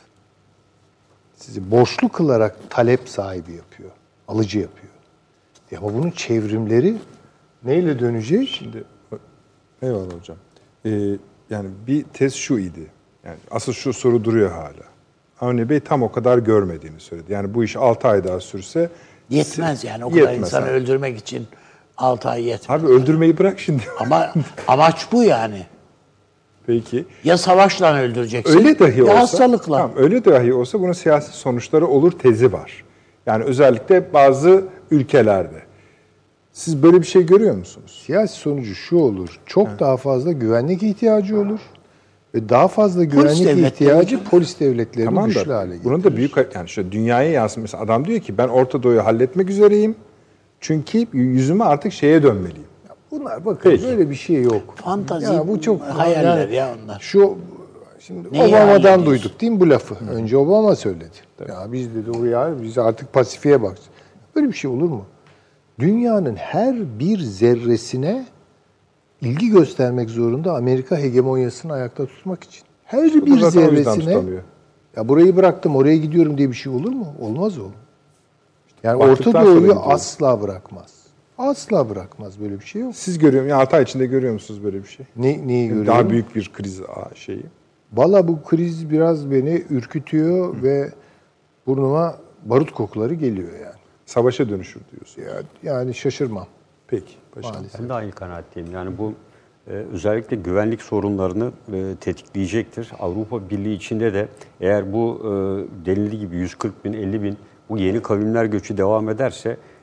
Sizi borçlu kılarak talep sahibi yapıyor. Alıcı yapıyor. Ama bunun çevrimleri neyle dönecek? Şimdi eyvallah hocam. Ee, yani bir tez şu idi. Yani asıl şu soru duruyor hala. Avni Bey tam o kadar görmediğini söyledi. Yani bu iş altı ay daha sürse yetmez yani o kadar insanı abi. öldürmek için altı ay yetmez. Abi öldürmeyi bırak şimdi. Ama amaç bu yani. Peki. Ya savaşla öldüreceksin öyle dahi ya olsa, hastalıkla. Tamam, öyle dahi olsa bunun siyasi sonuçları olur tezi var. Yani özellikle bazı ülkelerde. Siz böyle bir şey görüyor musunuz? Siyasi sonucu şu olur. Çok ha. daha fazla güvenlik ihtiyacı olur. Ve daha fazla güvenlik polis ihtiyacı devletleri. polis devletlerini tamam güçlü da, hale getirir. Bunun da büyük yani şu dünyaya yansın. Mesela adam diyor ki ben Orta Doğu'yu halletmek üzereyim. Çünkü yüzümü artık şeye dönmeliyim. Ya bunlar bakın Peki. böyle bir şey yok. Fantazi ya bu çok hayaller yani, ya onlar. Şu şimdi Neyi Obama'dan duyduk değil mi bu lafı? Hı. Önce Obama söyledi. Tabii. Ya biz dedi oraya biz artık Pasifik'e bakacağız. Böyle bir şey olur mu? Dünyanın her bir zerresine ilgi göstermek zorunda Amerika hegemonyasını ayakta tutmak için. Her işte bir zerresine ya burayı bıraktım oraya gidiyorum diye bir şey olur mu? Olmaz oğlum. Yani Orta Doğu'yu asla bırakmaz. Asla bırakmaz böyle bir şey yok. Siz görüyor musunuz? altı ay içinde görüyor musunuz böyle bir şey? Ne, neyi görüyorum? Daha büyük bir kriz şeyi. Valla bu kriz biraz beni ürkütüyor Hı. ve burnuma barut kokuları geliyor yani. Savaşa dönüşür diyorsun. Ya, yani şaşırmam. Peki. Paşam. Ben de aynı kanaatteyim. Yani bu e, özellikle güvenlik sorunlarını e, tetikleyecektir. Avrupa Birliği içinde de eğer bu e, denildiği gibi yüz kırk bin, elli bin bu yeni kavimler göçü devam ederse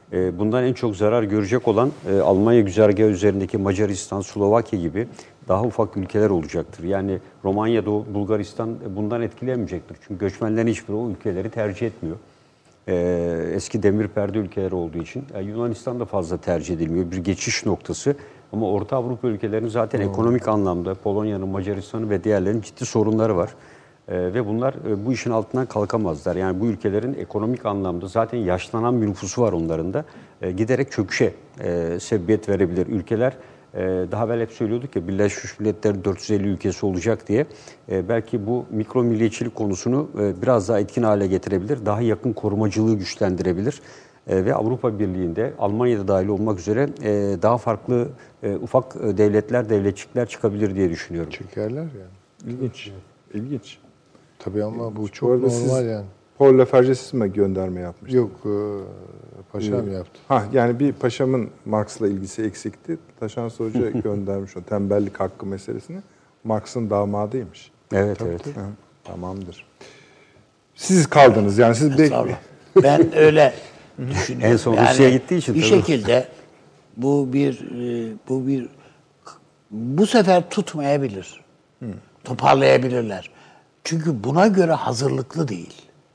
E, bundan en çok zarar görecek olan e, Almanya güzergahı üzerindeki Macaristan, Slovakya gibi daha ufak ülkeler olacaktır. Yani Romanya, Bulgaristan bundan etkilenmeyecektir. Çünkü göçmenlerin hiçbiri o ülkeleri tercih etmiyor. Ee, eski demir perde ülkeleri olduğu için. Yani Yunanistan da fazla tercih edilmiyor. Bir geçiş noktası. Ama Orta Avrupa ülkelerinin zaten hmm. ekonomik anlamda Polonya'nın, Macaristan'ın ve diğerlerinin ciddi sorunları var. Ee, ve bunlar e, bu işin altından kalkamazlar. Yani bu ülkelerin ekonomik anlamda zaten yaşlanan bir nüfusu var onların da. E, giderek çöküşe e, sebebiyet verebilir ülkeler. Daha evvel hep söylüyorduk ya Birleşmiş Milletler'in dört yüz elli ülkesi olacak diye. Belki bu mikro milliyetçilik konusunu biraz daha etkin hale getirebilir. Daha yakın korumacılığı güçlendirebilir. Ve Avrupa Birliği'nde Almanya'da dahil olmak üzere daha farklı ufak devletler, devletçikler çıkabilir diye düşünüyorum. Çekerler yani. İlginç. İlginç. Tabii ama bu çok normal siz yani. Paul Lafarge siz mi gönderme yapmıştınız? Yok, paşam yaptı. Ha, yani bir paşamın Marx'la ilgisi eksikti. Taşan Hoca göndermiş o tembellik hakkı meselesini. Marx'ın damadıymış. Evet, tabii, evet. Tabii. Ha, tamamdır. Siz kaldınız yani siz bekleyin. Ben öyle düşünüyorum. En son yani Rusya'ya gittiği için bir tabii. şekilde bu bir bu bir bu sefer tutmayabilir. Hı. Toparlayabilirler. Çünkü buna göre hazırlıklı değil.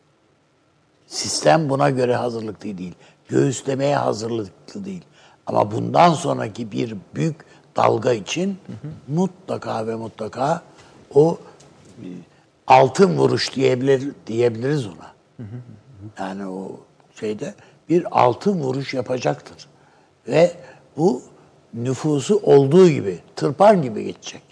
Sistem buna göre hazırlıklı değil. Göğüslemeye hazırlıklı değil. Ama bundan sonraki bir büyük dalga için hı hı. mutlaka ve mutlaka o altın vuruş diyebilir diyebiliriz ona. Hı hı hı. Yani o şeyde bir altın vuruş yapacaktır. Ve bu nüfusu olduğu gibi, tırpan gibi geçecek.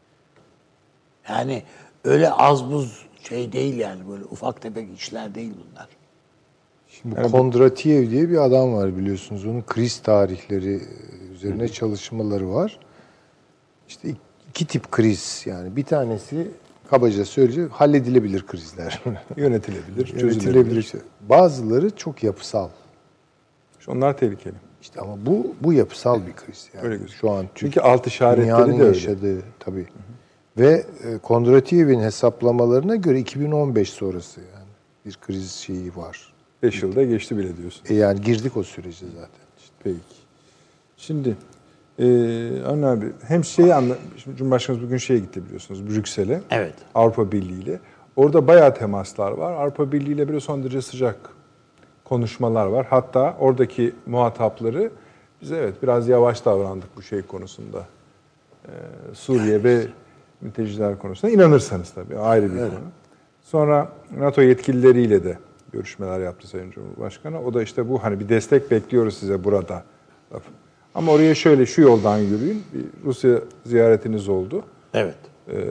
Yani öyle az buz şey değil yani, böyle ufak tefek işler değil bunlar. Şimdi yani Kondratiev diye bir adam var biliyorsunuz. Onun kriz tarihleri üzerine hı hı. çalışmaları var. İşte iki tip kriz yani. Bir tanesi kabaca söyleyeceğim halledilebilir krizler. Yönetilebilir, çözülebilir. Bazıları çok yapısal. İşte onlar tehlikeli. İşte ama bu bu yapısal bir kriz yani. Öyle gözüküyor. Şu an çünkü alt işaretleri de öyle. Yaşadığı tabii. Hı hı. Ve e, Kondratiev'in hesaplamalarına göre iki bin on beş sonrası yani bir kriz şeyi var. beş yılda geçti bile diyorsun. E yani girdik o sürece zaten. İşte. Peki. Şimdi e, Avni abi hem şeyi anla, şimdi Cumhurbaşkanımız bugün şeye gitti biliyorsunuz Brüksel'e. Evet. Avrupa Birliği ile. Orada bayağı temaslar var. Avrupa Birliği ile böyle son derece sıcak konuşmalar var. Hatta oradaki muhatapları biz evet biraz yavaş davrandık bu şey konusunda. Ee, Suriye ve mülteciler konusunda inanırsanız tabii ayrı bir evet. konu. Sonra NATO yetkilileriyle de görüşmeler yaptı Sayın Cumhurbaşkanı. O da işte bu hani bir destek bekliyoruz size burada. Ama oraya şöyle şu yoldan yürüyün. Bir Rusya ziyaretiniz oldu. Evet. Ee,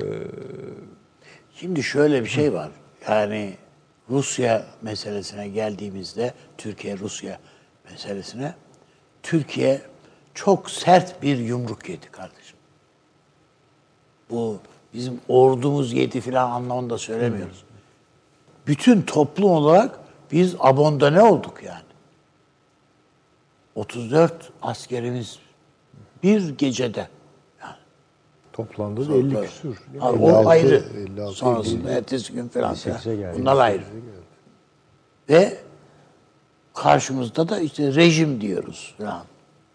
Şimdi şöyle bir şey var. Yani Rusya meselesine geldiğimizde, Türkiye-Rusya meselesine, Türkiye çok sert bir yumruk yedi kardeşim. Bu bizim ordumuz yedi falan anlamında söylemiyoruz. Hmm. Bütün toplum olarak biz abondone olduk yani. otuz dört askerimiz bir gecede. Yani. Toplamda da elli küsur. O elli altı, ayrı. elli altı, sonrasında elli, ertesi gün falan. Bunlar ayrı. Ve karşımızda da işte rejim diyoruz falan.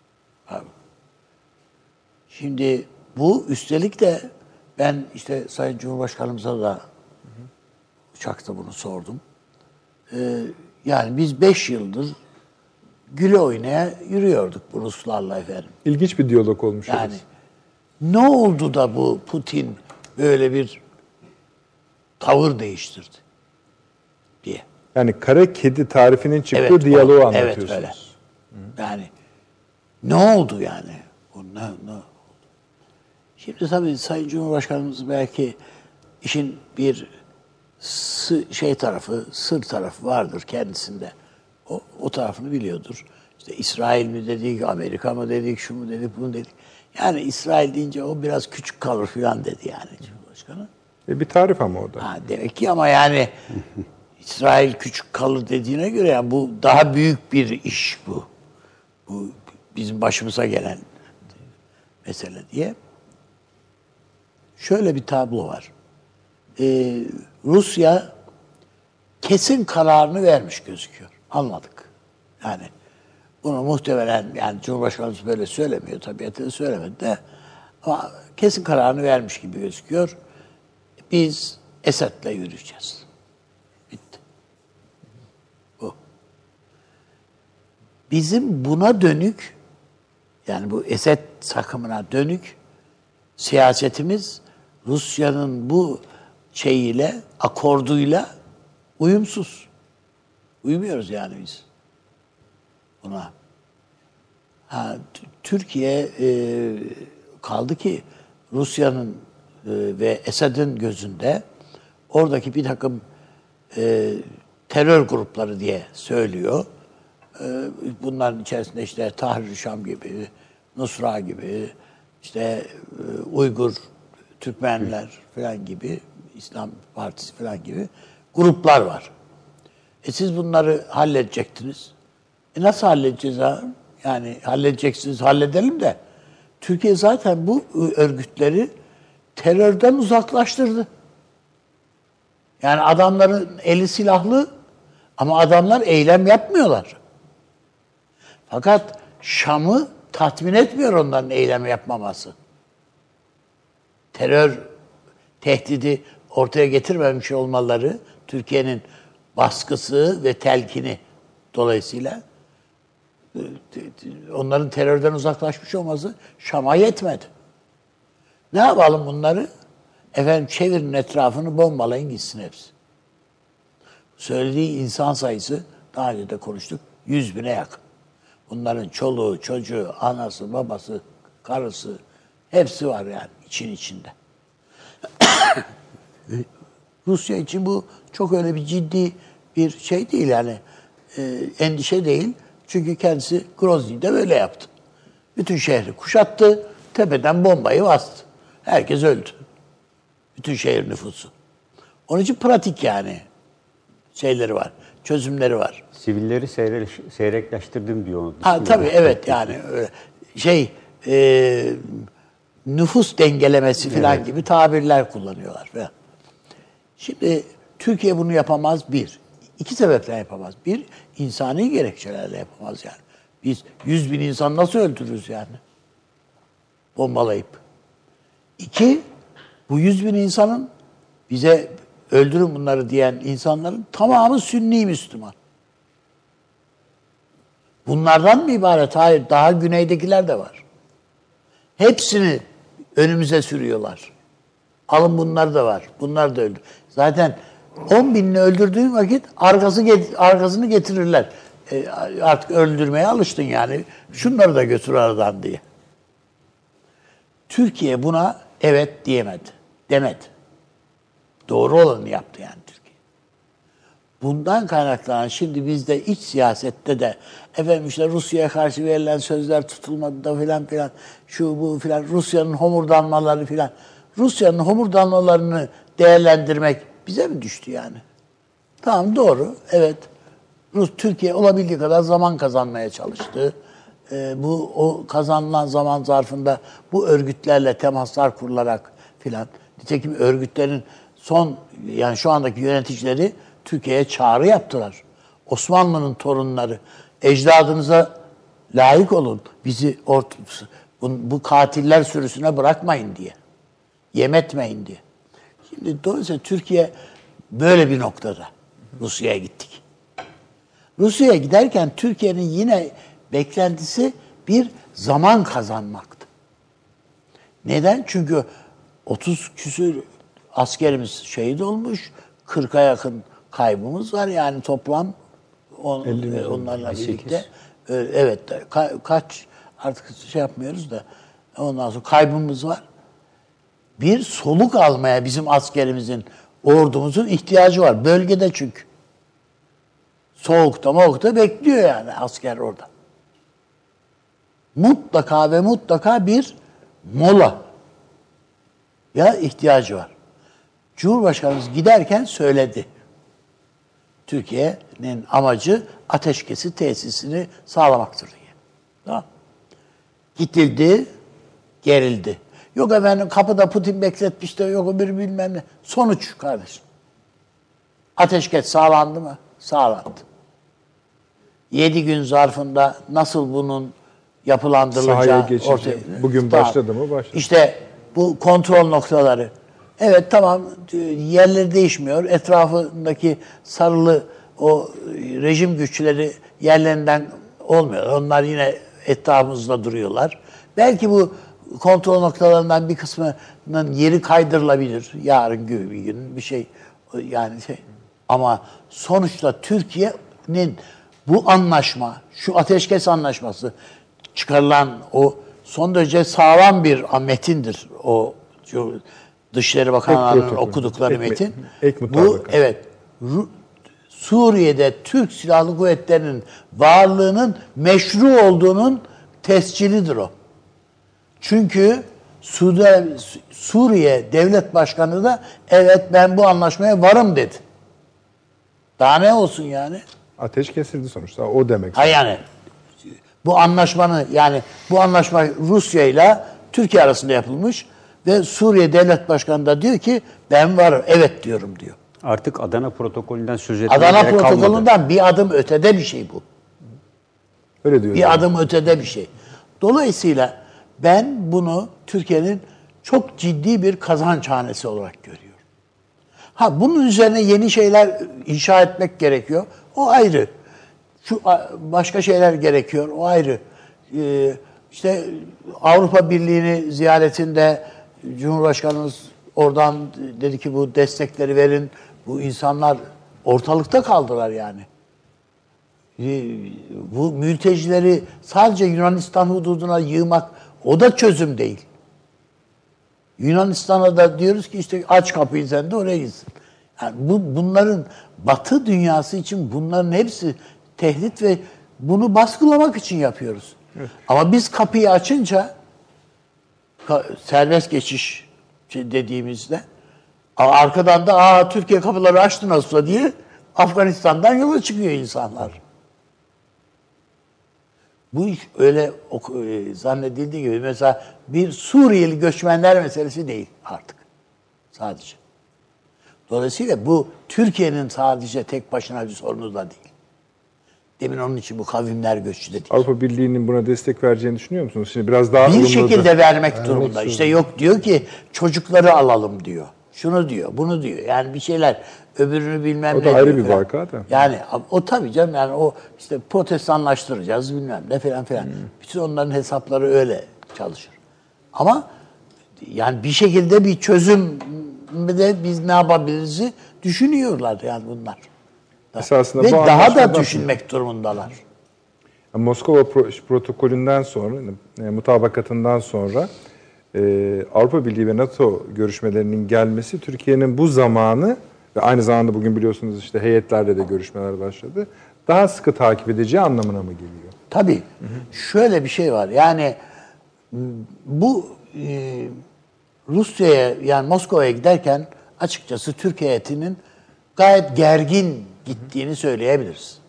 Şimdi bu üstelik de ben işte Sayın Cumhurbaşkanımıza da hı hı. uçakta bunu sordum. Ee, yani biz beş yıldır güle oynaya yürüyorduk bu Ruslarla efendim. İlginç bir diyalog olmuş. Yani evet. Ne oldu da bu Putin böyle bir tavır değiştirdi diye. Yani kara kedi tarifinin çıktığı evet, diyaloğu o, anlatıyorsunuz. Evet öyle. Hı. Yani ne oldu yani? Bu ne, ne oldu? Şimdi tabii Sayın Cumhurbaşkanımız belki işin bir şey tarafı, sır tarafı vardır kendisinde. O, o tarafını biliyordur. İşte İsrail mi dedik, Amerika mı dedik, şu mu dedik, bunu dedik. Yani İsrail deyince o biraz küçük kalır falan dedi yani Cumhurbaşkanı. E bir tarif ama o da. Ha, demek ki ama yani İsrail küçük kalır dediğine göre yani bu daha büyük bir iş bu. Bu bizim başımıza gelen mesele diye. Şöyle bir tablo var. Ee, Rusya kesin kararını vermiş gözüküyor. Anladık. Yani Bunu muhtemelen yani Cumhurbaşkanımız böyle söylemiyor, tabiatını söylemedi de ama kesin kararını vermiş gibi gözüküyor. Biz Esed'le yürüyeceğiz. Bitti. Bu. Bizim buna dönük, yani bu Esed takımına dönük siyasetimiz Rusya'nın bu şeyiyle, akorduyla uyumsuz. Uyumuyoruz yani biz buna. Ha, Türkiye e, kaldı ki Rusya'nın e, ve Esed'in gözünde oradaki bir takım e, terör grupları diye söylüyor. E, bunların içerisinde işte Tahrir-i Şam gibi, Nusra gibi, işte e, Uygur Türkmenler falan gibi, İslam Partisi falan gibi gruplar var. E siz bunları halledecektiniz. E nasıl halledeceğiz abi? Yani halledeceksiniz, halledelim de. Türkiye zaten bu örgütleri terörden uzaklaştırdı. Yani adamların eli silahlı ama adamlar eylem yapmıyorlar. Fakat Şam'ı tatmin etmiyor onların eylem yapmaması. Terör tehdidi ortaya getirmemiş olmaları, Türkiye'nin baskısı ve telkini dolayısıyla onların terörden uzaklaşmış olması Şam'a yetmedi. Ne yapalım bunları? Efendim çevirin etrafını, bombalayın gitsin hepsi. Söylediği insan sayısı, daha önce de konuştuk, yüz bine yakın. Bunların çoluğu, çocuğu, anası, babası, karısı, hepsi var yani için içinde. Rusya için bu çok öyle bir ciddi bir şey değil yani. E, endişe değil. Çünkü kendisi Grozny'de böyle yaptı. Bütün şehri kuşattı, tepeden bombayı bastı. Herkes öldü. Bütün şehir nüfusu. Onun için pratik yani şeyleri var, çözümleri var. Sivilleri seyre, seyrekleştirdim diyor onu. Ha tabii evet yani öyle şey e, nüfus dengelemesi falan evet. gibi tabirler kullanıyorlar falan. Şimdi Türkiye bunu yapamaz bir. İki sebeple yapamaz. Bir, insani gerekçelerle yapamaz yani. Biz yüz bin insan nasıl öldürürüz yani? Bombalayıp. İki, bu yüz bin insanın bize öldürün bunları diyen insanların tamamı Sünni Müslüman. Bunlardan mı ibaret? Hayır, daha güneydekiler de var. Hepsini önümüze sürüyorlar. Alın bunlar da var. Bunlar da öldü. Zaten on binini öldürdüğün vakit arkası arkasını getirirler. E, artık öldürmeye alıştın yani. Şunları da götür aradan diye. Türkiye buna evet diyemedi. Demedi. Doğru olanı yaptı yani Türkiye. Bundan kaynaklanan şimdi bizde iç siyasette de efendim işte Rusya'ya karşı verilen sözler tutulmadı da filan filan şu bu filan Rusya'nın homurdanmaları filan. Rusya'nın homurdanmalarını değerlendirmek bize mi düştü yani? Tamam doğru. Evet. Rus Türkiye olabildiği kadar zaman kazanmaya çalıştı. Ee, bu o kazanılan zaman zarfında bu örgütlerle temaslar kurularak filan. Nitekim örgütlerin son yani şu andaki yöneticileri Türkiye'ye çağrı yaptılar. Osmanlı'nın torunları ecdadınıza layık olun. Bizi ort bu, bu katiller sürüsüne bırakmayın diye. Yem etmeyin diye. Şimdi dolayısıyla Türkiye böyle bir noktada Rusya'ya gittik. Rusya'ya giderken Türkiye'nin yine beklentisi bir zaman kazanmaktı. Neden? Çünkü otuz küsür askerimiz şehit olmuş, kırka yakın kaybımız var yani toplam on, onlarla birlikte. Evet, ka- kaç artık şey yapmıyoruz da ondan sonra kaybımız var. Bir soluk almaya bizim askerimizin, ordumuzun ihtiyacı var. Bölgede çünkü. Soğukta moğukta bekliyor yani asker orada. Mutlaka ve mutlaka bir mola ya ihtiyacı var. Cumhurbaşkanımız giderken söyledi. Türkiye'nin amacı ateşkesi tesisini sağlamaktır diye. Tamam. Gidildi, gerildi. Yok efendim kapıda Putin bekletmiş de yok bir bilmem ne. Sonuç kardeşim. Ateşkes sağlandı mı? Sağlandı. Yedi gün zarfında nasıl bunun yapılandırılacağı Sahaya geçici. ortaya. Bugün Tamam. başladı mı? Başladı. İşte bu kontrol noktaları. Evet tamam, yerleri değişmiyor. Etrafındaki sarılı o rejim güçleri yerlerinden olmuyor. Onlar yine etrafımızda duruyorlar. Belki bu kontrol noktalarından bir kısmının yeri kaydırılabilir. Yarın gibi bir gün bir şey yani şey. Ama sonuçta Türkiye'nin bu anlaşma, şu ateşkes anlaşması çıkarılan o son derece sağlam bir metindir. O şu Dışişleri Bakanlığı'nın okudukları ek, metin. Ek bu evet Suriye'de Türk Silahlı Kuvvetleri'nin varlığının meşru olduğunun tescilidir o. Çünkü Suudi, Suriye Devlet Başkanı da evet ben bu anlaşmaya varım dedi. Daha ne olsun yani? Ateş kesildi sonuçta. O demek. Ha yani bu anlaşmanın yani bu anlaşma Rusya ile Türkiye arasında yapılmış ve Suriye Devlet Başkanı da diyor ki ben varım. Evet diyorum diyor. Artık Adana protokolünden söz etmeye Adana gerek kalmadı. protokolünden bir adım ötede bir şey bu. Öyle diyor. Bir yani. adım ötede bir şey. Dolayısıyla ben bunu Türkiye'nin çok ciddi bir kazançhanesi olarak görüyorum. Ha bunun üzerine yeni şeyler inşa etmek gerekiyor. O ayrı. Şu başka şeyler gerekiyor. O ayrı. Ee, işte Avrupa Birliği'ni ziyaretinde Cumhurbaşkanımız oradan dedi ki bu destekleri verin. Bu insanlar ortalıkta kaldılar yani. Bu mültecileri sadece Yunanistan hududuna yığmak o da çözüm değil. Yunanistan'a da diyoruz ki işte aç kapıyı sen de oraya gitsin. Yani bu bunların Batı dünyası için bunların hepsi tehdit ve bunu baskılamak için yapıyoruz. Evet. Ama biz kapıyı açınca serbest geçiş dediğimizde arkadan da aa Türkiye kapıları açtı nasılsa diye Afganistan'dan yola çıkıyor insanlar. Bu iş öyle zannedildiği gibi mesela bir Suriyeli göçmenler meselesi değil artık sadece. Dolayısıyla bu Türkiye'nin sadece tek başına bir sorunu da değil. Demin onun için bu kavimler göçü de değil. Avrupa Birliği'nin buna destek vereceğini düşünüyor musunuz? Şimdi biraz daha bir ılımlı şekilde da... vermek Vermek durumunda. zorunda. İşte yok diyor ki çocukları alalım diyor. Şunu diyor, bunu diyor. Yani bir şeyler öbürünü bilmem O ne da diyor ayrı bir falan. vaka da. Yani o tabii canım yani o işte protestanlaştıracağız bilmem ne falan filan. Hmm. Bütün onların hesapları öyle çalışır. Ama yani bir şekilde bir çözüm de biz ne yapabiliriz'i düşünüyorlar yani bunlar. Esasında ve bu daha da anlaşmadan- düşünmek durumundalar. Moskova Pro- protokolünden sonra, e, mutabakatından sonra e, Avrupa Birliği ve NATO görüşmelerinin gelmesi Türkiye'nin bu zamanı ve aynı zamanda bugün biliyorsunuz işte heyetlerle de görüşmeler başladı. Daha sıkı takip edeceği anlamına mı geliyor? Tabii. Hı hı. Şöyle bir şey var. Yani bu e, Rusya'ya yani Moskova'ya giderken açıkçası Türk heyetinin gayet gergin gittiğini söyleyebiliriz.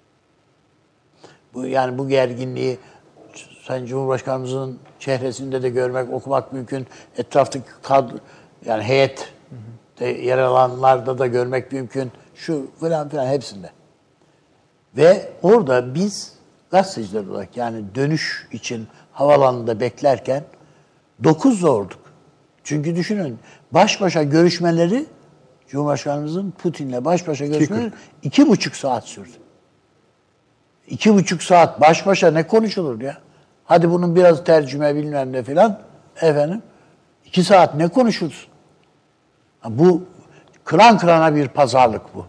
Bu yani bu gerginliği Sayın Cumhurbaşkanımızın çehresinde de görmek, okumak mümkün. Etraftaki kadro, yani heyet de yer alanlarda da görmek mümkün. Şu falan filan hepsinde. Ve orada biz gazeteciler olarak yani dönüş için havalanında beklerken dokuz zorduk. Çünkü düşünün baş başa görüşmeleri Cumhurbaşkanımızın Putin'le baş başa görüşmeleri iki buçuk saat sürdü. İki buçuk saat baş başa ne konuşulur ya? Hadi bunun biraz tercüme bilmem ne filan. Efendim iki saat ne konuşuruz? Bu kıran kırana bir pazarlık bu.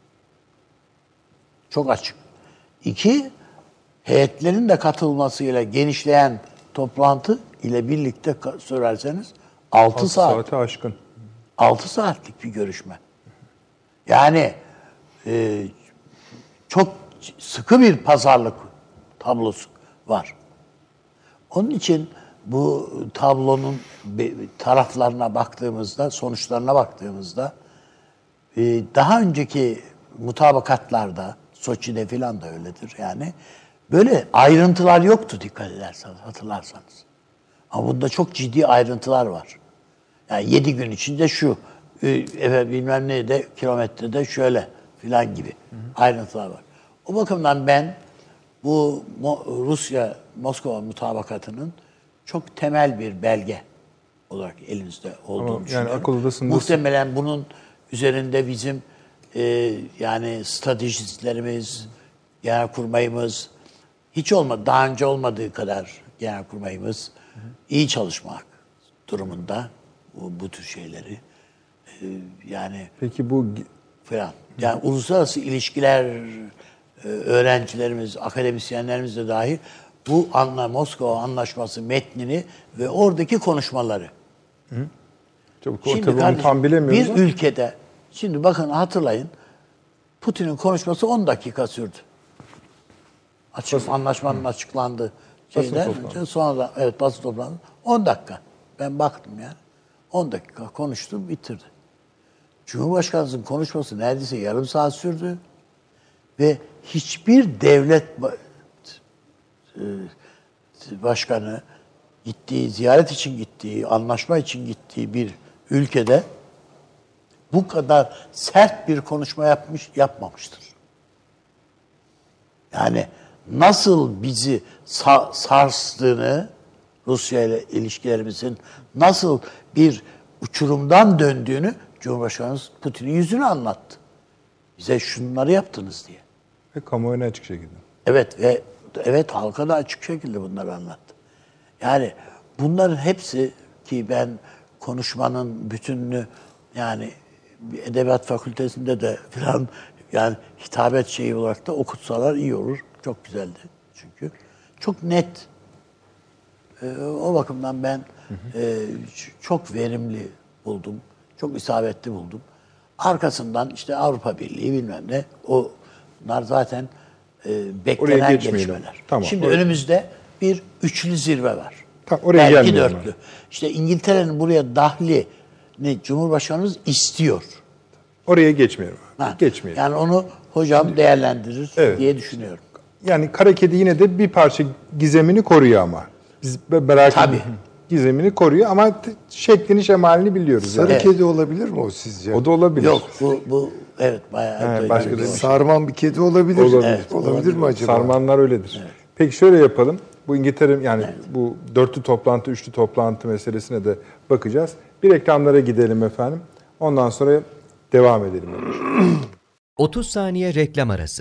Çok açık. İki, heyetlerin de katılmasıyla genişleyen toplantı ile birlikte söylerseniz altı saat. saate aşkın. altı saatlik bir görüşme. Yani e, çok sıkı bir pazarlık tablosu var. Onun için bu tablonun taraflarına baktığımızda, sonuçlarına baktığımızda daha önceki mutabakatlarda, Soçi'de filan da öyledir yani. Böyle ayrıntılar yoktu dikkat ederseniz, hatırlarsanız. Ama bunda çok ciddi ayrıntılar var. Yani yedi gün içinde şu, evet bilmem ne de kilometrede şöyle filan gibi hı hı. ayrıntılar var. O bakımdan ben bu Rusya Moskova mutabakatının çok temel bir belge olarak elinizde olduğunu Ama düşünüyorum. yani akıl odasında muhtemelen bunun üzerinde bizim e, yani stratejistlerimiz, genelkurmayımız hiç olmadı, daha önce olmadığı kadar genelkurmayımız hı hı. iyi çalışmak durumunda bu, bu tür şeyleri. E, yani peki bu falan. Yani uluslararası ilişkiler e, öğrencilerimiz, akademisyenlerimiz de dahil bu anla Moskova Anlaşması metnini ve oradaki konuşmaları. Hı. Çok, şimdi tabii kardeşim, onu tam bilemiyoruz. Bir ama. ülkede, şimdi bakın hatırlayın, Putin'in konuşması on dakika sürdü. Açık, basın, anlaşmanın hı. açıklandığı şeyden önce, sonra da evet basın toplandı. on dakika. Ben baktım yani. on dakika konuştu, bitirdi. Cumhurbaşkanımızın konuşması neredeyse yarım saat sürdü. Ve hiçbir devlet başkanı gittiği, ziyaret için gittiği, anlaşma için gittiği bir ülkede bu kadar sert bir konuşma yapmış, yapmamıştır. Yani nasıl bizi sarstığını, Rusya ile ilişkilerimizin nasıl bir uçurumdan döndüğünü Cumhurbaşkanımız Putin'in yüzüne anlattı. Bize şunları yaptınız diye. Ve kamuoyuna açık şekilde. Evet ve evet halka da açık şekilde bunları anlattı. Yani bunların hepsi ki ben konuşmanın bütününü yani Edebiyat Fakültesinde de falan yani hitabet şeyi olarak da okutsalar iyi olur. Çok güzeldi çünkü. Çok net. Ee, o bakımdan ben hı hı. E, çok verimli buldum. Çok isabetli buldum. Arkasından işte Avrupa Birliği bilmem ne. Onlar zaten e, beklenen gelişmeler. Tamam. Şimdi oraya... önümüzde bir üçlü zirve var. Tamam, oraya belki dörtlü. Ben. İşte İngiltere'nin buraya dahlini Cumhurbaşkanımız istiyor. Oraya geçmeyelim. Ha. Geçmeyelim. Yani onu hocam Şimdi, değerlendirir evet. diye düşünüyorum. Yani kara kedi yine de bir parça gizemini koruyor ama. Biz merak Tabii. Gizemini koruyor ama şeklini şemalini biliyoruz. Sarı yani. kedi olabilir mi o sizce? O da olabilir. Yok bu bu evet bayağı. He, başka bir sarman bir kedi olabilir. Olabilir, evet, olabilir, olabilir mi acaba? Sarmanlar öyledir. Evet. Peki şöyle yapalım. Bu İngiltere yani evet. bu dörtlü toplantı, üçlü toplantı meselesine de bakacağız. Bir reklamlara gidelim efendim. Ondan sonra devam edelim. otuz saniye reklam arası.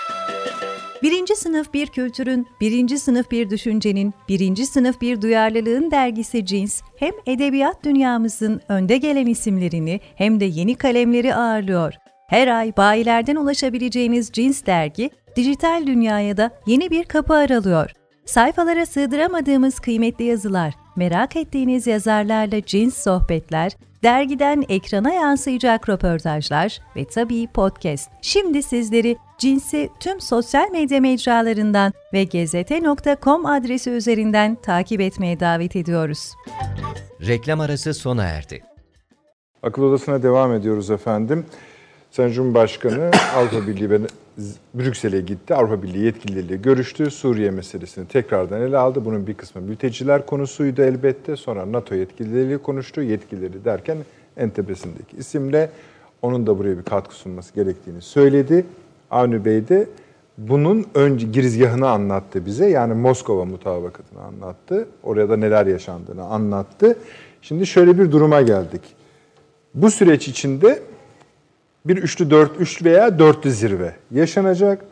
Birinci sınıf bir kültürün, birinci sınıf bir düşüncenin, birinci sınıf bir duyarlılığın dergisi Cins, hem edebiyat dünyamızın önde gelen isimlerini hem de yeni kalemleri ağırlıyor. Her ay bayilerden ulaşabileceğiniz Cins dergi, dijital dünyaya da yeni bir kapı aralıyor. Sayfalara sığdıramadığımız kıymetli yazılar, merak ettiğiniz yazarlarla cins sohbetler, dergiden ekrana yansıyacak röportajlar ve tabii podcast. Şimdi sizleri Cins'i tüm sosyal medya mecralarından ve gezete nokta com adresi üzerinden takip etmeye davet ediyoruz. Reklam arası sona erdi. Akıl Odası'na devam ediyoruz efendim. Sayın Cumhurbaşkanı Avrupa Birliği ve Brüksel'e gitti. Avrupa Birliği yetkilileriyle görüştü. Suriye meselesini tekrardan ele aldı. Bunun bir kısmı mülteciler konusuydu elbette. Sonra NATO yetkilileriyle konuştu. Yetkilileri derken en tepesindeki isimle onun da buraya bir katkı sunması gerektiğini söyledi. Avni Bey de bunun önce girizgahını anlattı bize. Yani Moskova mutabakatını anlattı. Oraya da neler yaşandığını anlattı. Şimdi şöyle bir duruma geldik. Bu süreç içinde bir üçlü, dört, üçlü veya dörtlü zirve yaşanacak.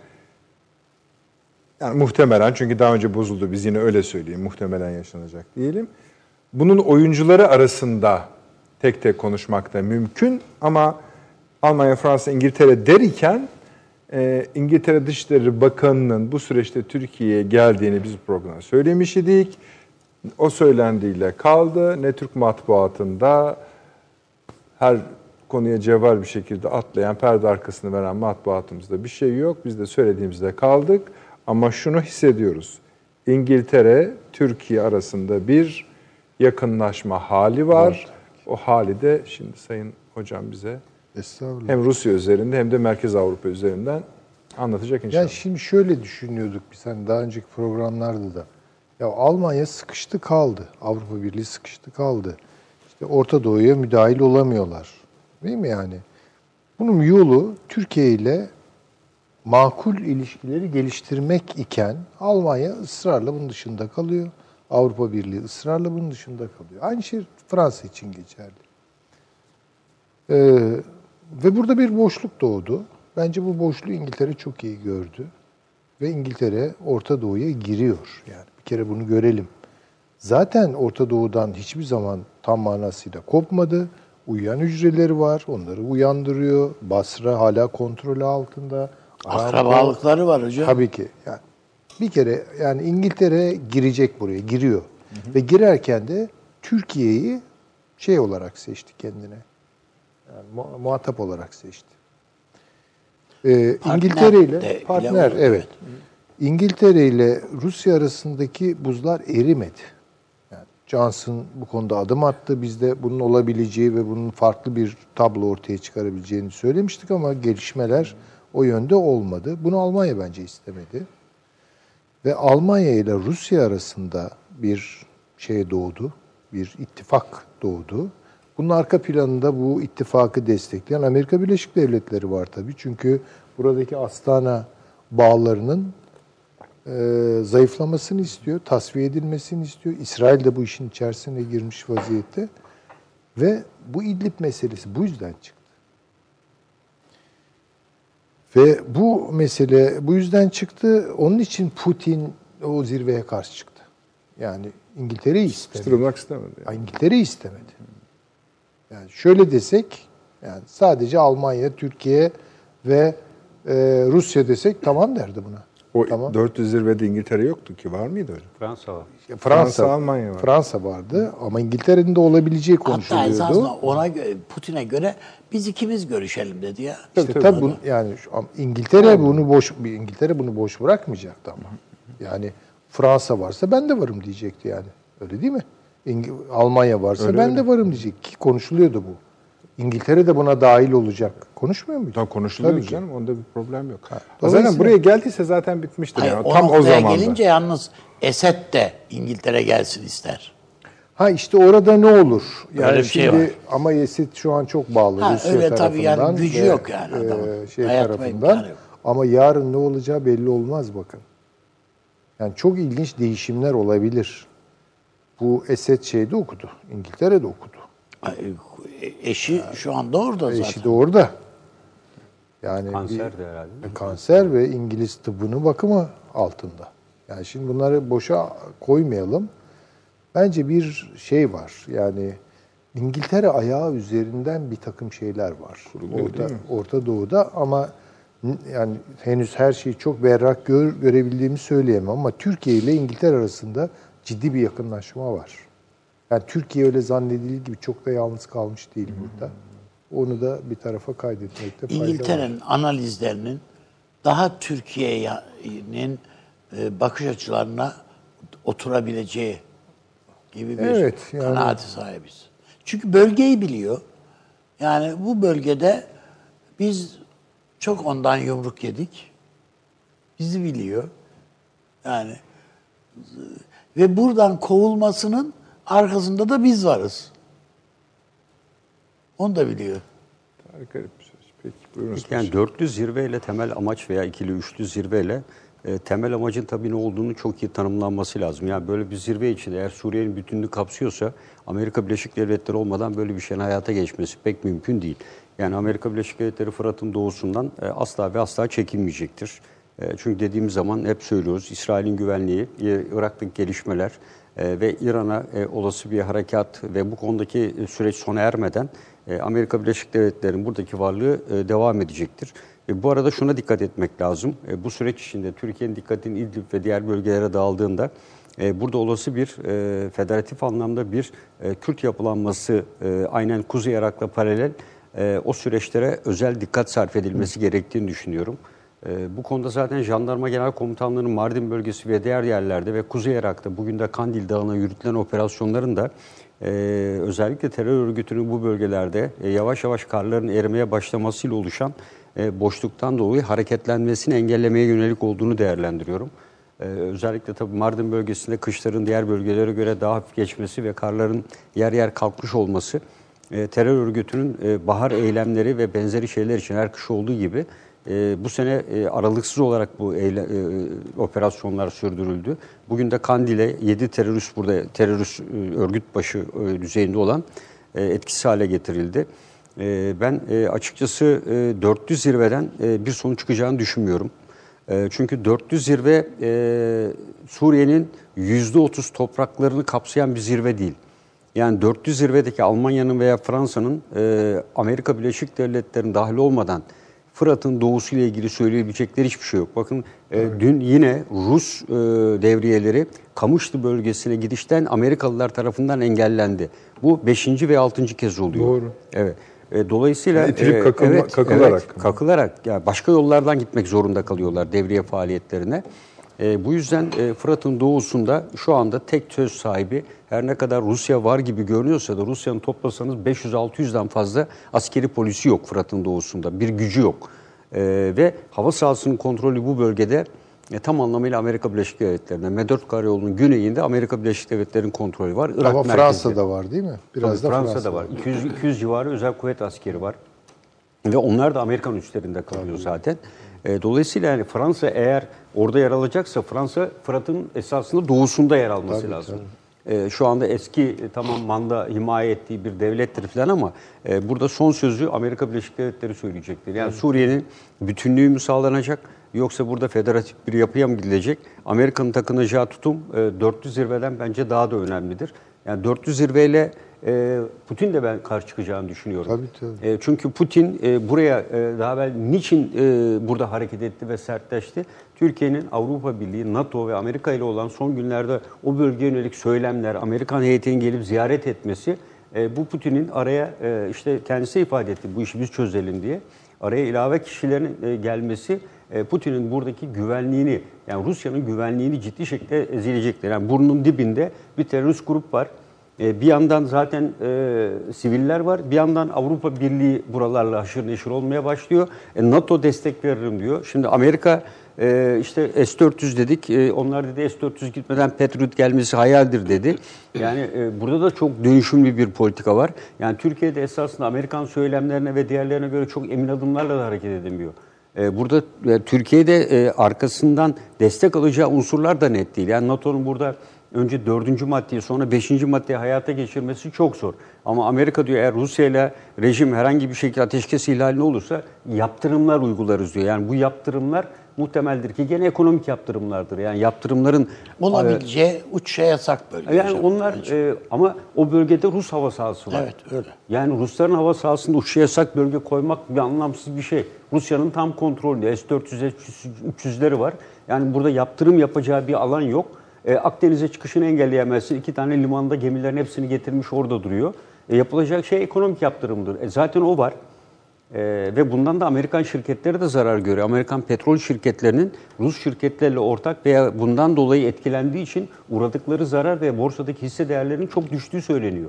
Yani muhtemelen, çünkü daha önce bozuldu, biz yine öyle söyleyeyim, muhtemelen yaşanacak diyelim. Bunun oyuncuları arasında tek tek konuşmak da mümkün ama Almanya, Fransa, İngiltere derken e, İngiltere Dışişleri Bakanı'nın bu süreçte Türkiye'ye geldiğini biz programda söylemiş idik. O söylendiğiyle kaldı. Ne Türk matbuatında her konuya cevval bir şekilde atlayan, perde arkasını veren matbuatımızda bir şey yok. Biz de söylediğimizde kaldık. Ama şunu hissediyoruz. İngiltere, Türkiye arasında bir yakınlaşma hali var. O hali de şimdi Sayın Hocam bize hem Rusya üzerinde hem de Merkez Avrupa üzerinden anlatacak inşallah. Yani şimdi şöyle düşünüyorduk biz hani daha önceki programlarda da. Ya Almanya sıkıştı kaldı. Avrupa Birliği sıkıştı kaldı. İşte Orta Doğu'ya müdahil olamıyorlar. Değil mi yani? Bunun yolu Türkiye ile makul ilişkileri geliştirmek iken Almanya ısrarla bunun dışında kalıyor. Avrupa Birliği ısrarla bunun dışında kalıyor. Aynı şey Fransa için geçerli. Ee, ve burada bir boşluk doğdu. Bence bu boşluğu İngiltere çok iyi gördü. Ve İngiltere Orta Doğu'ya giriyor. Yani bir kere bunu görelim. Zaten Orta Doğu'dan hiçbir zaman tam manasıyla kopmadı. Uyuyan hücreleri var. Onları uyandırıyor. Basra hala kontrolü altında. Akrabalıkları var hocam. Tabii ki. Yani bir kere yani İngiltere girecek buraya, giriyor. Hı hı. Ve girerken de Türkiye'yi şey olarak seçti kendine. Yani muhatap olarak seçti. Ee, İngiltere ile partner, evet. İngiltere ile Rusya arasındaki buzlar erimedi. Yani Johnson bu konuda adım attı. Biz de bunun olabileceği ve bunun farklı bir tablo ortaya çıkarabileceğini söylemiştik ama gelişmeler o yönde olmadı. Bunu Almanya bence istemedi. Ve Almanya ile Rusya arasında bir şey doğdu, bir ittifak doğdu. Bunun arka planında bu ittifakı destekleyen Amerika Birleşik Devletleri var tabii. Çünkü buradaki Astana bağlarının e, zayıflamasını istiyor, tasfiye edilmesini istiyor. İsrail de bu işin içerisine girmiş vaziyette. Ve bu İdlib meselesi bu yüzden çıktı. Ve bu mesele bu yüzden çıktı. Onun için Putin o zirveye karşı çıktı. Yani İngiltere'yi istemedi. Sıkıştırılmak istemedi. Yani. İngiltere'yi istemedi. Yani şöyle desek, yani sadece Almanya, Türkiye ve e, Rusya desek tamam derdi buna. O tamam. dört yüz zirvede İngiltere yoktu ki, var mıydı öyle? Fransa var. Fransa, Fransa, Almanya var. Fransa vardı ama İngiltere'nin de olabileceği konuşuluyordu. Hatta esasında ona göre, Putin'e göre biz ikimiz görüşelim dedi ya. İşte tabii, tabii bunu, yani şu, İngiltere bunu boş İngiltere bunu boş bırakmayacaktı ama. Yani Fransa varsa ben de varım diyecekti yani. Öyle değil mi? İng- Almanya varsa öyle ben öyle. de varım diyecek ki konuşuluyordu bu. İngiltere de buna dahil olacak. Konuşmuyor muydu? Tam konuşuluyor canım. Onda bir problem yok. Ha, dolayısıyla... Zaten buraya geldiyse zaten bitmiştir. Hayır, yani. o Tam o zamanda. gelince yalnız Esed de İngiltere gelsin ister. Ha işte orada ne olur? Yani öyle bir şimdi şey var. Ama Esed şu an çok bağlı ha, Rusya öyle tarafından. Tabii yani gücü ve, yok yani adamın. E, şey Hayat tarafından. Ama yarın ne olacağı belli olmaz bakın. Yani çok ilginç değişimler olabilir. Bu Esed şeyde okudu. İngiltere'de okudu. Eşi yani, şu anda orada zaten. Eşi de orada. Yani kanser de herhalde. Kanser ve İngiliz tıbbının bakımı altında. Yani şimdi bunları boşa koymayalım. Bence bir şey var. Yani İngiltere ayağı üzerinden bir takım şeyler var. Orta, Orta Doğu'da ama yani henüz her şeyi çok berrak gör, görebildiğimi söyleyemem ama Türkiye ile İngiltere arasında ciddi bir yakınlaşma var. Yani Türkiye öyle zannedildiği gibi çok da yalnız kalmış değil burada. Onu da bir tarafa kaydetmekte fayda var. İngiltere'nin analizlerinin daha Türkiye'nin bakış açılarına oturabileceği gibi bir evet, yani... kanaati sahibiz. Çünkü bölgeyi biliyor. Yani bu bölgede biz çok ondan yumruk yedik. Bizi biliyor. Yani ve buradan kovulmasının arkasında da biz varız. Onu da biliyor. Harika bir söz. Peki, buyurunuz. Yani dörtlü zirveyle temel amaç veya ikili üçlü zirveyle e, temel amacın tabii ne olduğunu çok iyi tanımlanması lazım. Yani böyle bir zirve için eğer Suriye'nin bütününü kapsıyorsa Amerika Birleşik Devletleri olmadan böyle bir şeyin hayata geçmesi pek mümkün değil. Yani Amerika Birleşik Devletleri Fırat'ın doğusundan e, asla ve asla çekilmeyecektir. E, çünkü dediğimiz zaman hep söylüyoruz İsrail'in güvenliği, Irak'taki gelişmeler e, ve İran'a e, olası bir harekat ve bu konudaki süreç sona ermeden e, Amerika Birleşik Devletleri'nin buradaki varlığı e, devam edecektir. E, bu arada şuna dikkat etmek lazım. E, bu süreç içinde Türkiye'nin dikkatinin İdlib ve diğer bölgelere dağıldığında e, burada olası bir e, federatif anlamda bir e, Kürt yapılanması e, aynen Kuzey Irak'la paralel e, o süreçlere özel dikkat sarf edilmesi gerektiğini düşünüyorum. E, bu konuda zaten Jandarma Genel Komutanlığı'nın Mardin bölgesi ve diğer yerlerde ve Kuzey Irak'ta bugün de Kandil Dağı'na yürütülen operasyonların da e, özellikle terör örgütünün bu bölgelerde e, yavaş yavaş karların erimeye başlamasıyla oluşan e, boşluktan dolayı hareketlenmesini engellemeye yönelik olduğunu değerlendiriyorum. Ee, özellikle tabii Mardin bölgesinde kışların diğer bölgelere göre daha hafif geçmesi ve karların yer yer kalkmış olması e, terör örgütünün e, bahar eylemleri ve benzeri şeyler için her kış olduğu gibi E, bu sene e, aralıksız olarak bu eyle, e, operasyonlar sürdürüldü. Bugün de Kandil'e yedi terörist burada terörist e, örgüt başı e, düzeyinde olan e, etkisiz hale getirildi. E, ben e, açıkçası e, dörtlü zirveden e, bir sonuç çıkacağını düşünmüyorum. E, çünkü dörtlü zirve e, Suriye'nin yüzde otuz topraklarını kapsayan bir zirve değil. Yani dörtlü zirvedeki Almanya'nın veya Fransa'nın e, Amerika Birleşik Devletleri'nin dahil olmadan Fırat'ın doğusuyla ilgili söyleyebilecekleri hiçbir şey yok. Bakın e, dün yine Rus e, devriyeleri Kamışlı bölgesine gidişten Amerikalılar tarafından engellendi. Bu beşinci ve altıncı kez oluyor. Doğru. Evet. E, dolayısıyla İtilip e, kakılma- evet, kakılarak. evet, kakılarak yani başka yollardan gitmek zorunda kalıyorlar devriye faaliyetlerine. E, bu yüzden e, Fırat'ın doğusunda şu anda tek söz sahibi, her ne kadar Rusya var gibi görünüyorsa da Rusya'nın toplasanız beş yüz altı yüzden fazla askeri polisi yok Fırat'ın doğusunda. Bir gücü yok. E, ve hava sahasının kontrolü bu bölgede e, tam anlamıyla Amerika Birleşik Devletleri'nde. M dört Karayolu'nun güneyinde Amerika Birleşik Devletleri'nin kontrolü var. Irak Ama merkezinde. Fransa'da var değil mi? Biraz Tabii da Fransa'da Fransa var. iki yüz, iki yüz civarı özel kuvvet askeri var. Ve onlar da Amerikan üslerinde kalıyor zaten. E, dolayısıyla yani Fransa eğer orada yer alacaksa Fransa Fırat'ın esasında doğusunda yer alması Tabii, lazım. E, şu anda eski e, tamam manda himaye ettiği bir devlettir falan ama e, burada son sözü Amerika Birleşik Devletleri söyleyecektir. Yani Suriye'nin bütünlüğü mü sağlanacak yoksa burada federatif bir yapıya mı gidilecek? Amerika'nın takınacağı tutum e, dörtlü zirveden bence daha da önemlidir. Yani dörtlü zirveyle e, Putin de ben karşı çıkacağını düşünüyorum. Tabii, tabii. E, çünkü Putin e, buraya e, daha evvel niçin e, burada hareket etti ve sertleşti? Türkiye'nin Avrupa Birliği, NATO ve Amerika ile olan son günlerde o bölgeye yönelik söylemler, Amerikan heyetinin gelip ziyaret etmesi, e, bu Putin'in araya e, işte kendisi ifade etti, bu işi biz çözelim diye. Araya ilave kişilerin e, gelmesi e, Putin'in buradaki güvenliğini, yani Rusya'nın güvenliğini ciddi şekilde ezilecektir. Yani burnunun dibinde bir terörist grup var. Bir yandan zaten e, siviller var, bir yandan Avrupa Birliği buralarla haşır neşir olmaya başlıyor. E, NATO destek veririm diyor. Şimdi Amerika e, işte S dört yüz dedik, e, onlar dedi S dört yüz gitmeden Patriot gelmesi hayaldir dedi. Yani e, burada da çok dönüşümlü bir politika var. Yani Türkiye'de esasında Amerikan söylemlerine ve diğerlerine göre çok emin adımlarla da hareket edemiyor. E, burada e, Türkiye'de e, arkasından destek alacağı unsurlar da net değil. Yani NATO'nun burada önce dördüncü maddeyi sonra beşinci maddeyi hayata geçirmesi çok zor. Ama Amerika diyor eğer Rusya ile rejim herhangi bir şekilde ateşkes ihlalinde olursa yaptırımlar uygularız diyor. Yani bu yaptırımlar muhtemeldir ki gene ekonomik yaptırımlardır. Yani yaptırımların olabileceği uçuşa yasak bölge. Yani onlar e, ama o bölgede Rus hava sahası var. Evet öyle. Yani Rusların hava sahasında uçuşa yasak bölge koymak bir anlamsız bir şey. Rusya'nın tam kontrolünde S dört yüz, üç yüzleri var. Yani burada yaptırım yapacağı bir alan yok. E, Akdeniz'e çıkışını engelleyemezsin. İki tane limanda gemilerin hepsini getirmiş orada duruyor. E, yapılacak şey ekonomik yaptırımdır. E, zaten o var. E, ve bundan da Amerikan şirketleri de zarar görüyor. Amerikan petrol şirketlerinin Rus şirketlerle ortak veya bundan dolayı etkilendiği için uğradıkları zarar ve borsadaki hisse değerlerinin çok düştüğü söyleniyor.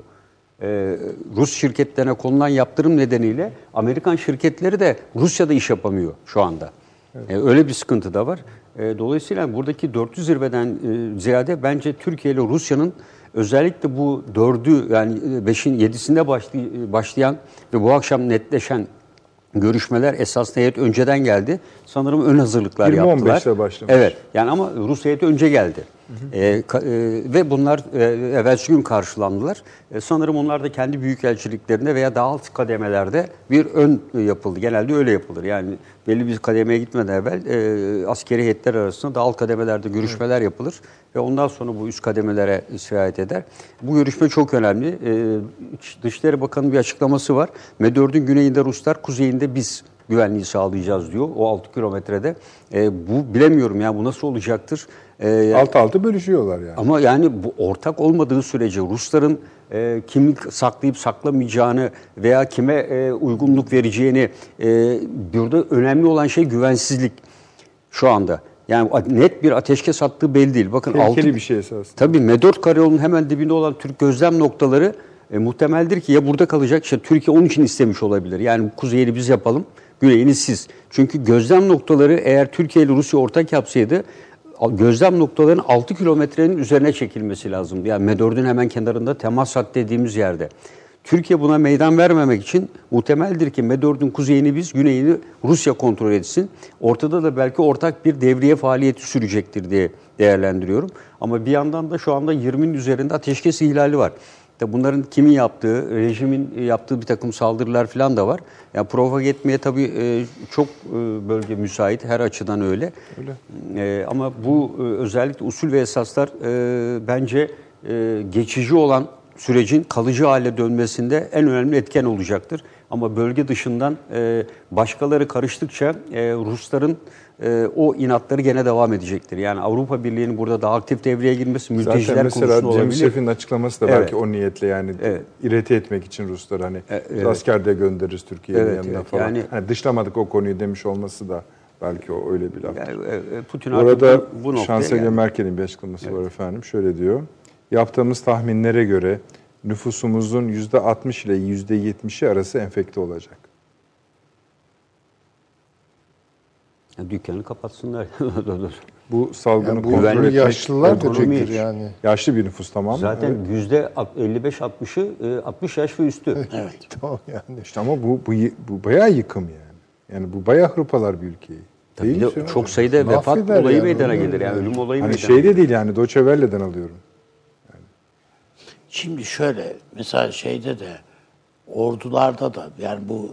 E, Rus şirketlerine konulan yaptırım nedeniyle Amerikan şirketleri de Rusya'da iş yapamıyor şu anda. Evet. E, öyle bir sıkıntı da var. E, dolayısıyla buradaki dörtlü zirveden e, ziyade bence Türkiye ile Rusya'nın özellikle bu dördü yani beşin yedisinde başlay- başlayan ve bu akşam netleşen görüşmeler esasında heyet önceden geldi. Sanırım ön hazırlıklar yirmi yaptılar. on beşte başlamış. Evet. Yani ama Rus heyeti önce geldi. Hı hı. E, ka, e, ve bunlar e, evvelsi gün karşılandılar. E, sanırım onlar da kendi büyükelçiliklerinde veya daha alt kademelerde bir ön yapıldı. Genelde öyle yapılır. Yani belli bir kademeye gitmeden evvel e, askeri heyetler arasında daha alt kademelerde görüşmeler evet. yapılır. Ve ondan sonra bu üst kademelere sirayet eder. Bu görüşme çok önemli. E, Dışişleri Bakanı'nın bir açıklaması var. M dördün güneyinde Ruslar, kuzeyinde biz güvenliği sağlayacağız diyor. O altı kilometrede. E, bu bilemiyorum ya bu nasıl olacaktır? E, altı altı bölüşüyorlar yani. Ama yani bu ortak olmadığı sürece Rusların e, kimi saklayıp saklamayacağını veya kime e, uygunluk vereceğini e, burada önemli olan şey güvensizlik şu anda. Yani net bir ateşkes attığı belli değil. Bakın tehlikeli altı, bir şey esasında. Tabii M dört Karayolu'nun hemen dibinde olan Türk gözlem noktaları e, muhtemeldir ki ya burada kalacak. İşte Türkiye onun için istemiş olabilir. Yani kuzeyini biz yapalım, güneyini siz. Çünkü gözlem noktaları eğer Türkiye ile Rusya ortak yapsaydı gözlem noktalarının altı kilometrenin üzerine çekilmesi lazım. Yani M dördün hemen kenarında temas hat dediğimiz yerde. Türkiye buna meydan vermemek için muhtemeldir ki M dördün kuzeyini biz, güneyini Rusya kontrol etsin. Ortada da belki ortak bir devriye faaliyeti sürecektir diye değerlendiriyorum. Ama bir yandan da şu anda yirminin üzerinde ateşkes ihlali var. Bunların kimin yaptığı, rejimin yaptığı bir takım saldırılar falan da var. Yani provoke etmeye tabii çok bölge müsait, her açıdan öyle. öyle. Ama bu özellikle usul ve esaslar bence geçici olan sürecin kalıcı hale dönmesinde en önemli etken olacaktır. Ama bölge dışından başkaları karıştıkça Rusların o inatları gene devam edecektir. Yani Avrupa Birliği'nin burada daha aktif devreye girmesi mülteciler konusunda olabilir. Zaten mesela Cem Şef'in açıklaması da evet. belki o niyetle yani evet. irite etmek için Rusları hani evet. asker de göndeririz Türkiye'nin evet, yanına evet. falan. Yani, hani dışlamadık o konuyu demiş olması da belki o öyle bir laftır. Yani, Putin Orada Şansölye yani. Merkel'in bir açıklaması evet. var efendim. Şöyle diyor. Yaptığımız tahminlere göre nüfusumuzun yüzde altmış ile yüzde yetmişi arası enfekte olacak. Ya dükkanı kapatsınlar. Bu salgını yani bu kontrol etmek... Yaşlılar diyecektir yani. Yaşlı bir nüfus tamam mı? Zaten yüzde evet. elli beş altmışı altmış yaş ve üstü. Evet. Tamam yani. İşte ama bu, bu, bu bayağı yıkım yani. Yani bu bayağı hırpalar bir ülkeyi. Tabii de çok yani? sayıda vefat olayı yani. meydana gelir. Yani ölüm olayı hani meydana şey de gelir. değil yani Deutsche Welle'den alıyorum. Yani. Şimdi şöyle mesela şeyde de ordularda da yani bu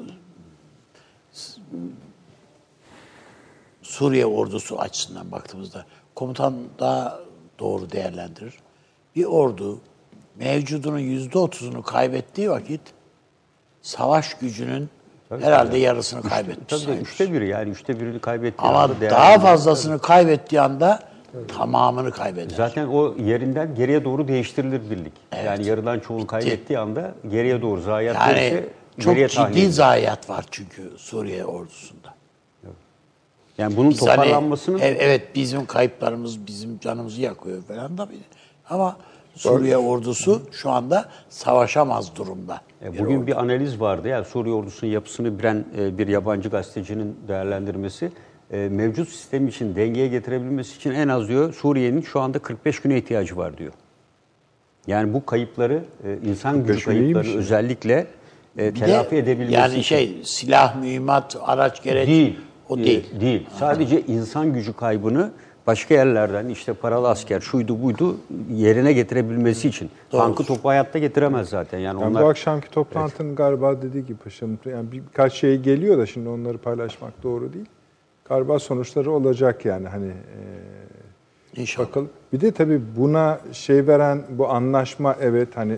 Suriye ordusu açısından baktığımızda komutan daha doğru değerlendirir. Bir ordu mevcudunun yüzde otuzunu kaybettiği vakit savaş gücünün tabii herhalde tabii. yarısını kaybetmiş. Tabii üçte biri yani üçte birini kaybettiği ama daha fazlasını tabii. kaybettiği anda tabii. tamamını kaybeder. Zaten o yerinden geriye doğru değiştirilir birlik. Evet. Yani yarıdan çoğunu kaybettiği anda geriye doğru zayiat yani verirse çok ciddi zayiat var çünkü Suriye ordusunda. Yani bunun biz toparlanmasının... Hani, evet bizim kayıplarımız bizim canımızı yakıyor falan da bile. Ama Suriye ordusu şu anda savaşamaz durumda. E, bugün bir, ordu. bir analiz vardı. Yani Suriye ordusunun yapısını bilen e, bir yabancı gazetecinin değerlendirmesi. E, mevcut sistem için dengeye getirebilmesi için en az diyor Suriye'nin şu anda kırk beş güne ihtiyacı var diyor. Yani bu kayıpları, e, insan gücü kayıpları yani. özellikle e, telafi edebilmesi yani için. şey silah, mühimmat, araç gereç... Değil. O değil. Değil. Sadece Aha. insan gücü kaybını başka yerlerden işte paralı asker şuydu buydu yerine getirebilmesi için. Doğru. Tankı topu hayatta getiremez zaten. Yani, yani onlar... Bu akşamki toplantının evet. galiba dediği gibi paşam yani birkaç şey geliyor da şimdi onları paylaşmak doğru değil. Galiba sonuçları olacak yani hani e, İnşallah. Bakalım. Bir de tabii buna şey veren bu anlaşma evet hani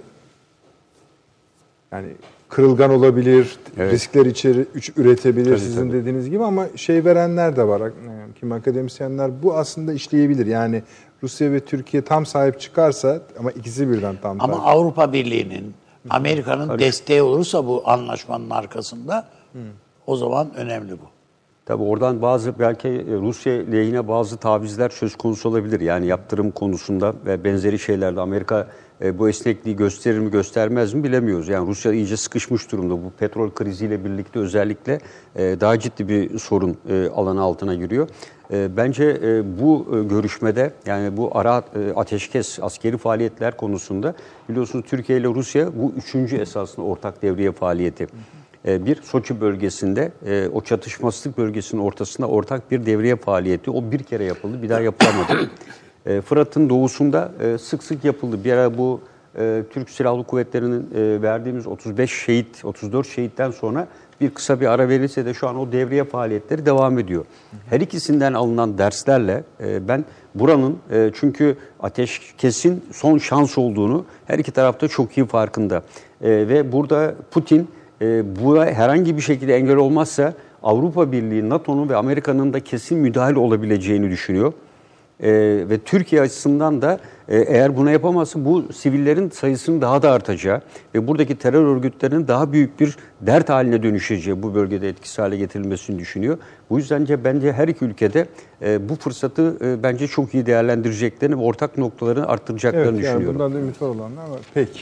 yani kırılgan olabilir, evet. riskler içeri üretebilir tabii, sizin tabii. dediğiniz gibi ama şey verenler de var. Kim akademisyenler bu aslında işleyebilir. Yani Rusya ve Türkiye tam sahip çıkarsa ama ikisi birden tam Ama sahip. Avrupa Birliği'nin, Amerika'nın Tabii. desteği olursa bu anlaşmanın arkasında hmm. o zaman önemli bu. Tabii oradan bazı belki Rusya lehine bazı tavizler söz konusu olabilir. Yani yaptırım konusunda ve benzeri şeylerde Amerika e, bu esnekliği gösterir mi göstermez mi bilemiyoruz. Yani Rusya iyice sıkışmış durumda. Bu petrol kriziyle birlikte özellikle e, daha ciddi bir sorun e, alanı altına giriyor. E, bence e, bu e, görüşmede yani bu ara e, ateşkes askeri faaliyetler konusunda biliyorsunuz Türkiye ile Rusya bu üçüncü esasında ortak devriye faaliyeti. Bir, Soçi bölgesinde, o çatışmasızlık bölgesinin ortasında ortak bir devriye faaliyeti. O bir kere yapıldı, bir daha yapılamadı. Fırat'ın doğusunda sık sık yapıldı. Bir ara bu Türk Silahlı Kuvvetleri'nin verdiğimiz otuz beş şehit, otuz dört şehitten sonra bir kısa bir ara verilse de şu an o devriye faaliyetleri devam ediyor. Her ikisinden alınan derslerle ben buranın çünkü ateşkesin son şans olduğunu her iki tarafta çok iyi farkında. Ve burada Putin bu herhangi bir şekilde engel olmazsa Avrupa Birliği, NATO'nun ve Amerika'nın da kesin müdahale olabileceğini düşünüyor. Ee, ve Türkiye açısından da e, eğer bunu yapamazsa bu sivillerin sayısının daha da artacağı ve buradaki terör örgütlerinin daha büyük bir dert haline dönüşeceği bu bölgede etkisiz hale getirilmesini düşünüyor. Bu yüzden de bence her iki ülkede e, bu fırsatı e, bence çok iyi değerlendireceklerini ve ortak noktalarını arttıracaklarını evet, düşünüyorum. Evet, yani bundan da ümit olanlar var. Peki.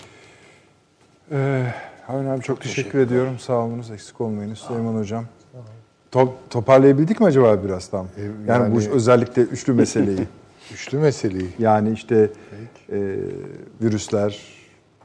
Ee, Harun abi çok, çok teşekkür, teşekkür ediyorum. Sağ olunuz, eksik olmayınız. Süleyman Hocam. Top, toparlayabildik mi acaba biraz tam? E, yani, yani bu özellikle üçlü meseleyi. Üçlü meseleyi. Yani işte e, virüsler,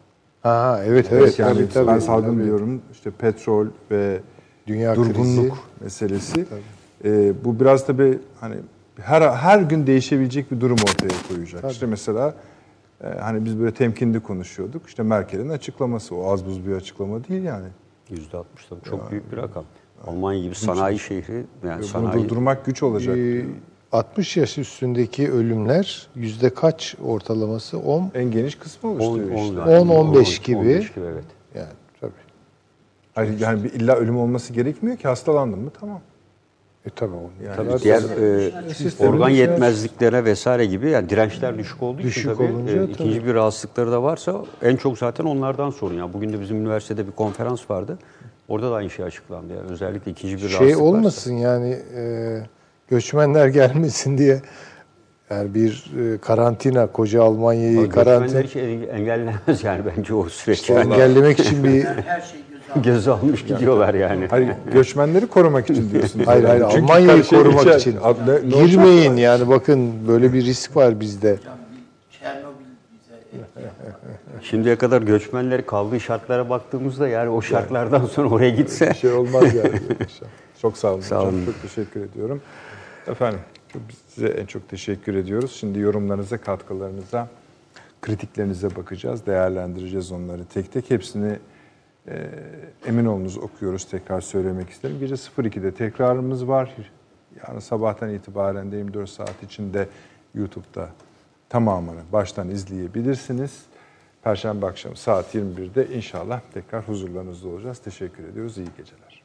Ha, evet Evet, evet. yani tabii, tabii, ben salgın tabii. diyorum işte petrol ve Dünya durgunluk krizi. meselesi. Ee, bu biraz tabii hani her her gün değişebilecek bir durum ortaya koyacak. Tabii. İşte mesela e, hani biz böyle temkinli konuşuyorduk. İşte Merkel'in açıklaması o az buz bir açıklama değil yani. yüzde altmış tabii çok büyük bir rakam. Almanya gibi sanayi şehri, yani Bunu sanayi durdurmak güç olacak. Ee, altmış yaş üstündeki ölümler yüzde kaç ortalaması? on En geniş kısmı oluşturuyor işte. on on beş gibi. on beş gibi evet. Yani tabii. Hayır, yani bir illa ölüm olması gerekmiyor ki hastalandın mı tamam. E tabii o. Yani Tabii diğer e, Sistemin organ içine- yetmezliklere vesaire gibi yani dirençler düşük olduğu için Düşük tabii olunca e, ikinci tabii. bir rahatsızlıkları da varsa en çok zaten onlardan sorun. Yani bugün de bizim üniversitede bir konferans vardı. Orada da aynı şey açıklandı. Yani özellikle ikinci bir şey rahatsızlık varsa. olmasın yani e, göçmenler gelmesin diye yani bir e, karantina, koca Almanya'yı Ama karantina göçmenler hiç engellenemez yani bence o süreç. işte Yani engellemek için bir göz almış gidiyorlar yani. Hayır göçmenleri korumak için diyorsunuz. hayır hayır Çünkü Almanya'yı karşı- korumak içer- için Ad- ne- ne olacak? girmeyin yani bakın böyle bir risk var bizde. Çernobil bize Şimdiye kadar göçmenleri kaldığı şartlara baktığımızda yani o şartlardan sonra oraya gitse Bir şey olmaz yani. Çok sağ olun. Sağ hocam. olun. Çok teşekkür ediyorum. Efendim çok- size en çok teşekkür ediyoruz. Şimdi yorumlarınıza, katkılarınıza, kritiklerinize bakacağız. Değerlendireceğiz onları tek tek. Hepsini e, emin olunuz okuyoruz. Tekrar söylemek isterim. Gece sıfır ikide tekrarımız var. Yarın sabahtan itibaren de yirmi dört saat içinde YouTube'da tamamını baştan izleyebilirsiniz. Perşembe akşamı saat yirmi birde inşallah tekrar huzurlarınızda olacağız. Teşekkür ediyoruz. İyi geceler.